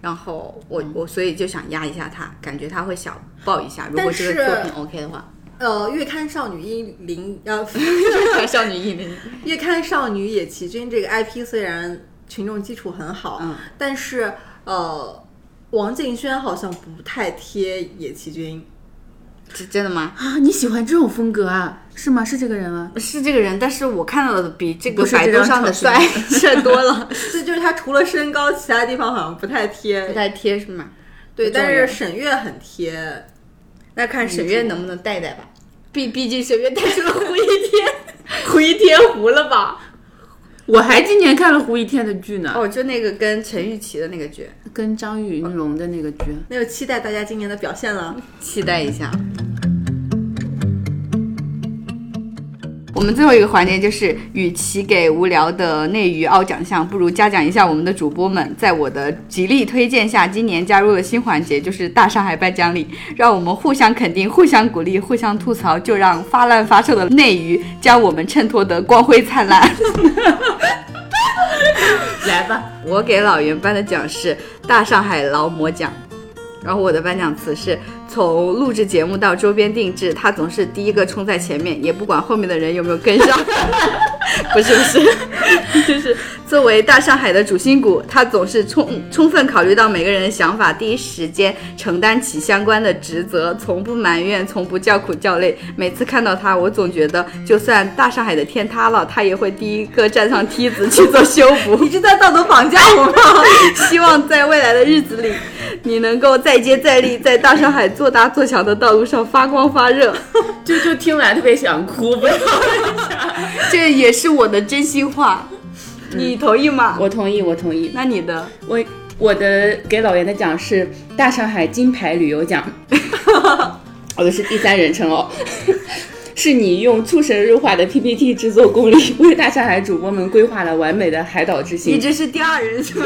然后我我所以就想压一下他，感觉他会小爆一下，如果这个作品 OK 的话。 呃，月刊少女一零呃， 月刊少女一零， 月刊少女野崎君这个 I P 虽然群众基础很好， 嗯， 但是呃，王敬轩好像不太贴野崎君。 是真的吗？ 啊，你喜欢这种风格啊？是吗？是这个人吗？ 是这个人，但是我看到的比这个百度上的帅帅多了。 这就是他除了身高，其他地方好像不太贴， 不太贴是吗？ 对，但是沈月很贴。 那看沈月能不能带带吧。毕毕竟沈月带出了胡一天，胡一天糊了吧？ 我还今年看了胡一天的剧呢。 哦，就那个跟陈钰琪的那个剧， 跟张雨龙的那个剧。 那就期待大家今年的表现了， 期待一下。我们最后一个环节就是，与其给无聊的内娱凹奖项，不如嘉奖一下我们的主播们。在我的极力推荐下，今年加入了新环节，就是大上海颁奖礼，让我们互相肯定、互相鼓励、互相吐槽，就让发烂发臭的内娱将我们衬托得光辉灿烂。 来吧， 我给老袁颁的奖是大上海劳模奖。然后我的颁奖词是：从录制节目到周边定制，他总是第一个冲在前面，也不管后面的人有没有跟上。不是不是，就是作为大上海的主心骨，他总是充充分考虑到每个人的想法，第一时间承担起相关的职责，从不埋怨，从不叫苦叫累。每次看到他，我总觉得就算大上海的天塌了，他也会第一个站上梯子去做修补。 你是在道德绑架我吗？ 希望在未来的日子里，你能够再接再厉，在大上海做大做强的道路上发光发热。 就就听完特别想哭，不要这也是我的真心话，你同意吗？ 我同意，我同意。 那你的， 我我的给老袁的奖是大上海金牌旅游奖，我的是第三人称哦。是你用出神入化的 P P T 制作功力，为大上海主播们规划了完美的海岛之行。 你这是第二人称。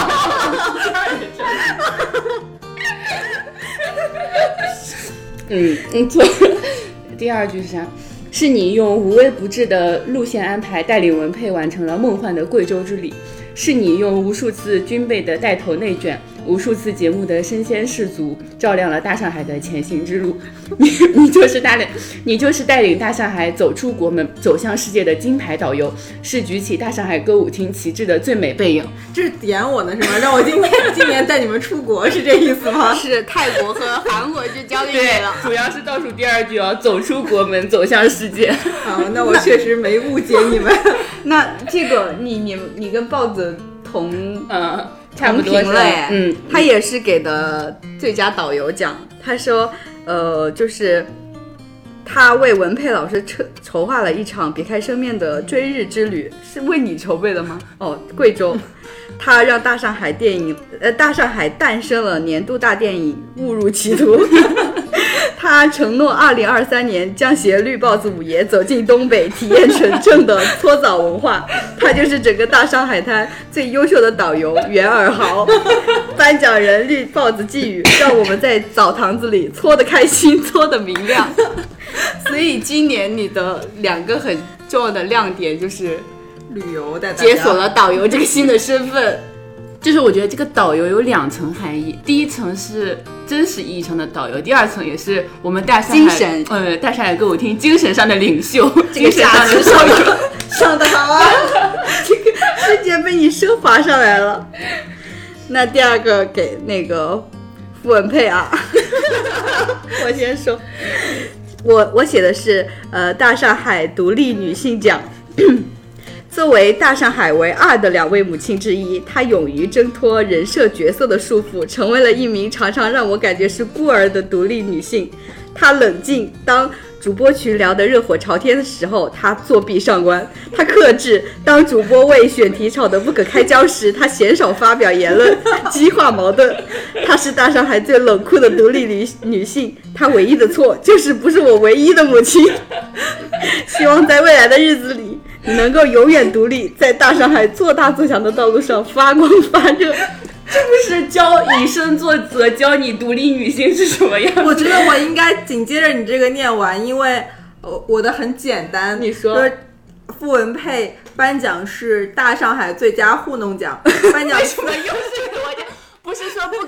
嗯嗯，错。第二句是啥？是你用无微不至的路线安排，带领文佩完成了梦幻的贵州之旅。是你用无数次军备的带头内卷，无数次节目的身先士卒，照亮了大上海的前行之路。你你就是带领，你就是带领大上海走出国门，走向世界的金牌导游，是举起大上海歌舞厅旗帜的最美背影。 这是点我呢是吗？让我今年今年带你们出国是这意思吗？ 是泰国和韩国就交给你了。 主要是倒数第二句哦，走出国门，走向世界。 好，那我确实没误解你们。 那这个你你你跟豹子同嗯差不多了哎， 嗯， 他也是给的最佳导游奖。他说，呃，就是他为文佩老师筹筹划了一场别开生面的追日之旅，是为你筹备的吗？哦，贵州。他让大上海电影，呃，大上海诞生了年度大电影，误入歧途。他承诺二零二三年将携绿豹子五爷走进东北，体验纯正的搓澡文化。他就是整个大上海滩最优秀的导游袁尔豪。颁奖人绿豹子寄语，让我们在澡堂子里搓得开心，搓得明亮。所以今年你的两个很重要的亮点就是旅游带解锁了导游这个新的身份。 就是我觉得这个导游有两层含义，第一层是真实意义上的导游，第二层也是我们大上海精神， 呃，大上海歌舞厅精神上的领袖， 这个价值上的上的好啊，这个瞬间被你升华上来了。那第二个给那个傅文佩啊，我先说，我我写的是呃大上海独立女性奖。作为大上海唯二的两位母亲之一，她勇于挣脱人设角色的束缚，成为了一名常常让我感觉是孤儿的独立女性。她冷静，当主播群聊得热火朝天的时候，她作壁上观；她克制，当主播为选题吵得不可开交时，她鲜少发表言论，激化矛盾。她是大上海最冷酷的独立女女性，她唯一的错就是不是我唯一的母亲。希望在未来的日子里，你能够永远独立，在大上海做大做强的道路上发光发热。 这不是教以身作则，教你独立女性是什么样？ 我觉得我应该紧接着你这个念完，因为我的很简单。 你说， 傅文佩颁奖是大上海最佳糊弄奖，颁奖为什么又是我？不是说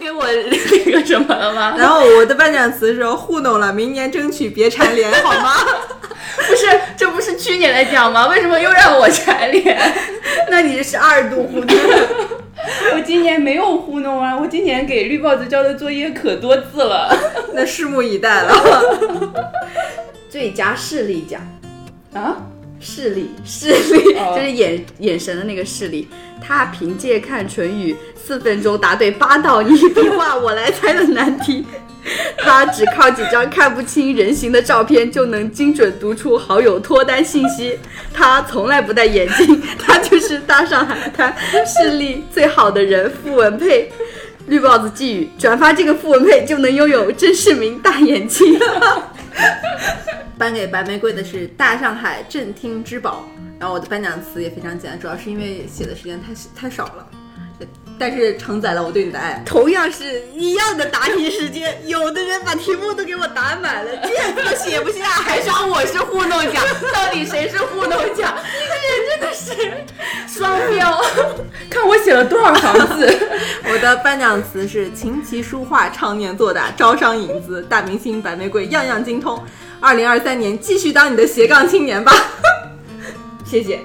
给我那个什么了吗？ 然后我的颁奖词是糊弄了，明年争取别蝉联，好吗？ 不是，这不是去年的奖吗？为什么又让我蝉联？ 那你是二度糊弄。 我今年没有糊弄啊，我今年给绿帽子交的作业可多字了。 那拭目以待了。 最佳视力奖啊， 视力视力、 哦、 就是眼眼神的那个视力。他凭借看唇语四分钟答对八道你比划我来猜的难题。他只靠几张看不清人形的照片就能精准读出好友脱单信息。他从来不戴眼镜，他就是大上海滩视力最好的人傅文佩。绿帽子寄语：转发这个傅文佩就能拥有甄世明大眼睛。 颁给白玫瑰的是大上海镇厅之宝。然后我的颁奖词也非常简单，主要是因为写的时间太太少了，但是承载了我对你的爱。 同样是一样的答题时间，有的人把题目都给我答满了，卷子都写不下， 还说我是糊弄奖，到底谁是糊弄奖？这个人真的是双标。看我写了多少行字。 我的颁奖词是琴棋书画常年作答，招商引资，大明星白玫瑰样样精通。二零二三年继续当你的斜杠青年吧。谢谢。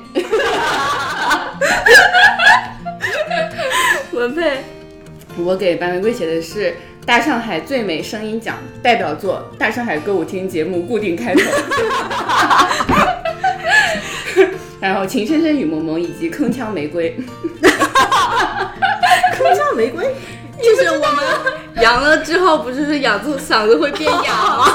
文佩， 我给白玫瑰写的是大上海最美声音奖代表作大上海歌舞厅节目固定开头。然后情深深雨蒙蒙以及铿锵玫瑰。 铿锵玫瑰就是我们阳了之后不是说养住嗓子会变哑吗？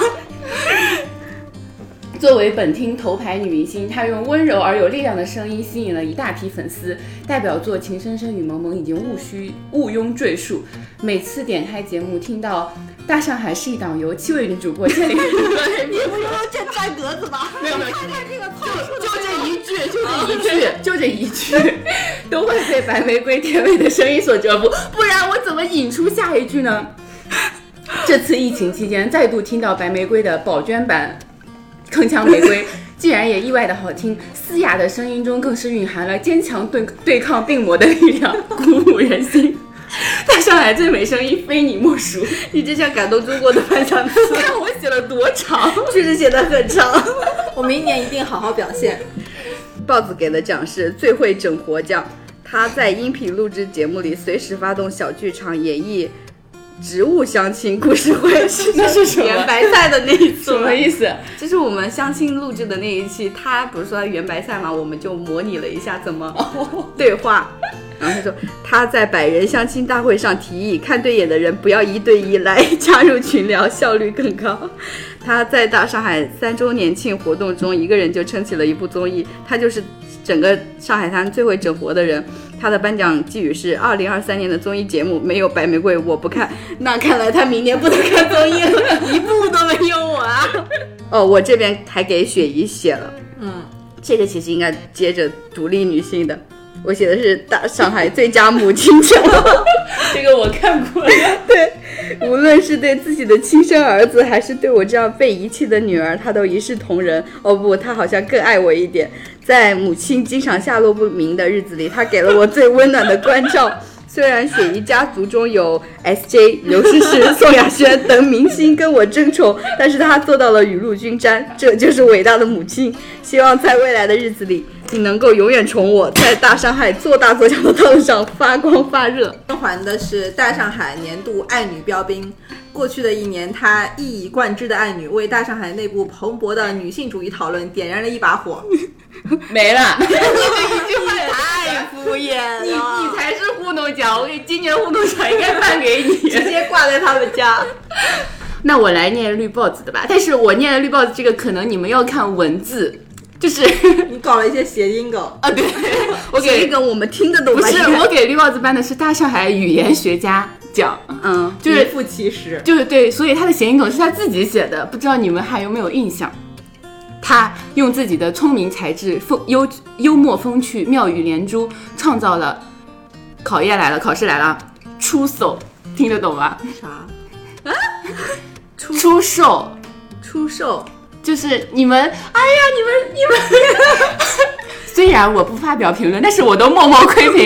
作为本厅头牌女明星，她用温柔而有力量的声音吸引了一大批粉丝。代表作《情深深雨蒙蒙》已经毋需毋庸赘述。每次点开节目，听到大上海是一档由七位女主播建立的， 你不用这占格子吗？ 没有没有， 看看这个套数， 就这一句，就这一句，就这一句，都会被白玫瑰甜美的声音所折服，不然我怎么引出下一句呢？这次疫情期间，再度听到白玫瑰的宝娟版铿锵玫瑰，既然也意外的好听，嘶哑的声音中更是蕴含了坚强对对抗病魔的力量，鼓舞人心。大上海最美声音非你莫属。 你这像感动中国的颁奖词， 看我写了多长， 确实写得很长。 我明年一定好好表现。 豹子给的奖是最会整活奖，他在音频录制节目里随时发动小剧场演绎植物相亲故事会。是那是什么？ 圆白菜的那一次。 什么意思？ 就是我们相亲录制的那一期，他不是说他圆白菜嘛，我们就模拟了一下怎么对话。然后他说他在百人相亲大会上提议，看对眼的人不要一对一来，加入群聊效率更高。他在大上海三周年庆活动中一个人就撑起了一部综艺，他就是整个上海滩最会整活的人。他的颁奖寄语是二零二三年的综艺节目没有白玫瑰我不看。那看来他明年不能看综艺了，一部都没有我啊。哦，我这边还给雪姨写了， 嗯， 这个其实应该接着独立女性的，我写的是大上海最佳母亲奖。 这个我看过了。 对，无论是对自己的亲生儿子还是对我这样被遗弃的女儿，他都一视同仁。哦不，他好像更爱我一点。在母亲经常下落不明的日子里，他给了我最温暖的关照。虽然雪姨家族中有 S J、刘诗诗、宋亚轩等明星跟我争宠，但是他做到了雨露均沾，这就是伟大的母亲。希望在未来的日子里，你能够永远宠我，在大上海做大做强的道路上发光发热。 甄嬛的是大上海年度爱女标兵。过去的一年，她一以贯之的爱女，为大上海内部蓬勃的女性主义讨论点燃了一把火。 没了。 你这一句话太敷衍了。 你你才是糊弄奖，我给今年糊弄奖应该颁给你， 直接挂在他们家。 那我来念绿帽子的吧，但是我念的绿帽子这个可能你们要看文字。就是你搞了一些谐音梗啊，对，我给谐音梗我们听得懂。 不是，我给绿帽子颁的是大上海语言学家奖， 嗯， 就是名副其实， 就是对，所以他的谐音梗是他自己写的，不知道你们还有没有印象？他用自己的聪明才智、风幽幽默风趣、妙语连珠，创造了考验来了，考试来了，出手，听得懂吗？ 啥？ 啊？出售， 出售。 就是你们，哎呀，你们你们，虽然我不发表评论，但是我都默默窥屏。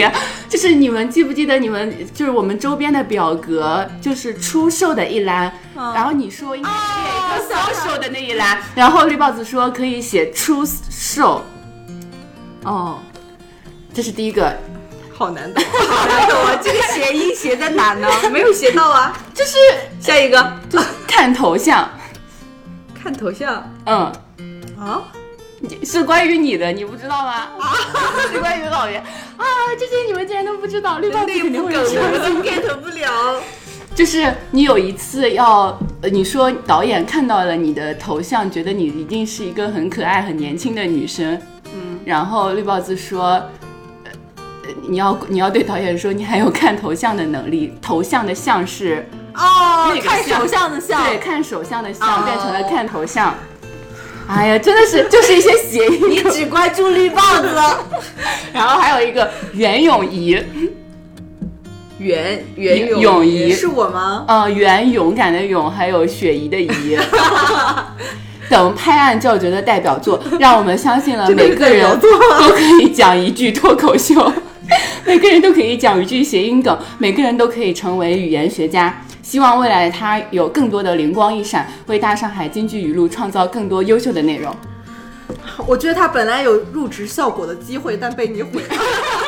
就是你们记不记得你们就是我们周边的表格，就是出售的一栏，嗯、然后你说应该写一个销售的那一栏，然后绿帽子说可以写出售。哦，这是第一个。 好难懂， 好难懂啊！这个谐音写在哪呢？没有写到啊。 就是下一个， 就看头像， 看头像， 嗯， 啊， 是关于你的，你不知道吗？啊，是关于老袁啊，这些你们竟然都不知道，绿帽子肯定会我都 get 不了。 就是你有一次要，你说导演看到了你的头像，觉得你一定是一个很可爱、很年轻的女生，嗯，然后绿帽子说。你要你要对导演说，你还有看头像的能力。头像的像是哦，看手相的像， 对，看手相的像、哦、变成了看头像。哎呀，真的是就是一些谐音。 你只关注绿帽子。 然后还有一个袁咏仪， 袁袁咏仪是我吗？ 呃，袁勇敢的勇，还有雪姨的姨。等拍案叫绝的代表作，让我们相信了每个人都可以讲一句脱口秀。每个人都可以讲一句谐音梗，每个人都可以成为语言学家。希望未来他有更多的灵光一闪，为大上海京剧语录创造更多优秀的内容。 我觉得他本来有入职效果的机会，但被你毁了。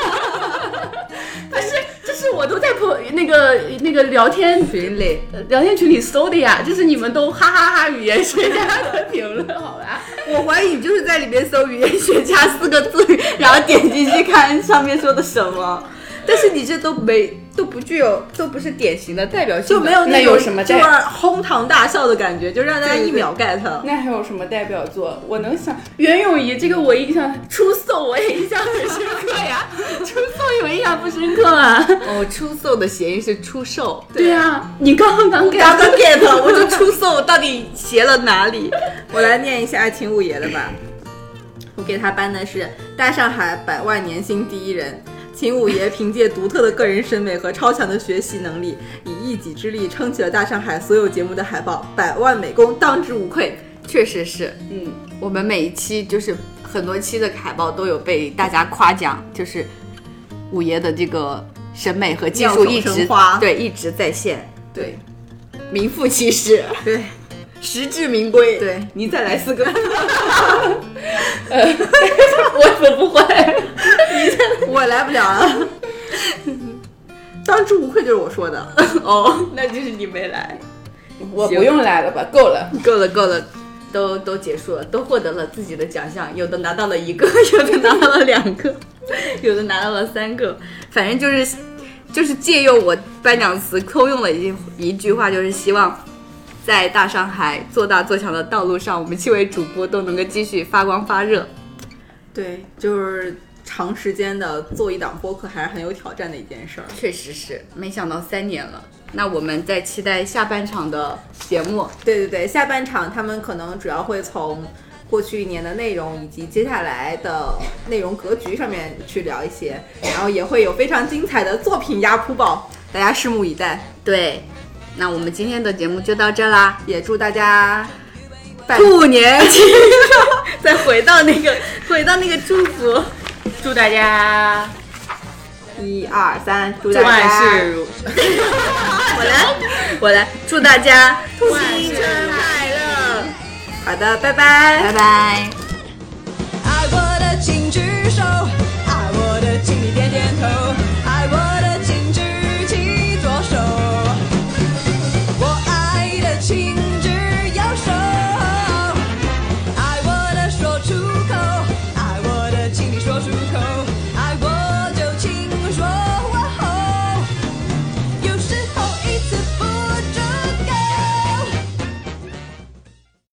但是这是我都在那个那个聊天群里聊天群里搜的呀，这是你们都哈哈哈语言学家的评论，好吧？ 我怀疑你就是在里面搜语言学家四个字，然后点进去看上面说的什么。但是你这都没都不具有都不是典型的代表性的， 就没有那有什么就是哄堂大笑的感觉，就让大家一秒 get。 那还有什么代表作？我能想袁咏仪这个我印象，出售我也印象很深刻呀，出售我印象不深刻啊。 哦，出售的谐音是出售。 对啊，你刚刚 get 刚刚 get， 我就出售到底写了哪里？ 我来念一下秦五爷的吧，我给他颁的是大上海百万年薪第一人。秦五爷凭借独特的个人审美和超强的学习能力，以一己之力撑起了大上海所有节目的海报，百万美工当之无愧。 确实是，嗯，我们每一期就是很多期的海报都有被大家夸奖，就是五爷的这个审美和技术一直对一直在线， 对， 名副其实， 对， 实至名归。 对， 你再来四个。 呃、我我不会， 我来不了了。当之无愧就是我说的。 哦，那就是你没来。 我不用来了吧？够了， 够了，够了，都都结束了，都获得了自己的奖项，有的拿到了一个，有的拿到了两个，有的拿到了三个，反正就是就是借用我颁奖词偷用了一一句话，就是希望在大上海做大做强的道路上，我们七位主播都能够继续发光发热。 对，就是长时间的做一档播客还是很有挑战的一件事儿。 确实是，没想到三年了。那我们在期待下半场的节目。 对对对，下半场他们可能主要会从过去一年的内容以及接下来的内容格局上面去聊一些，然后也会有非常精彩的作品压铺报，大家拭目以待。 对，那我们今天的节目就到这啦， 也祝大家兔年吉祥，再回到那个回到那个祝福， 祝大家一二三，祝大家万事如我来我来祝大家新春快乐。 好的，拜拜拜拜。